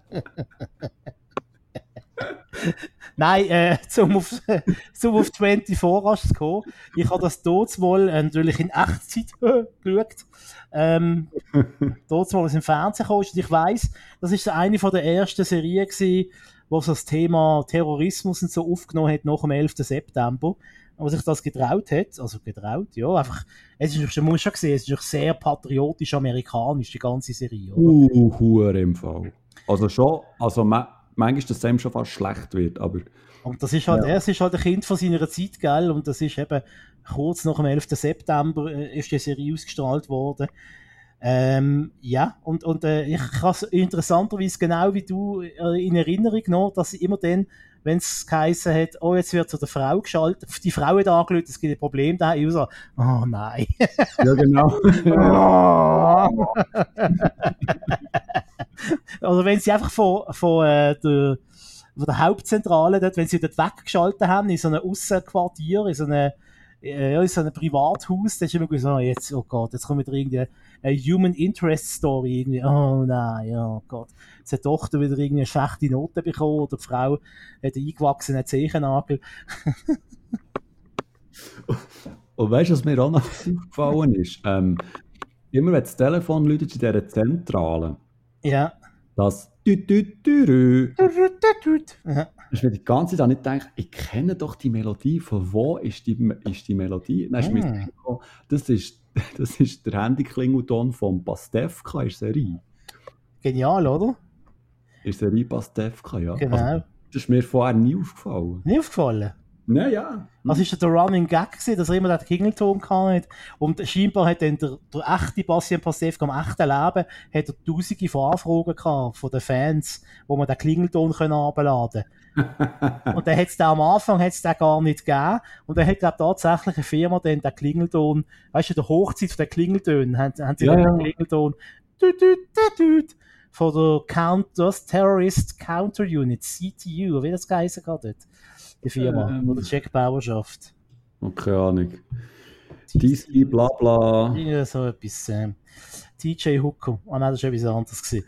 Nein, äh, zum auf, zum auf vierundzwanzig zu kommen. Ich habe das dort mal äh, natürlich in Echtzeit äh, geschaut. Ähm, dort mal aus dem Fernsehen kam. Und ich weiss, das ist eine von der ersten Serien gewesen, wo so das Thema Terrorismus und so aufgenommen hat nach dem elften September, wo sich das getraut hat, also getraut, ja, einfach, es ist, man muss schon sehen, es ist sehr patriotisch-amerikanisch, die ganze Serie, oder? Uh, Hure im Fall. Also schon, also ma, manchmal, dass es einem schon fast schlecht wird, aber... Und das ist halt, ja. Er ist halt ein Kind von seiner Zeit, gell, und das ist eben kurz nach dem elften September äh, ist die Serie ausgestrahlt worden. Ähm, ja, und, und äh, ich habe interessanterweise genau wie du äh, in Erinnerung noch, dass ich immer dann, wenn es geheißen hat, oh, jetzt wird zu der Frau geschaltet, die Frau hat angelötet, es gibt ein Problem da, ich so, oh nein. Ja, genau. Also wenn sie einfach von, von, äh, der, von der Hauptzentrale, dort, wenn sie dort weggeschaltet haben, in so einem Aussenquartier, in so einem ja, in so einem Privathaus, da ist immer gesagt, oh, jetzt, oh Gott, jetzt kommt wieder irgendwie eine Human Interest Story, irgendwie, oh nein, oh Gott, jetzt hat die Tochter wieder irgendwie eine schlechte Note bekommen, oder die Frau hat einen eingewachsenen Zehennagel. Und weißt du, was mir auch noch aufgefallen ist? Ähm, immer wenn das Telefon läutet in dieser Zentrale, Ja. das Tüt, Tüt, Tüt, Tüt. Ja. ich mir die ganze Zeit nicht gedacht, ich kenne doch die Melodie, von wo ist die, ist die Melodie? Dann ist mir Hm. gekommen, das ist, das ist der Handyklingelton von Pastewka in der Serie. Genial, oder? In der Serie Pastewka, ja. Genau. Also, das ist mir vorher nie aufgefallen. Nicht aufgefallen? Nein, ja. Das war der Running Gag, gewesen, dass er immer den Klingelton hatte. Und scheinbar hat dann der, der echte Bastian Pastewka im echten Leben hat er tausende von Anfragen gehabt von den Fans, wo man den Klingelton herunterladen können. Und dann hat es den am Anfang hat's den gar nicht gegeben. Und dann hat, glaube tatsächlich eine Firma dann den Klingelton, weißt du, in der Hochzeit von den Klingeltönen, haben, haben sie Ja, dann ja. den Klingelton tüt, tüt, tüt, tüt, von der Counters Terrorist Counter Unit, C T U, wie das geheißen hat dort. Die Firma, Ähm. wo der Jack Bauer schafft. Oh, keine Ahnung. D C, bla bla. Ja, so etwas. Ähm, T J Hooker. Ah nein, das war etwas anderes gewesen.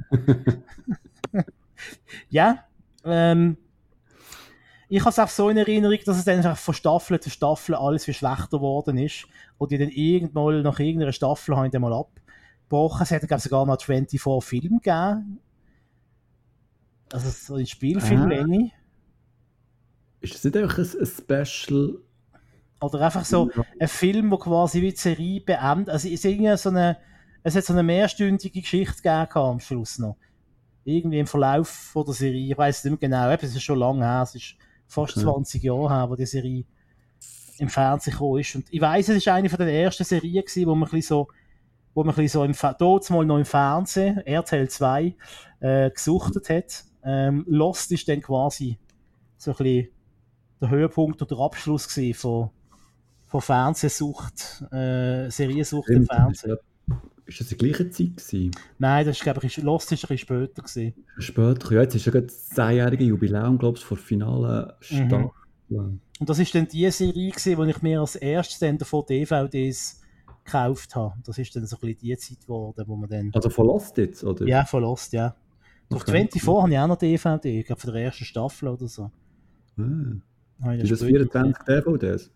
Ja, ähm, ich habe es auch so in Erinnerung, dass es dann einfach von Staffel zu Staffel alles viel schlechter geworden ist und die dann irgendwann nach irgendeiner Staffel haben dann mal abgebrochen. Es hat, glaube ich, sogar noch vierundzwanzig Filme gegeben. Also so in Spielfilmlänge. Ist das nicht einfach ein, ein Special? Oder einfach so ein Film, der quasi wie die Serie beendet. Also es, ist so eine, es hat so eine mehrstündige Geschichte gegeben am Schluss noch. Irgendwie im Verlauf von der Serie. Ich weiss es nicht mehr genau. Es ist schon lange her. Es ist fast Okay. zwanzig Jahre her, wo die Serie im Fernsehen gekommen ist. Und ich weiss, es war eine von den ersten Serien gewesen, wo man ein bisschen so, wo man ein bisschen so im, Fer- dort mal noch im Fernsehen, R T L zwei, äh, gesuchtet hat. Ähm, Lost ist dann quasi so ein bisschen der Höhepunkt und der Abschluss gewesen von, von Fernsehsucht, äh, Seriensucht im Stimmt, das ist Fernsehen. ja- Ist das in der gleichen Zeit gewesen? Nein, das ist, glaube ich, Lost ist ein bisschen später gewesen. Später, ja, jetzt ist ja gerade das zehnjährige Jubiläum, glaube ich, vor finalen Staffel. Und das ist dann die Serie gewesen, wo ich mir als erstes dann davon D V Ds gekauft habe. Das ist dann so ein bisschen die Zeit geworden, wo man dann... Also von Lost jetzt, oder? Ja, von Lost, ja. Auf Okay. vierundzwanzig habe ich auch noch D V D, ich glaube von der ersten Staffel oder so. Ah. Habe ich Ist das später vierundzwanzig D V Ds?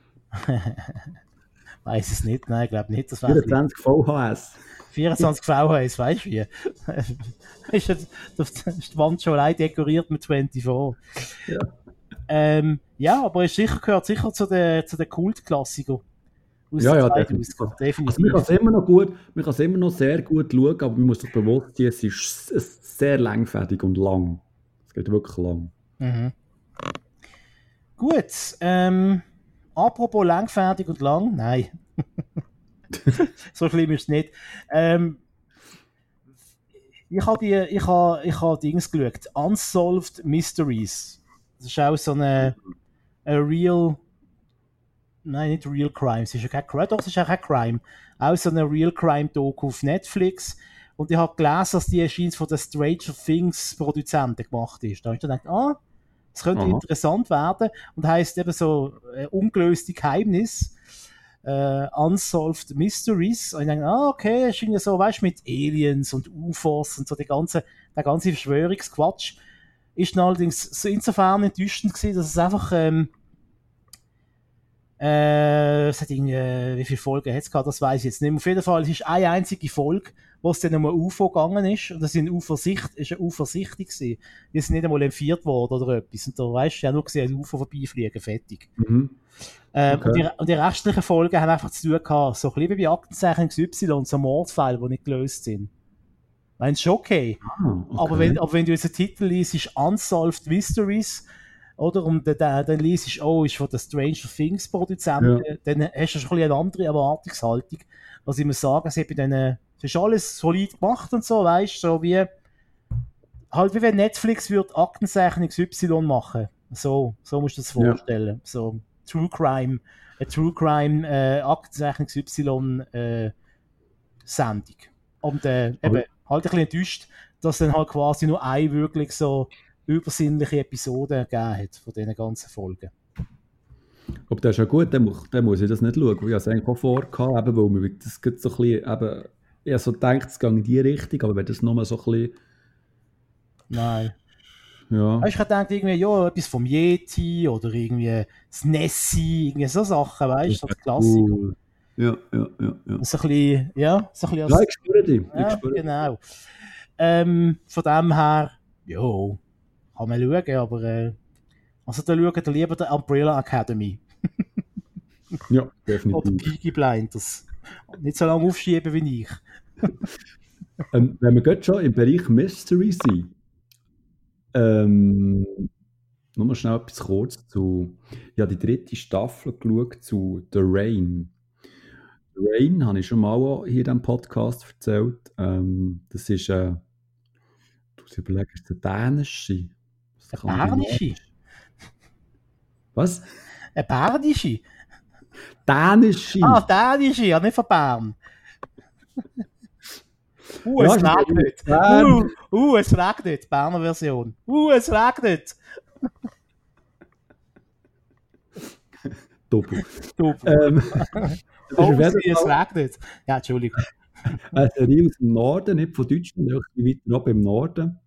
Weiss es nicht, nein, ich glaube nicht. Das wäre vierundzwanzig V H S? vierundzwanzig V H S, weißt du wie? ist, das, das ist die Wand schon allein dekoriert mit vierundzwanzig. Ja. Ähm, ja, aber es sicher, gehört sicher zu den, zu den Kultklassikern. Aus Ja, der ja, Zeit definitiv. aus. Definitiv. Also man kann es immer noch gut, man kann es immer noch sehr gut schauen, aber man muss sich bewusst sein, es ist s- sehr langfädig und lang. Es geht wirklich lang. Mhm. Gut, ähm, apropos langfertig und lang, nein. So schlimm ist es nicht. Ähm, ich habe die, ich habe, ich habe Dings geschaut. Unsolved Mysteries. Das ist auch so eine, eine real, nein, nicht real crime. Es ist ja kein Crime, doch, es ist auch kein Crime. Auch so eine real crime Doku auf Netflix. Und ich habe gelesen, dass die erscheint von den Stranger Things Produzenten gemacht ist. Da habe ich dann gedacht, ah, das könnte Aha. interessant werden. Und heisst eben so äh, ungelöste Geheimnis. Äh, Unsolved Mysteries. Und ich denke, ah, okay, das ist irgendwie so, weißt du, mit Aliens und U F Os und so die ganze, der ganze Verschwörungsquatsch. Ist dann allerdings so insofern enttäuschend gewesen, dass es einfach, ähm, äh, es hat irgendwie, äh, wie viele Folgen hat es gehabt, das weiß ich jetzt nicht mehr. Auf jeden Fall, es ist eine einzige Folge, wo es dann um ein U F O gegangen ist. Und das ist eine U F O-Sicht, ist eine U F O-Sichtung gewesen. Die sind nicht einmal entführt worden oder etwas. Und da weißt du, ja nur gesehen, ein U F O vorbeifliegen, fertig. Mhm. Ähm, Okay. und, die, und die restlichen Folgen haben einfach zu tun gehabt, so ein bisschen wie bei Aktenzeichen X Y, so Mordfälle, die nicht gelöst sind. Nein, ist schon okay. Ah, okay. Aber, wenn, aber wenn du jetzt einen Titel liest, ist Unsolved Mysteries, oder? Und dann, dann, dann liest du, oh, ist von der Stranger Things Produzenten, Ja. dann hast du schon ein bisschen eine andere Erwartungshaltung. Was ich muss sagen, sie haben bei denen, das ist alles solid gemacht und so, weißt du, so wie, halt wie wenn Netflix würde Aktenzeichen X Y machen. So, so musst du das Ja. vorstellen. So, True Crime, eine True Crime, äh, Aktenzeichen X Y, äh, Sendung. Und, äh, Aber- eben, halt ein bisschen enttäuscht, dass dann halt quasi nur eine wirklich so übersinnliche Episode gegeben hat von diesen ganzen Folgen. Aber das ist ja gut, dann muss, dann muss ich das nicht schauen. Ich habe es eigentlich auch vorgehabt, eben, weil mir das geht so ein bisschen, eben, ich habe so gedacht, es geht in die Richtung, aber wenn das nur so ein bisschen, Nein. Ja. Weißt, ich dachte irgendwie, ja, etwas vom Yeti oder irgendwie das Nessie, irgendwie so Sachen, weißt du, so Klassiker. Cool. Ja, ja, ja. ja. So ein bisschen, ja, so ein bisschen als, Ja, ich spüre dich. Ich ja, spüre dich. genau. Ähm, von dem her, ja, kann man schauen, aber äh, also da schaut ihr lieber der Umbrella Academy. Ja, Oder definitiv. Peaky Blinders. Nicht so lange aufschieben wie ich. ähm, wenn wir gerade schon im Bereich Mystery sind, ähm, nur mal schnell etwas kurz zu, ich habe die dritte Staffel geschaut zu The Rain. The Rain habe ich schon mal auch hier in diesem Podcast erzählt. Ähm, das ist, äh, du musst überlegen, ist es eine dänische? Was Eine kann man bernische? denn- Was? Eine bernische? Dänische! Ah, dänische, ja, nicht von Bern. Uh, Ja, es ist regnet. Bern. Uh, uh, es regnet. Berner Version. Uh, es regnet. Doppel. Du, Ähm, das ist oh, auf jeden sie, es Fall regnet. Ja, Entschuldigung. eine Serie aus dem Norden, nicht von Deutschland, einfach ein bisschen weiter oben im Norden.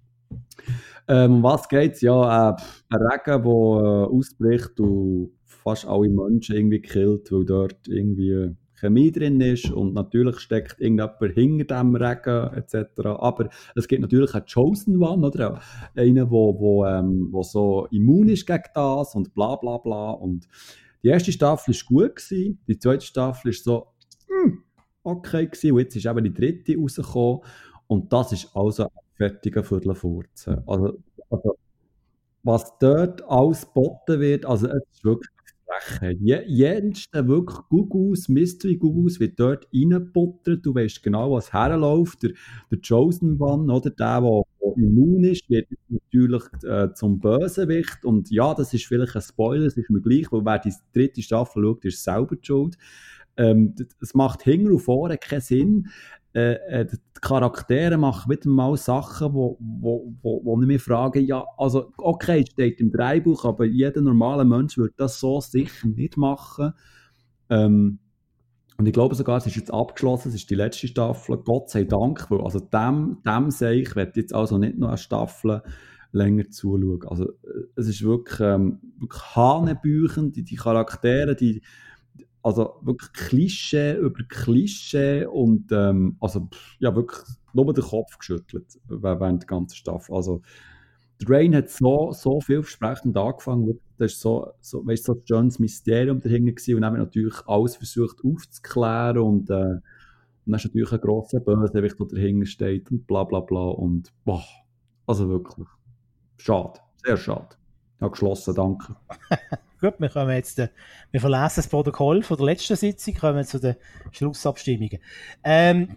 Ähm, um was geht es? Ja, äh, ein Regen, der äh, ausbricht und fast alle Menschen irgendwie killt, weil dort irgendwie Chemie drin ist und natürlich steckt irgendjemand hinter dem Regen et cetera. Aber es gibt natürlich einen Chosen One, oder? Einen, der wo, wo, ähm, wo so immun ist gegen das und bla bla bla. Und die erste Staffel war gut gewesen, die zweite Staffel war so hm, okay gewesen, und jetzt ist eben die dritte rausgekommen und das ist also ein fertiger Viertelfurzen. Also, also was dort alles geboten wird, also es ist wirklich Frechheit. Je, jenste wirklich Googles, Mystery-Googles wird dort reingebuttert, du weißt genau, was herläuft. Der, der Chosen One, oder der, der, der immun ist, wird natürlich äh, zum Bösewicht und ja, das ist vielleicht ein Spoiler, das ist mir gleich, weil wer die dritte Staffel schaut, ist selber die schuld. Ähm, es macht hinten und vorne keinen Sinn. Äh, äh, die Charaktere machen wieder mal Sachen, wo, wo, wo, wo ich mich frage, ja, also okay, es steht im Drehbuch, aber jeder normale Mensch würde das so sicher nicht machen. Ähm, und ich glaube sogar, es ist jetzt abgeschlossen, es ist die letzte Staffel, Gott sei Dank, weil also dem, dem sehe ich, werde jetzt also nicht noch eine Staffel länger zuschauen. Also es ist wirklich, ähm, wirklich hanebüchend, die, die Charaktere, die also wirklich Klischee über Klischee und ähm, also pff, ja wirklich nur den Kopf geschüttelt während der ganzen Staffel. Also der Rain hat so, so vielversprechend angefangen, das ist so, so, weißt, so ein schönes Mysterium dahinter gewesen und dann haben wir natürlich alles versucht aufzuklären und, äh, und dann ist natürlich ein grosser Bösewicht, der dahinter steht und bla bla bla und boah, also wirklich schade, sehr schade. Ja, geschlossen, danke. Gut, wir kommen jetzt, äh, wir verlesen das Protokoll von der letzten Sitzung, kommen zu den Schlussabstimmungen. Ähm,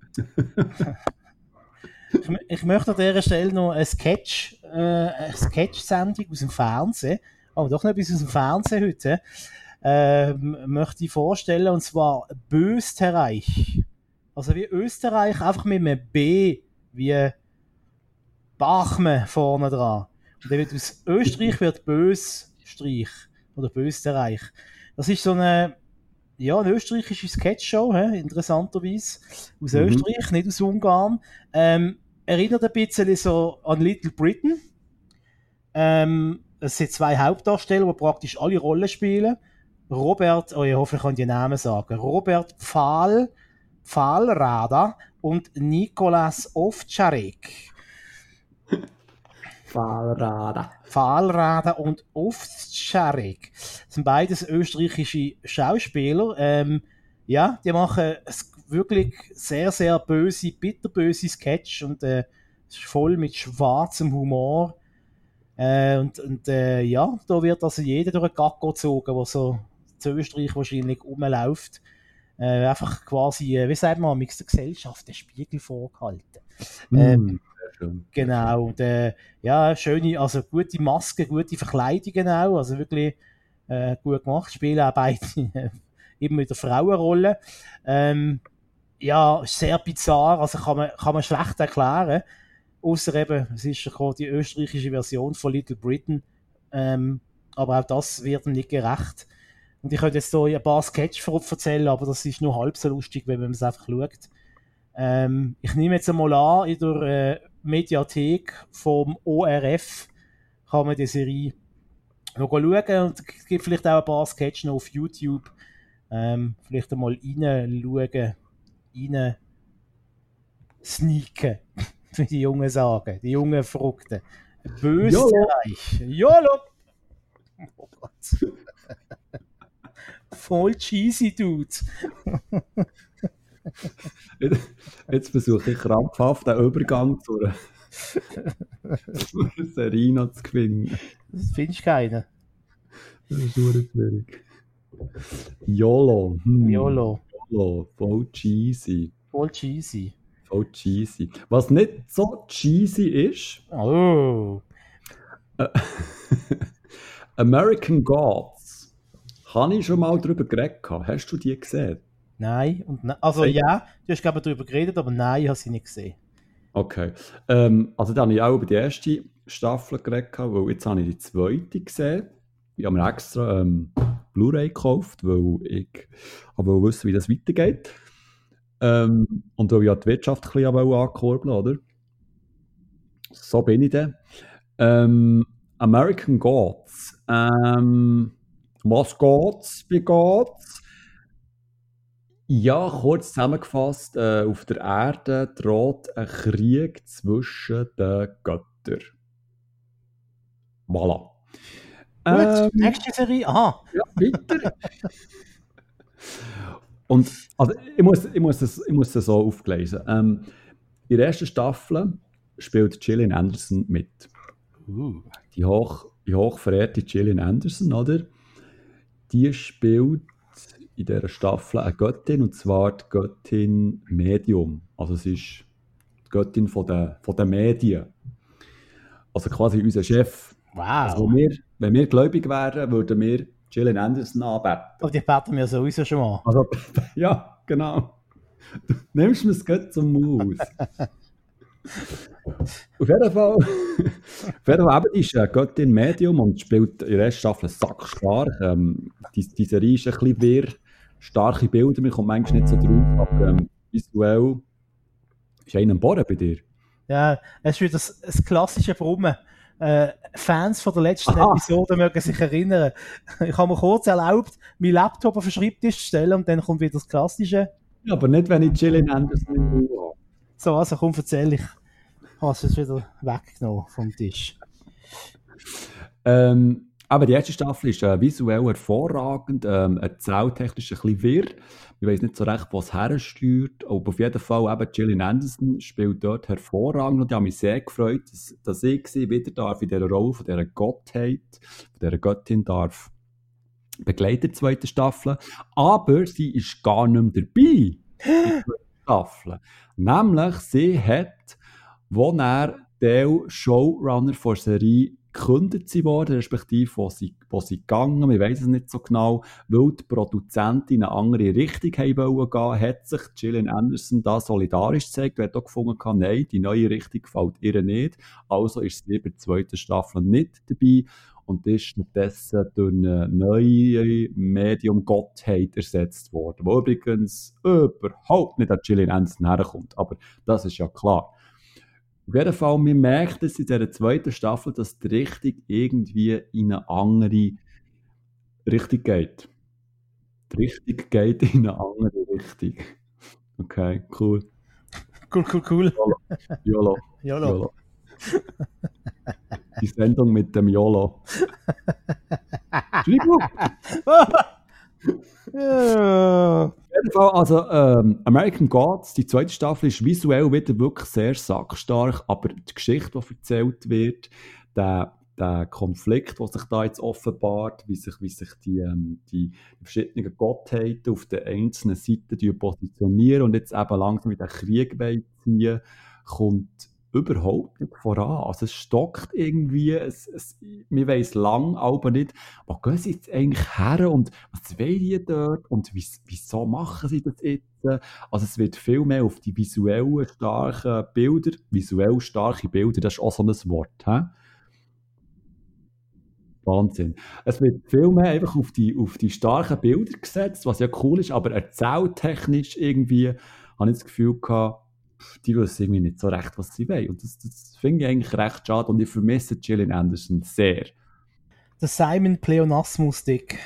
ich, ich möchte an dieser Stelle noch eine Sketch, äh, eine Sketch-Sendung aus dem Fernsehen, aber doch noch etwas aus dem Fernsehen heute, ähm, möchte ich vorstellen, und zwar Bösterreich. Also wie Österreich, einfach mit einem B, wie Bachmann vorne dran. Und dann wird aus Österreich wird Bösstreich oder Bösterreich. Das ist so eine, ja, eine österreichische Sketchshow, he? Interessanterweise. Aus Mhm. Österreich, nicht aus Ungarn. Ähm, erinnert ein bisschen so an Little Britain. Ähm, es sind zwei Hauptdarsteller, die praktisch alle Rollen spielen. Robert, oh, ich hoffe, ich kann die Namen sagen. Robert Pfahl, Pfahlrada und Nikolas Ovtcharek. Fahrrad. Pfahlrada und Ovtcharek. Das sind beides österreichische Schauspieler. Ähm, ja, die machen es wirklich sehr, sehr böse, bitterböse Sketch und äh, es ist voll mit schwarzem Humor. Äh, und und äh, ja, da wird also jeder durch einen Gacko gezogen, der so zu Österreich wahrscheinlich rumläuft. Äh, einfach quasi, äh, wie sagt man, mit der Gesellschaft den Spiegel vorgehalten. Ähm, Mm, sehr schön. Genau, und äh, ja, schöne, also gute Masken, gute Verkleidungen auch, also wirklich äh, gut gemacht, spielen auch beide eben mit der Frauenrolle. Ähm, ja, ist sehr bizarr, also kann man, kann man schlecht erklären, außer eben, es ist ja die österreichische Version von Little Britain, ähm, aber auch das wird ihm nicht gerecht. Und ich könnte jetzt hier ein paar Sketche erzählen, aber das ist nur halb so lustig, wenn man es einfach schaut. Ähm, ich nehme jetzt einmal an, in der äh, Mediathek vom O R F kann man die Serie noch schauen und es gibt vielleicht auch ein paar Sketche noch auf YouTube. Ähm, vielleicht einmal reinschauen, rein sneaken, wie die Jungen sagen, die jungen Verrückten. Österreich. YOLO! Oh Gott. Voll cheesy, Dude. Jetzt, jetzt versuche ich krampfhaft den Übergang zu einer, zu einer Serie noch zu gewinnen. Das findest du keinen. Das ist nur schwierig. YOLO. Hm. YOLO. YOLO. Voll cheesy. Voll cheesy. Voll cheesy. Was nicht so cheesy ist, Oh. äh, American Gods. Habe ich schon mal darüber geredet? Hast du die gesehen? Nein. Und ne also ja, du hast glaube ich darüber geredet, aber nein, ich habe sie nicht gesehen. Okay. Ähm, also da habe ich auch über die erste Staffel geredet, weil jetzt habe ich die zweite gesehen. Ich habe mir extra ähm, Blu-ray gekauft, weil ich aber wissen, wie das weitergeht. Ähm, und weil ich ja die Wirtschaft ein bisschen ankurbeln wollte, oder? So bin ich dann. Ähm, American Gods. Ähm, was geht's? Wie geht's? Ja, kurz zusammengefasst, äh, auf der Erde droht ein Krieg zwischen den Göttern. Voilà. Gut, ähm, nächste Serie. Aha. Ja, weiter. Und also, ich, muss, ich, muss das, ich muss das so aufgleisen. Ähm, in der ersten Staffel spielt Gillian Anderson mit. Uh. Die, hoch, die hochverehrte Gillian Anderson, oder? Die spielt in dieser Staffel eine Göttin, und zwar die Göttin Medium. Also es ist die Göttin von der, von der Medien. Also quasi unser Chef. Wow. Also wenn, wir, wenn wir gläubig wären, würden wir Gillian Anderson anbeten. Aber die beten wir sowieso schon mal. Also, ja, genau. Du nimmst mir das Gott zum Maus. Auf jeden Fall, auf jeden Fall eben, die ist eine Göttin Medium und spielt in der ersten Staffel sackstark. Ähm, die, die Serie ist ein bisschen wirr, starke Bilder, man kommt manchmal nicht so drauf, aber ähm, visuell ist einer am Boden bei dir. Ja, es ist wieder das, das klassische Brummen. Äh, Fans von der letzten Aha. Episode mögen sich erinnern. Ich habe mir kurz erlaubt, meinen Laptop auf den Schreibtisch zu stellen und dann kommt wieder das Klassische. Ja, aber nicht, wenn ich Gillian Anderson in Ruhe habe. So, also komm, erzähl ich. Ich habe es jetzt wieder weggenommen vom Tisch. Ähm, aber die erste Staffel ist äh, visuell hervorragend, ähm, erzähltechnisch ein bisschen wirr. Ich weiss nicht so recht, was hersteuert, aber auf jeden Fall eben Gillian Anderson spielt dort hervorragend und ich habe mich sehr gefreut, dass, dass ich sie wieder darf in dieser Rolle von dieser Gottheit, von dieser Göttin darf begleiten in der zweiten Staffel. Aber sie ist gar nicht mehr dabei in der zweiten Staffel. Nämlich, sie hat, wo er der Showrunner von der Serie gekündigt worden, respektive wo sie, wo sie gegangen, wir wissen es nicht so genau, weil die Produzentin in eine andere Richtung haben wollen gehen, hat sich Gillian Anderson da solidarisch gezeigt und hat auch gefunden, nein, die neue Richtung gefällt ihr nicht, also ist sie bei der zweiten Staffel nicht dabei und ist stattdessen durch eine neue Medium-Gottheit ersetzt worden, wo übrigens überhaupt nicht an Gillian Anderson herkommt, aber das ist ja klar. Auf jeden Fall, man merkt es in dieser zweiten Staffel, dass die Richtung irgendwie in eine andere Richtung geht. Die Richtung geht in eine andere Richtung. Okay, cool. Cool, cool, cool. YOLO. YOLO. YOLO. Die Sendung mit dem YOLO. Entschuldigung. Ja. Auf jeden Fall, also ähm, American Gods, die zweite Staffel ist visuell wieder wirklich sehr sackstark, aber die Geschichte, die erzählt wird, der, der Konflikt, der sich da jetzt offenbart, wie sich, wie sich die, ähm, die verschiedenen Gottheiten auf den einzelnen Seiten positionieren und jetzt eben langsam in den Krieg ziehen, kommt überhaupt nicht voran. Also es stockt irgendwie, es, es, wir weiss lang, aber nicht, wo gehen sie jetzt eigentlich her und was wollen die dort und wies, wieso machen sie das jetzt? Also es wird viel mehr auf die visuellen, starken Bilder, visuell starke Bilder, das ist auch so ein Wort, hä? Wahnsinn. Es wird viel mehr einfach auf die, auf die starken Bilder gesetzt, was ja cool ist, aber erzähltechnisch irgendwie habe ich das Gefühl gehabt, die wissen irgendwie nicht so recht, was sie wollen. Und das, das finde ich eigentlich recht schade und ich vermisse Gillian Anderson sehr. Der Simon Pleonasmus-Dick.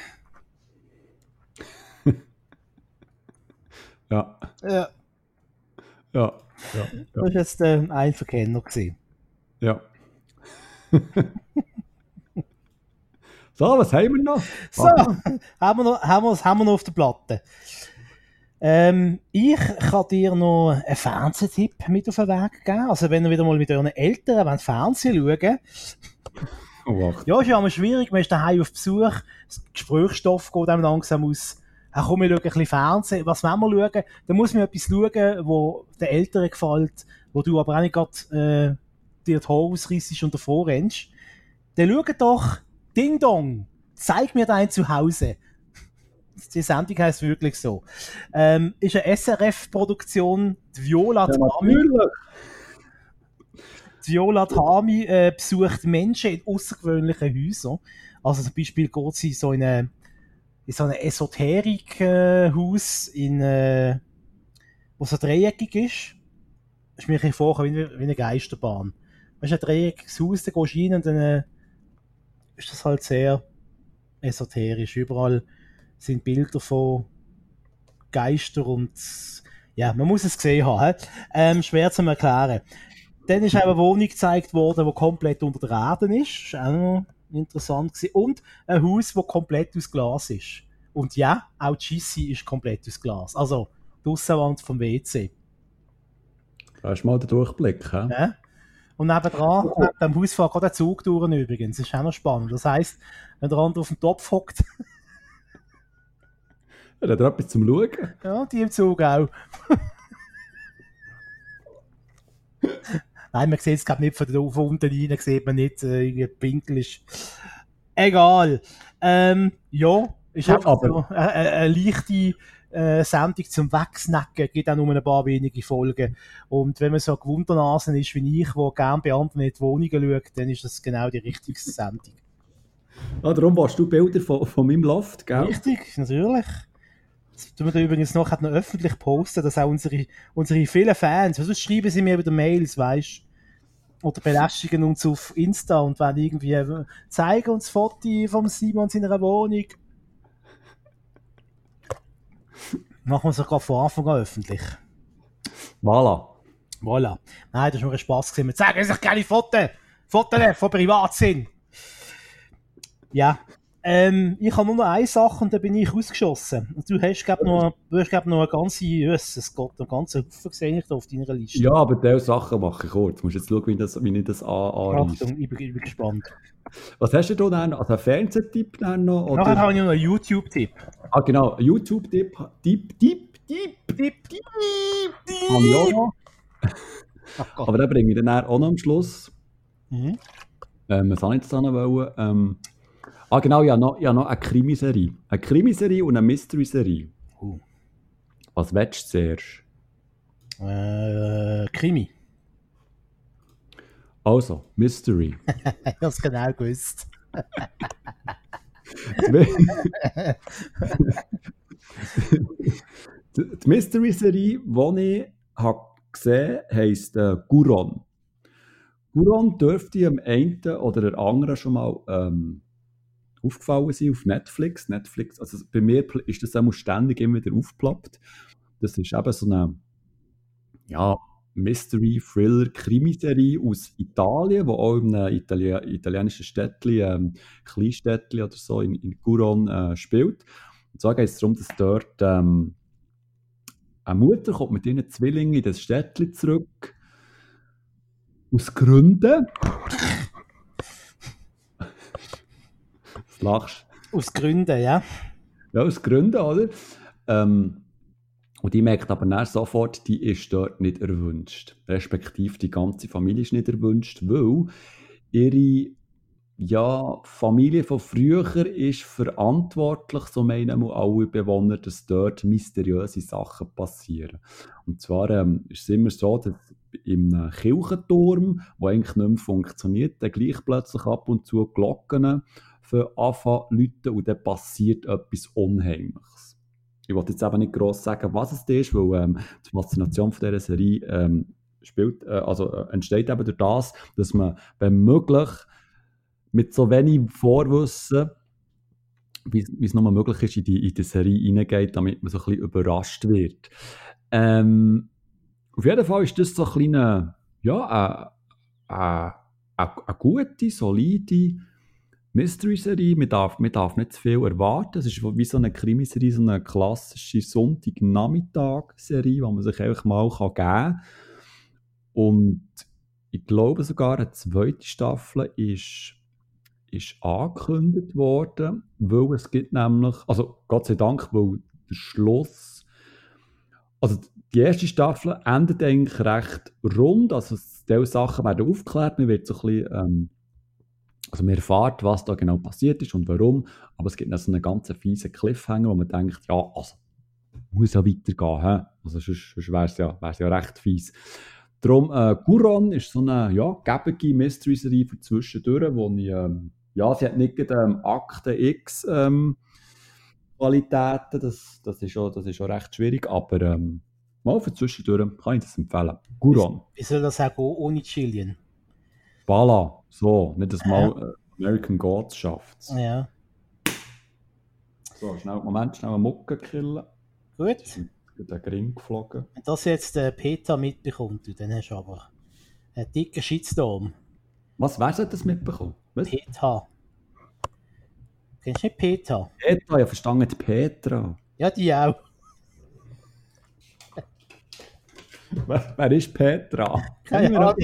Ja. Ja. Ja. Ja. Das war jetzt äh, ein Verkenner gewesen. Ja. So, was haben wir noch? So, haben wir noch, haben wir, haben wir noch auf der Platte. Ähm, ich kann dir noch einen Fernsehtipp mit auf den Weg geben. Also wenn ihr wieder mal mit euren Eltern wollt Fernsehen schauen. Oh, ja, ist ja immer schwierig. Man ist daheim auf Besuch. Das Gesprächsstoff geht einem langsam aus. Ach komm, wir schauen ein bisschen Fernsehen. Was wollen wir schauen? Da muss man etwas schauen, wo den Eltern gefällt, wo du aber auch nicht gerade äh, dir die Haare ausreissest und davor rennst. Dann schau doch Ding Dong. Zeig mir dein Zuhause. Die Sendung heisst wirklich so. Ähm, ist eine S R F-Produktion. Die Viola ja, Tami. Die Viola Tami äh, besucht Menschen in außergewöhnlichen Häusern. Also zum Beispiel geht sie so in, eine, in so ein Esoterik-Haus, in, äh, wo so dreieckig ist. Das ist mir ein bisschen vorgekommen wie, wie eine Geisterbahn. Weißt du, ein dreieckiges Haus, da gehst du rein und dann äh, ist das halt sehr esoterisch. Überall sind Bilder von Geistern und ja, man muss es gesehen haben. Ähm, schwer zu erklären. Dann ist auch eine Wohnung gezeigt worden, die komplett unter der Erde ist. Das war auch noch interessant gewesen. Und ein Haus, das komplett aus Glas ist. Und ja, auch die Scheisse ist komplett aus Glas. Also die Aussenwand vom W C. Da hast du mal den Durchblick, hä? Ja. Und nebendran, oh. neben dem Haus fährt gerade ein Zug durch übrigens. Das ist auch noch spannend. Das heisst, wenn der andere auf dem Topf hockt, ja, da hat er etwas zum Schauen. Ja, die im Zug auch. Nein, man sieht es glaube nicht von, der, von unten rein, sieht man nicht, äh, irgendwie Pinkel ist. Egal. Ähm, ja, ist ja, einfach so eine, eine, eine leichte äh, Sendung zum Wegsnacken, gibt auch nur ein paar wenige Folgen. Und wenn man so Gewundernasen ist wie ich, der gerne bei anderen in die Wohnungen schaut, dann ist das genau die richtige Sendung. Ja, darum warst du Bilder von, von meinem Loft, gell? Richtig, natürlich. Das tun wir da übrigens noch, noch öffentlich posten, dass auch unsere, unsere vielen Fans, also schreiben sie mir wieder Mails, weißt du, oder belästigen uns auf Insta und wollen irgendwie äh, zeigen uns Foto von Simon in seiner Wohnung. Machen wir sogar von Anfang an öffentlich. Voilà. Voilà. Nein, das war nur ein Spass gewesen. Wir zeigen sich keine Fotos. Fotos von Privatsinn. Ja. Ähm, ich habe nur noch eine Sache und dann bin ich ausgeschossen. Und du hast, glaube noch, du hast, glaub, noch eine ganze, yes, es geht noch ganz Haufen gesehen ich da auf deiner Liste. Ja, aber diese Sachen mache ich kurz. Du musst jetzt schauen, wie, das, wie ich das anreiße. Achtung, ich bin, ich bin gespannt. Was hast du da dann? Also einen Fernsehtipp dann noch? Oder? Nachher habe ich noch einen YouTube-Tipp. Ah genau, ein YouTube-Tipp. Tipp, Tipp, Tipp, Tipp, Tipp, Tipp. Habe ich auch noch. Aber den bringe ich dann auch noch am Schluss. Mhm. Ähm, was habe ich jetzt noch wollen? Ähm, Ah genau, ja noch, ja noch eine Krimiserie. Eine Krimiserie und eine Mystery-Serie. Uh. Was willst du zuerst? Äh, Krimi. Also, Mystery. Ich habe es genau gewusst. Die Mystery-Serie, die ich habe gesehen habe, heisst äh, Guron. Guron dürfte am einen oder der anderen schon mal ähm, aufgefallen sein auf Netflix. Netflix, also bei mir ist das auch ständig immer wieder aufgeploppt. Das ist eben so eine ja, Mystery-Thriller-Krimiserie aus Italien, die auch in einem Itali italienischen Städtchen, ähm, Kleinstädtchen oder so in, in Guron äh, spielt. Und zwar geht es darum, dass dort ähm, eine Mutter kommt mit ihren Zwillingen in das Städtchen zurück. Aus Gründen. Lachst. Aus Gründen, ja. Ja, aus Gründen, oder? Ähm, und die merkt aber dann sofort, die ist dort nicht erwünscht. Respektive die ganze Familie ist nicht erwünscht, weil ihre ja, Familie von früher ist verantwortlich, so meinen alle Bewohner, dass dort mysteriöse Sachen passieren. Und zwar ähm, ist es immer so, dass im Kirchenturm, der eigentlich nicht mehr funktioniert, dann gleich plötzlich ab und zu Glocken für anfangen zu läuten und dann passiert etwas Unheimliches. ich wollte jetzt eben nicht gross sagen, was es ist, weil ähm, die Faszination von dieser Serie ähm, spielt, äh, also, äh, entsteht eben durch das, dass man, wenn möglich, mit so wenig Vorwissen, wie es nur möglich ist, in die, in die Serie reingeht, damit man so ein bisschen überrascht wird. Ähm, auf jeden Fall ist das so ein kleiner, ja, eine, eine, eine gute, solide Mystery-Serie. Man darf, man darf nicht zu viel erwarten. Es ist wie so eine Krimiserie, so eine klassische Sonntag-Nachmittag-Serie, die man sich einfach mal geben kann. Und ich glaube sogar, eine zweite Staffel ist, ist angekündigt worden, weil es gibt nämlich, also Gott sei Dank, weil der Schluss, also die erste Staffel endet eigentlich recht rund, also diese Sachen werden aufgeklärt, man wird so ein bisschen, ähm, also man erfährt, was da genau passiert ist und warum, aber es gibt noch so einen ganz fiesen Cliffhanger, wo man denkt, ja, also muss ja weitergehen, he? Also sonst, sonst wäre es ja, ja recht fies. Darum, äh, Couronne ist so eine, ja, gebige Mystery-Serie für zwischendurch, wo ich, ähm, ja, sie hat nicht ähm, Akte X ähm, Qualitäten, das, das, ist schon, das ist schon recht schwierig, aber ähm, mal für zwischendurch kann ich das empfehlen. Couronne. Wie soll das auch gehen ohne Chilean? Voilà, so, nicht das mal äh, American Gods schafft. Ja. So, schnell, Moment, schnell eine Mucke killen. Gut. Der Gring geflogen. Wenn das jetzt der Peter mitbekommt, dann hast du aber einen dicken Shitstorm. Was, wer hat das mitbekommen? Was? Peter. Kennst du nicht Peter? Petra, ja, verstanden, die Petra. Ja, die auch. wer, wer ist Petra? Keine Ahnung.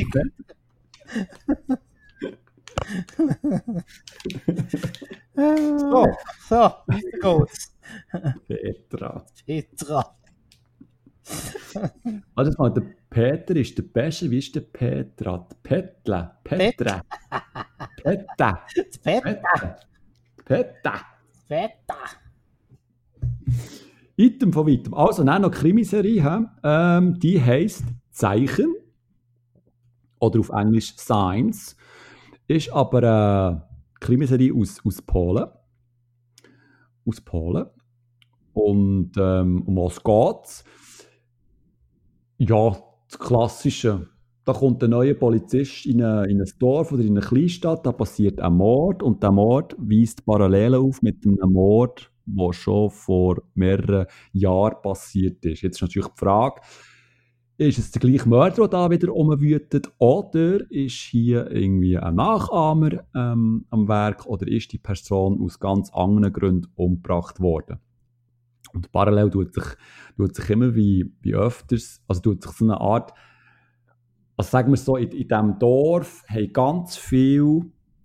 so, so, weiter geht's. Petra. Petra. Also mal, der Peter ist der Beste. Wie ist der Petra? Die Petra. Petra. Petra. Petra. Petra. Petra. Item von weitem. Also, dann noch eine Krimiserie. Ähm, die heisst Zeichen. Oder auf Englisch Signs. Ist aber eine Krimiserie aus, aus Polen. Aus Polen. Und ähm, um was geht's? Ja, das Klassische. Da kommt ein neuer Polizist in, eine, in ein Dorf oder in eine Kleinstadt, da passiert ein Mord und der Mord weist Parallelen auf mit einem Mord, der schon vor mehreren Jahren passiert ist. Jetzt ist natürlich die Frage, ist es der gleiche Mörder, der da wieder rumwütet, oder ist hier irgendwie ein Nachahmer ähm, am Werk, oder ist die Person aus ganz anderen Gründen umgebracht worden? Und parallel tut sich, tut sich immer wie, wie öfters, also tut sich so eine Art, also sagen wir so, in, in diesem Dorf haben ganz viel,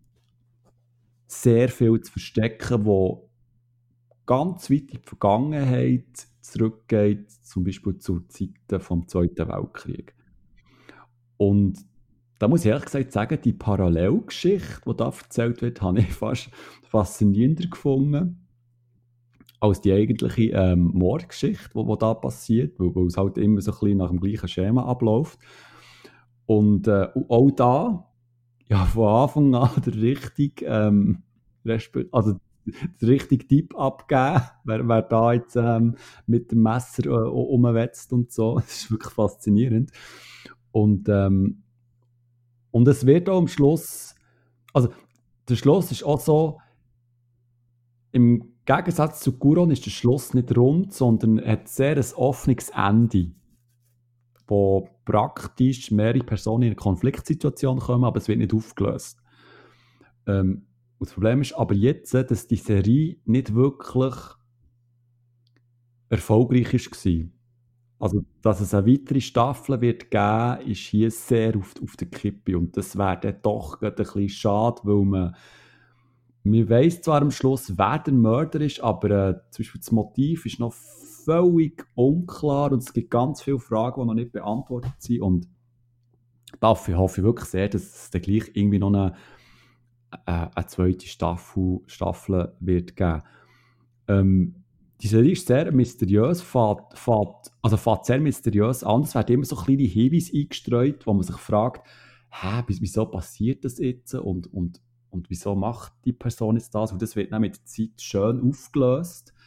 sehr viel zu verstecken, wo ganz weit in die Vergangenheit zurückgeht, zum Beispiel zu Zeiten vom Zweiten Weltkrieg. Und da muss ich ehrlich gesagt sagen, die Parallelgeschichte, die da erzählt wird, habe ich fast faszinierender gefunden als die eigentliche ähm, Mordgeschichte, die, die da passiert, weil, weil es halt immer so ein bisschen nach dem gleichen Schema abläuft. Und äh, auch da, ja, von Anfang an der richtige, ähm, also der richtige Tipp abgeben, wer, wer da jetzt ähm, mit dem Messer äh, umwetzt und so. Das ist wirklich faszinierend. Und, ähm, und es wird auch am Schluss, also der Schluss ist auch so, im Gegensatz zu Couronne ist der Schluss nicht rund, sondern hat sehr ein offenes Ende, wo praktisch mehrere Personen in eine Konfliktsituation kommen, aber es wird nicht aufgelöst. Ähm, das Problem ist aber jetzt, dass die Serie nicht wirklich erfolgreich war. Also, dass es eine weitere Staffel wird geben, ist hier sehr auf, auf der Kippe. Und das wäre dann doch ein bisschen schade, weil man Man weiss zwar am Schluss, wer der Mörder ist, aber äh, zum Beispiel das Motiv ist noch völlig unklar und es gibt ganz viele Fragen, die noch nicht beantwortet sind. Und dafür hoffe ich wirklich sehr, dass es dann gleich irgendwie noch eine, äh, eine zweite Staffel, Staffel wird geben. Ähm, die Serie ist sehr mysteriös, fährt, fährt, also fährt sehr mysteriös an. Es werden immer so kleine Hinweise eingestreut, wo man sich fragt, hä, wieso passiert das jetzt? Und, und Und wieso macht die Person jetzt das? Und das wird dann mit der Zeit schön aufgelöst.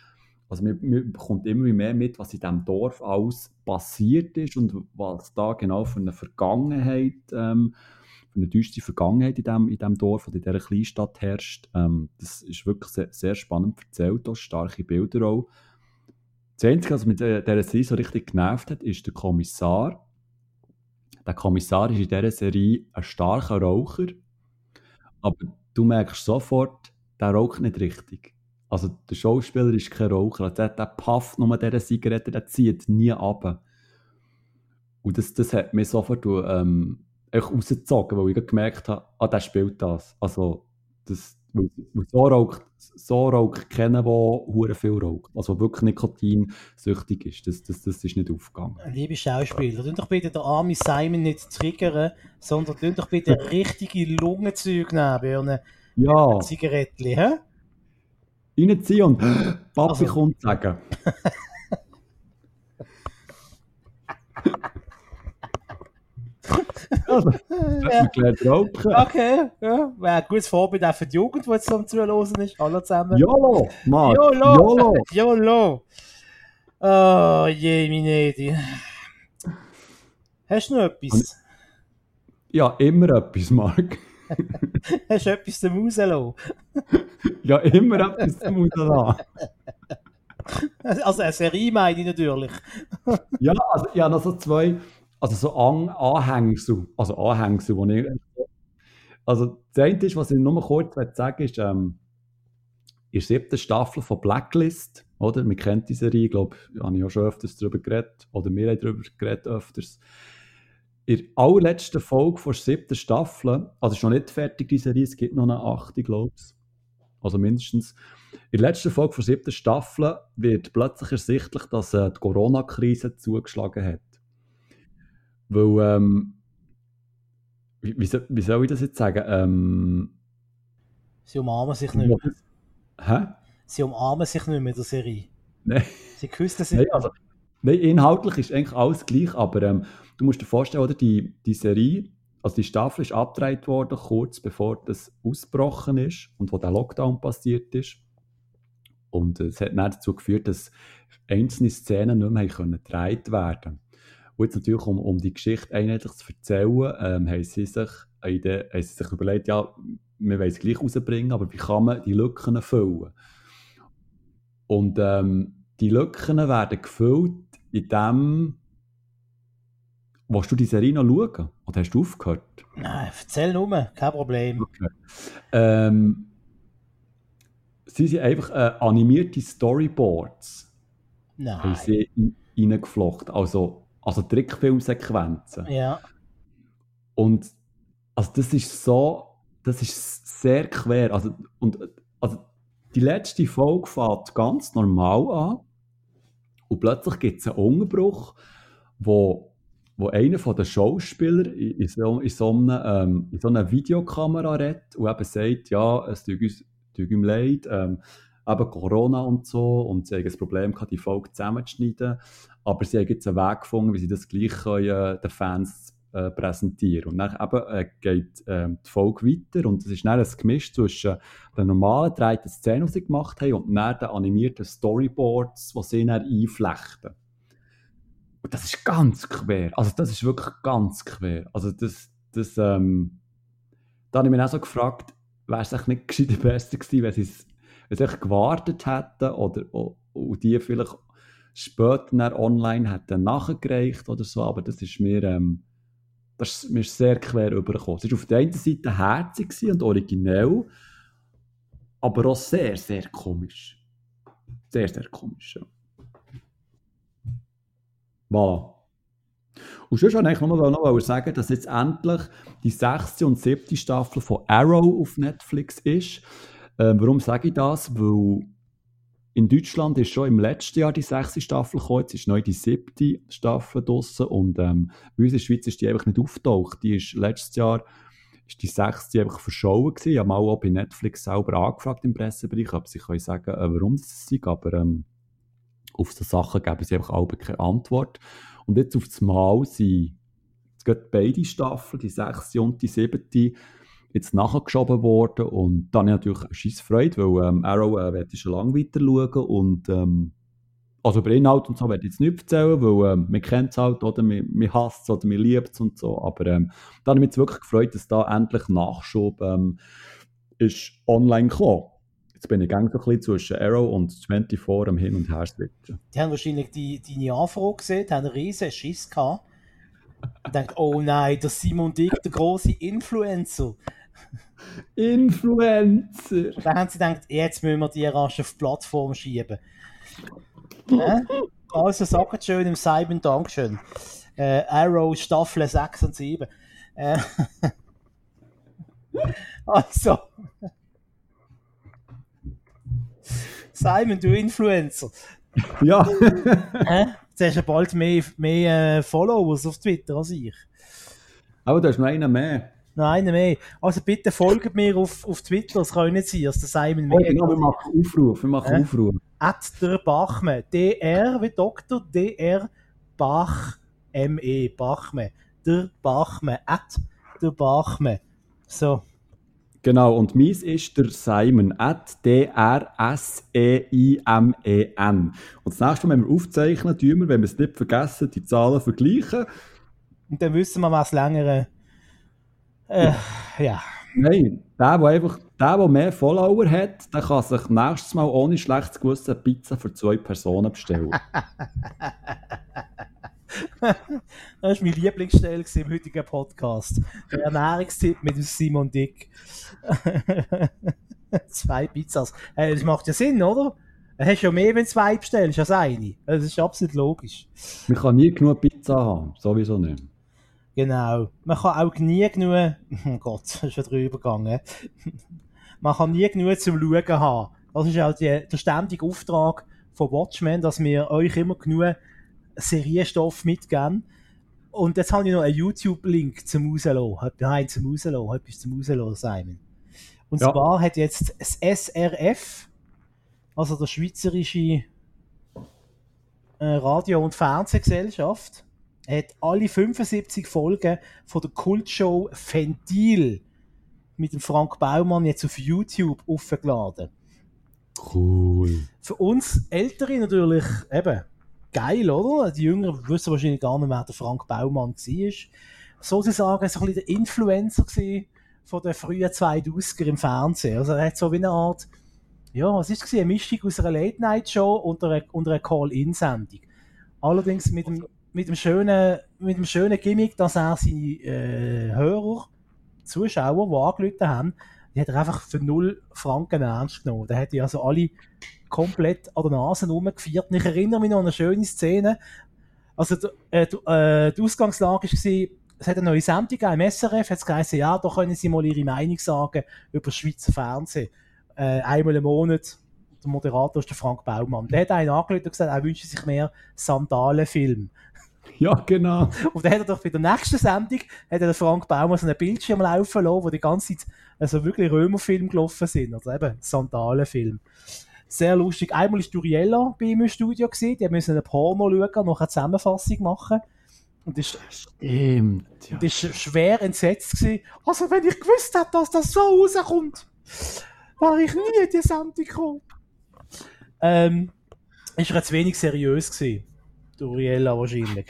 Also man, man bekommt immer mehr mit, was in diesem Dorf alles passiert ist und was da genau für eine Vergangenheit, ähm, für eine düstere Vergangenheit in diesem, in diesem Dorf oder in dieser Kleinstadt herrscht. Ähm, das ist wirklich sehr, sehr spannend erzählt, auch starke Bilder auch. Das Einzige, was mich in dieser Serie so richtig genervt hat, ist der Kommissar. Der Kommissar ist in dieser Serie ein starker Raucher, aber du merkst sofort, der raucht nicht richtig. Also der Schauspieler ist kein Raucher, der, der pafft nur diese Zigarette, der zieht nie ab. Und das, das hat mich sofort ähm, rausgezogen, weil ich gemerkt habe, ah, der spielt das. Also das, weil, weil so raucht so raucht keiner, der hure viel raucht. Also wirklich nikotinsüchtig ist. Das, das, das ist nicht aufgegangen. Liebe Schauspieler, tun doch bitte den armen Simon nicht triggern, sondern tun doch bitte richtige Lungenzeug nehmen bei einer ja. Zigarettchen, hä? Reinziehen und Papi also. kommt sagen. Also, das ja. ist rauchen. Okay, ja. Wäre ein gutes Vorbild auch für die Jugend, die jetzt am Zuhören ist. Hallo zusammen. YOLO, Mann. YOLO. YOLO. YOLO. Oh je, meine. Hast du noch etwas? Ja, immer etwas, Marc. Hast du etwas zum Rauslassen? Ja, immer etwas zum Rauslassen. Also eine Serie meine ich natürlich. Ja, also ich habe noch so zwei, also so An Anhängsel, also Anhängsel, wo ich, also das eine ist, was ich nur kurz sagen will, ist, ähm, in der siebten Staffel von Blacklist, oder? Man kennt die Serie, ich glaube, ich habe ja schon öfters darüber geredet, oder wir haben darüber geredet öfters. In der allerletzten Folge von der siebten Staffel, also ist noch nicht fertig die Serie, es gibt noch eine achte, glaube ich, also mindestens. In der letzten Folge von der siebten Staffel wird plötzlich ersichtlich, dass äh, die Corona-Krise zugeschlagen hat. Weil, ähm, wie, wie, soll, wie soll ich das jetzt sagen? Ähm, Sie umarmen sich nicht mehr. Hä? Sie umarmen sich nicht mehr, der Serie. Nein. Sie küssen sich. Nein, also, nein, inhaltlich ist eigentlich alles gleich, aber ähm, du musst dir vorstellen, oder, die, die Serie, also die Staffel ist abgedreht worden, kurz bevor das ausgebrochen ist und wo der Lockdown passiert ist. Und es hat dann dazu geführt, dass einzelne Szenen nicht mehr können gedreht werden. Und jetzt natürlich, um, um die Geschichte einheitlich zu erzählen, ähm, haben, sie sich Idee, haben sie sich überlegt, ja, wir wollen es gleich rausbringen, aber wie kann man die Lücken füllen? Und ähm, die Lücken werden gefüllt, indem... Willst du die Serie noch schauen? Oder hast du aufgehört? Nein, erzähl nur, kein Problem. Okay. Ähm, sie sind einfach äh, animierte Storyboards. Nein. Haben sie reingeflochten. Also, also Trickfilmsequenzen. Ja. Und also das ist so, das ist sehr quer. Also, und, also die letzte Folge fängt ganz normal an und plötzlich gibt es einen Unterbruch, wo wo einer von den Schauspielern in so, in so, einer, ähm, in so einer Videokamera redet und eben sagt, ja, es tut uns tut ihm leid, ähm, eben Corona und so, und sie haben das Problem gehabt, die Folge zusammenzuschneiden, aber sie haben jetzt einen Weg gefunden, wie sie das gleich können, äh, den Fans äh, präsentieren. Und dann eben, äh, geht äh, die Folge weiter und es ist dann ein Gemisch zwischen den normalen dreiten Szenen, die sie gemacht haben, und dann den animierten Storyboards, die sie dann einflechten. Und das ist ganz quer. Also das ist wirklich ganz quer. Also das, das, ähm, da habe ich mich auch so gefragt, wäre es eigentlich nicht gescheiter besser gewesen, wenn sie es, wenn sie echt gewartet hätten oder und die vielleicht später online hätten nachgereicht oder so, aber das ist mir, ähm, das ist mir sehr quer übergekommen. Es war auf der einen Seite herzig und originell, aber auch sehr, sehr komisch. Sehr, sehr komisch, ja. Voilà. Und schon wollte ich noch mal noch sagen, dass jetzt endlich die sechste und siebte Staffel von Arrow auf Netflix ist. Ähm, warum sage ich das? Weil in Deutschland ist schon im letzten Jahr die sechste Staffel gekommen, jetzt ist neu die siebte Staffel draussen und ähm, bei uns in der Schweiz ist die einfach nicht aufgetaucht. Die ist letztes Jahr ist die sechste einfach verschollen gewesen. Ich habe mal auch bei Netflix selber angefragt im Pressebereich, ob sie können sagen, äh, warum das ist, aber ähm, auf so Sachen geben sie einfach auch keine Antwort. Und jetzt auf das Mal sind jetzt beide Staffeln, die sechste und die siebte, jetzt nachgeschoben worden und dann habe ich natürlich eine scheisse Freude, weil ähm, Arrow äh, werde ich schon lange weiter schauen und ähm, also über Inhalt und so werde ich jetzt nicht erzählen, weil ähm, man kennt es halt, oder man, man hasst es oder man liebt es und so, aber ähm, da habe ich mich jetzt wirklich gefreut, dass da endlich Nachschub ähm, ist online gekommen. Jetzt bin ich gang so ein bisschen zwischen Arrow und vierundzwanzig am Hin- und Her switchen. Die haben wahrscheinlich die, deine Anfrage gesehen, haben einen riesen Schiss gehabt. Und denkt, oh nein, der Simon Dick, der grosse Influencer. Influencer! Und dann haben sie gedacht, jetzt müssen wir die rasch auf die Plattform schieben. äh? Also sagt schön im Simon Dankeschön. Äh, Arrow Staffel sechs und sieben. Äh, also. Simon, du Influencer. Ja. äh? Jetzt hast du bald mehr, mehr äh, Followers auf Twitter als ich. Aber da ist noch einer mehr. Nein, mehr. Also bitte folgt mir auf, auf Twitter, das kann ich nicht sein, dass der Simon Oh, mehr. genau, wir machen Aufruf, wir machen äh? Aufruf. At der Bachme. D R wie Doktor, D R Bach, M E, Bachme. Der Bachme. At der Bachme. So. Genau, und meins ist der Simon, at D R S E I M E N. Und das nächste Mal, wenn wir aufzeichnen, tun wir, wenn wir es nicht vergessen, die Zahlen vergleichen. Und dann wissen wir, was längere. Äh, ja. Nein, der, der einfach, der, der mehr Follower hat, der kann sich nächstes Mal ohne schlechtes Gewissen eine Pizza für zwei Personen bestellen. Das war mein Lieblingsstelle im heutigen Podcast. Der Ernährungstipp mit Simon Dick. Zwei Pizzas. Hey, das macht ja Sinn, oder? Du hast ja mehr, wenn du zwei bestellst, als eine. Das ist absolut logisch. Man kann nie genug Pizza haben, sowieso nicht. Genau. Man kann auch nie genug... Oh Gott, das ist schon drüber gegangen. Man kann nie genug zum Schauen haben. Das ist halt die, der ständige Auftrag von Watchmen, dass wir euch immer genug Serienstoff mitgeben. Und jetzt habe ich noch einen YouTube-Link zum Rauslassen. Nein, zum Rauslassen. Etwas zum Rauslassen, Simon. Und Ja. zwar hat jetzt das S R F, also der Schweizerische äh, Radio- und Fernsehgesellschaft, hat alle fünfundsiebzig Folgen von der Kultshow Ventil mit dem Frank Baumann jetzt auf YouTube aufgeladen. Cool. Für uns Ältere natürlich eben geil, oder? Die Jüngeren wissen wahrscheinlich gar nicht mehr, wer der Frank Baumann war. Sozusagen so ein bisschen der Influencer gewesen von den frühen zweitausender im Fernsehen. Also er hat so wie eine Art, ja, was ist es gewesen? Eine Mischung aus einer Late-Night-Show und einer, und einer Call-In-Sendung. Allerdings mit dem, mit dem schönen, mit dem schönen Gimmick, dass er seine äh, Hörer, Zuschauer, die angerufen haben, die hat er einfach für null Franken ernst genommen. Da hat er also alle komplett an der Nase rumgefeiert. Und ich erinnere mich noch an eine schöne Szene. Also d- äh, d- äh, die Ausgangslage war, es hat eine neue Sendung gegeben im S R F, hat es geheißen, ja, da können Sie mal Ihre Meinung sagen über das Schweizer Fernsehen. Äh, einmal im Monat. Der Moderator ist der Frank Baumann. Der hat einen angerufen und gesagt, er wünsche sich mehr Sandalenfilm. Ja, genau. Und dann hat er doch bei der nächsten Sendung hat er den Frank Baumann so einen Bildschirm laufen lassen, wo die ganze Zeit also wirklich Römerfilme gelaufen sind. Also eben Sandalenfilm. Sehr lustig. Einmal war Duriella bei ihm im Studio gewesen. Die mussten einen Porno schauen, noch eine Zusammenfassung machen. Und ist, Stimmt. Ja. und ist schwer entsetzt gewesen. Also wenn ich gewusst hätte, dass das so rauskommt, wäre ich nie in die Sendung gekommen. Ähm, ist er jetzt wenig seriös gewesen. Duriella wahrscheinlich.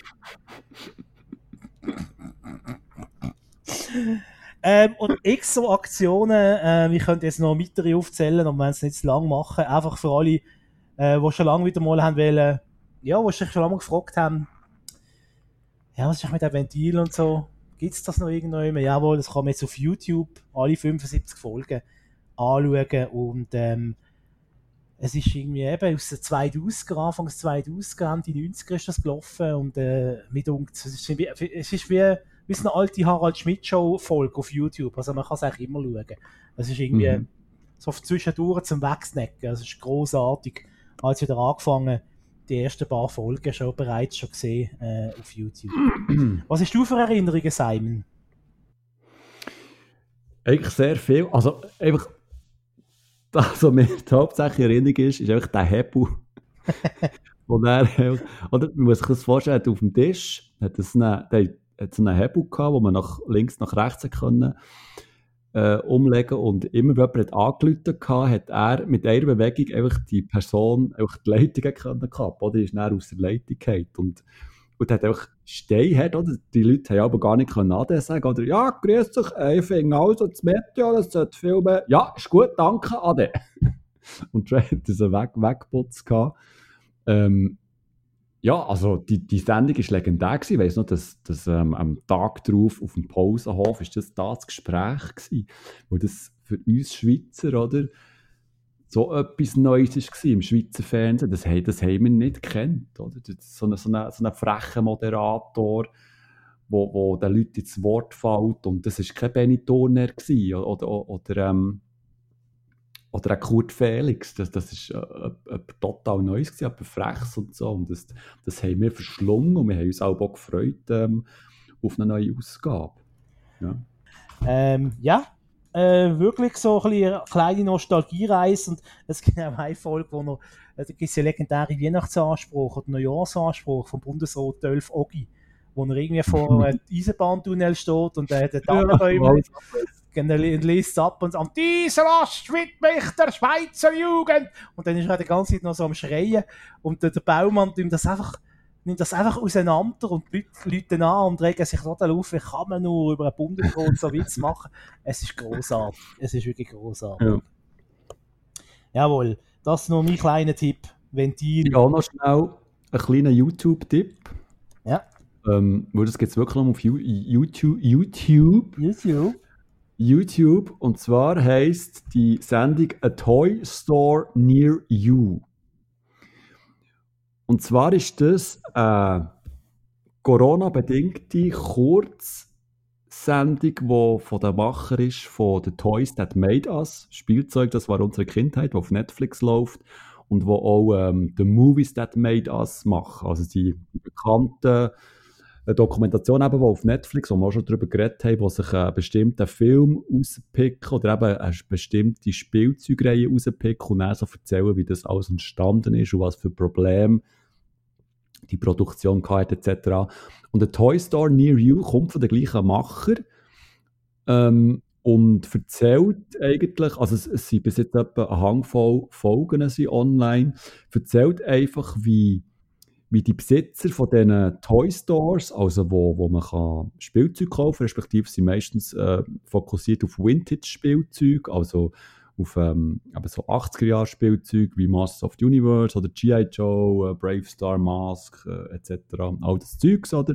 ähm, und x so Aktionen, ähm, ich könnte jetzt noch weitere aufzählen, aber wir werden es nicht zu lang machen. Einfach für alle, äh, die schon lange wieder mal haben wollen, ja, die sich schon lange gefragt haben, ja, was ist mit dem Ventil und so? Gibt es das noch irgendwo immer? Jawohl, das kann man jetzt auf YouTube alle fünfundsiebzig Folgen anschauen und ähm, es ist irgendwie eben aus den zweitausender, Anfangs zweitausender, die neunziger ist das gelaufen und äh, mit uns, es ist wie, es ist wie, wie eine alte Harald Schmidt-Show-Folge auf YouTube, also man kann es eigentlich immer schauen. Es ist irgendwie Mhm. so zwischendurch zum Wegsnacken, also es ist grossartig. Als wieder angefangen, die ersten paar Folgen schon bereits schon gesehen äh, auf YouTube. Was hast du für Erinnerungen, Simon? Eigentlich sehr viel. Also einfach, das, was mir die hauptsächliche Erinnerung ist, ist einfach der Hebel. Wo er, oder man muss sich das vorstellen, auf dem Tisch hat es einen, der hat so einen Hebel gehabt, wo man nach links, nach rechts können, äh, umlegen und immer, wenn jemand angerufen hatte, hat er mit einer Bewegung einfach die Person einfach die Leitung können gehabt, oder? Die ist dann aus der Leitung gefallen. Und, und hat einfach steinhart, oder? Die Leute haben aber gar nicht können Ade sagen, oder? Ja, grüß dich, ich finde also das Meteo, das sollte filmen. Ja, ist gut, danke, Ade. Und Trey hat das weg, weggeputzt gehabt. Ähm, ja, also die, die Sendung war legendär gewesen. Ich weiss noch, dass, dass ähm, am Tag darauf auf dem Pausenhof ist das, das Gespräch gewesen, wo das für uns Schweizer, oder, so etwas Neues war im Schweizer Fernsehen. Das, das haben wir nicht gekannt, oder? So ein so eine, so eine frecher Moderator, wo, wo den Leuten ins Wort fällt. Und das war kein Benny Turner gewesen, oder, oder, oder ähm, Oder auch Kurt Felix, das, das ist äh, äh, total Neues gewesen, etwas Freches und so. Und das, das haben wir verschlungen und wir haben uns auch, auch gefreut ähm, auf eine neue Ausgabe. Ja, ähm, ja äh, wirklich so ein bisschen eine kleine Nostalgiereise. Und es gibt auch eine Folge, wo noch, äh, da gibt es einen legendären Weihnachtsanspruch oder Neujahrsanspruch vom Bundesrat Dolf Ogi, wo er irgendwie vor einem Eisenbahntunnel steht und äh, der Tannenbäume liest es ab und sagt, an diese Last widme ich der Schweizer Jugend. Und dann ist er die ganze Zeit noch so am Schreien. Und der, der Baumann nimmt das einfach, nimmt das einfach auseinander und die Leute, Leute an und regen sich total auf, wie kann man nur über einen Bundesrat so Witz machen. Es ist grossartig. Es ist wirklich grossartig. Ja. Jawohl, das ist noch mein kleiner Tipp. Ventil. Ja, noch schnell ein kleiner YouTube-Tipp. Ja. Ähm, weil das gibt es wirklich noch auf YouTube. YouTube. YouTube. YouTube, und zwar heisst die Sendung A Toy Store Near You. Und zwar ist das eine Corona-bedingte Kurzsendung, die von der Macher ist von The Toys That Made Us. Spielzeug, das war unsere Kindheit, die auf Netflix läuft und wo auch ähm, The Movies That Made Us machen. Also die bekannten eine Dokumentation, eben, die auf Netflix, wo wir auch schon darüber geredet haben, wo sich einen bestimmten Film rauspicken oder eben eine bestimmte Spielzeugreihe rauspicken und dann so erzählen, wie das alles entstanden ist und was für Probleme die Produktion hatte, et cetera. Und der Toy Store Near You kommt von den gleichen Macher ähm, und erzählt eigentlich, also es, es sind bis jetzt etwa eine Handvoll Folgen sind online, erzählt einfach, wie wie die Besitzer von diesen Toy Stores, also wo, wo man kann Spielzeug kaufen kann, respektive sind meistens äh, fokussiert auf Vintage-Spielzeug, also auf ähm, so achtziger-Jahre-Spielzeug wie Masters of the Universe oder G I. Joe, äh, Brave Star, Mask äh, et cetera. All das Zeugs, oder?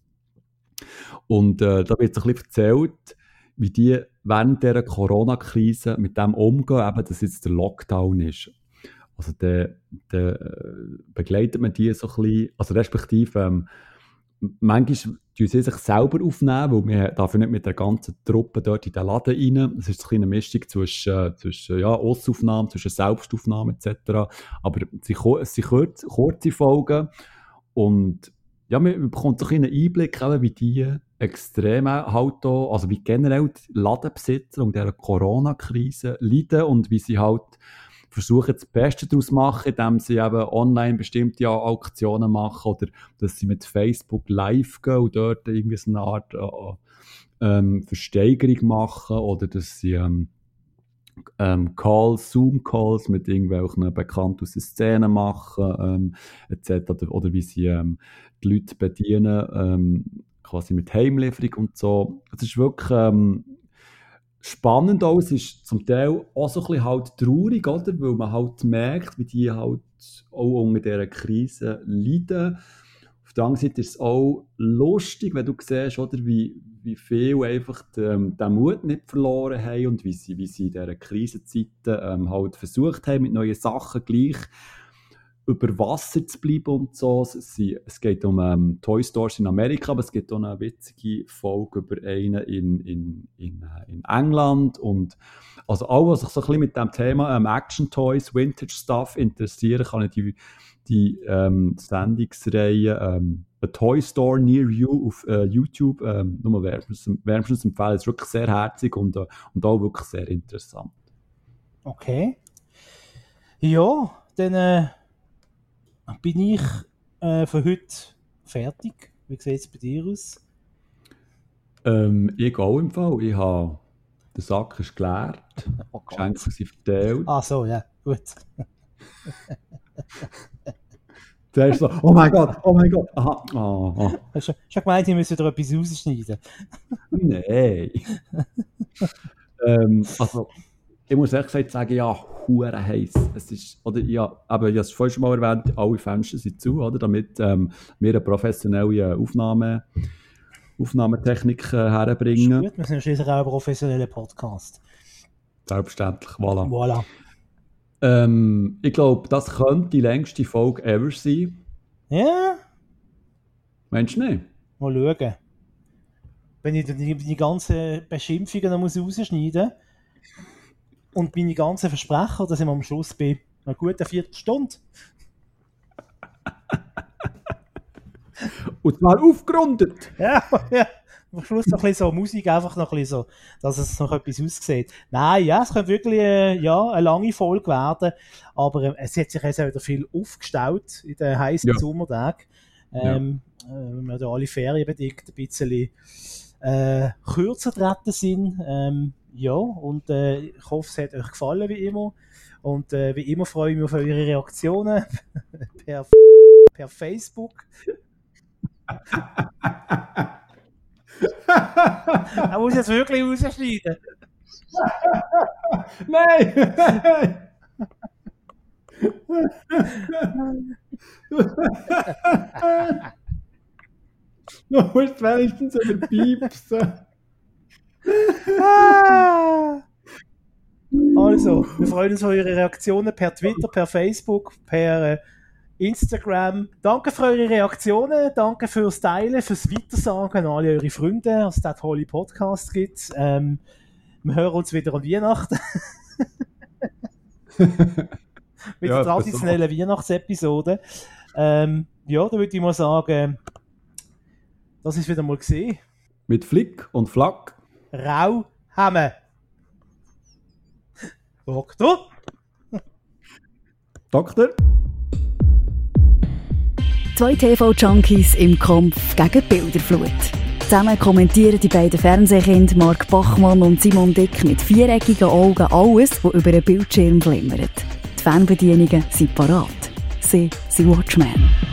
Und äh, da wird so ein bisschen erzählt, wie die während dieser Corona-Krise mit dem umgehen, eben, dass jetzt der Lockdown ist. Also dann begleitet man die so ein bisschen, also respektive ähm, manchmal tun sie sich selber aufnehmen, weil wir dafür nicht mit der ganzen Truppe dort in den Laden rein. Es ist eine Einmischung zwischen, äh, zwischen ja, Ossaufnahmen, zwischen Selbstaufnahmen et cetera. Aber es sind, es sind kurze, kurze Folgen und ja, man bekommt so einen Einblick, wie die extrem halt auch, also wie generell die Ladenbesitzer um dieser Corona-Krise leiden und wie sie halt versuchen, das Beste daraus zu machen, indem sie eben online bestimmte Auktionen machen oder dass sie mit Facebook live gehen und dort irgendwie so eine Art äh, ähm, Versteigerung machen oder dass sie ähm, ähm, Calls, Zoom-Calls mit irgendwelchen Bekannten aus der Szene machen ähm, et cetera. Oder, oder wie sie ähm, die Leute bedienen, ähm, quasi mit Heimlieferung und so. Es ist wirklich ähm, spannend auch, es ist zum Teil auch so ein bisschen halt traurig, oder? Weil man halt merkt, wie die halt auch unter dieser Krise leiden. Auf der anderen Seite ist es auch lustig, wenn du siehst, oder, wie, wie viel einfach den, den Mut nicht verloren haben und wie sie, wie sie in dieser Krisenzeiten ähm, halt versucht haben, mit neuen Sachen gleich über Wasser zu bleiben und so. Es, es geht um ähm, Toy Stores in Amerika, aber es gibt auch eine witzige Folge über einen in, in, in, in England. Und also alle, was sich so ein bisschen mit dem Thema ähm, Action Toys, Vintage Stuff interessieren, kann ich die, die ähm, Sendungsreihe ähm, A Toy Store Near You auf äh, YouTube ähm, nur wärmstens, wärmstens empfehlen. Es ist wirklich sehr herzig und, äh, und auch wirklich sehr interessant. Okay. Ja, dann äh bin ich äh, für heute fertig. Wie sieht es bei dir aus? Ähm, ich auch im Fall. Ich habe der Sack ist geleert, Oh Gott. Geschenke sind verteilt. Ah, so, ja, gut. Zuerst so, oh mein Gott, oh mein Gott, aha, oh, oh. Hast du schon gemeint, ich müsse wieder etwas rausschneiden? Nein. ähm, also, ich muss ehrlich gesagt sagen, ja, hure heiß. Es ist, oder ja, aber ich habe es vorhin schon mal erwähnt, alle Fenster sind zu, oder, damit ähm, wir eine professionelle Aufnahme, Aufnahmetechnik äh, herbringen. Ist gut, wir sind schließlich auch ein professioneller Podcast. Selbstverständlich, voilà. Voilà. Ähm, ich glaube, das könnte die längste Folge ever sein. Ja, Meinst du nicht? mal schauen. Wenn ich die, die ganzen Beschimpfungen noch muss rausschneiden muss und meine ganzen Versprechen, dass ich am Schluss bei einer guten Viertelstunde. Und zwar aufgerundet. Ja, ja. Am Schluss noch ein bisschen so Musik, einfach noch ein bisschen so, dass es noch etwas aussieht. Nein, ja, es könnte wirklich äh, ja, eine lange Folge werden, aber äh, es hat sich jetzt auch wieder viel aufgestaut in den heißen Ja. Sommertagen. Ähm, ja. äh, wenn wir da alle ferienbedingt ein bisschen äh, kürzer treten sind. Ähm, ja, und äh, ich hoffe, es hat euch gefallen, wie immer. Und äh, wie immer freue ich mich auf eure Reaktionen per, per Facebook. Da muss ich jetzt wirklich rausschneiden. Nein! Du musst wenigstens überpiepsen. Also, wir freuen uns auf eure Reaktionen per Twitter, per Facebook, per äh, Instagram. Danke für eure Reaktionen, danke fürs Teilen, fürs Weitersagen an alle eure Freunde, dass es diesen tollen Podcast gibt. Ähm, wir hören uns wieder an Weihnachten. Mit Ja, der traditionellen Weihnachtsepisode. Ähm, ja, da würde ich mal sagen, das ist wieder mal gesehen. Mit Flick und Flack. Rau haben. Doktor? Doktor? Zwei T V-Junkies im Kampf gegen die Bilderflut. Zusammen kommentieren die beiden Fernsehkinder Mark Bachmann und Simon Dick mit viereckigen Augen alles, was über den Bildschirm glimmert. Die Fernbedienungen sind parat. Sie sind Watchmen.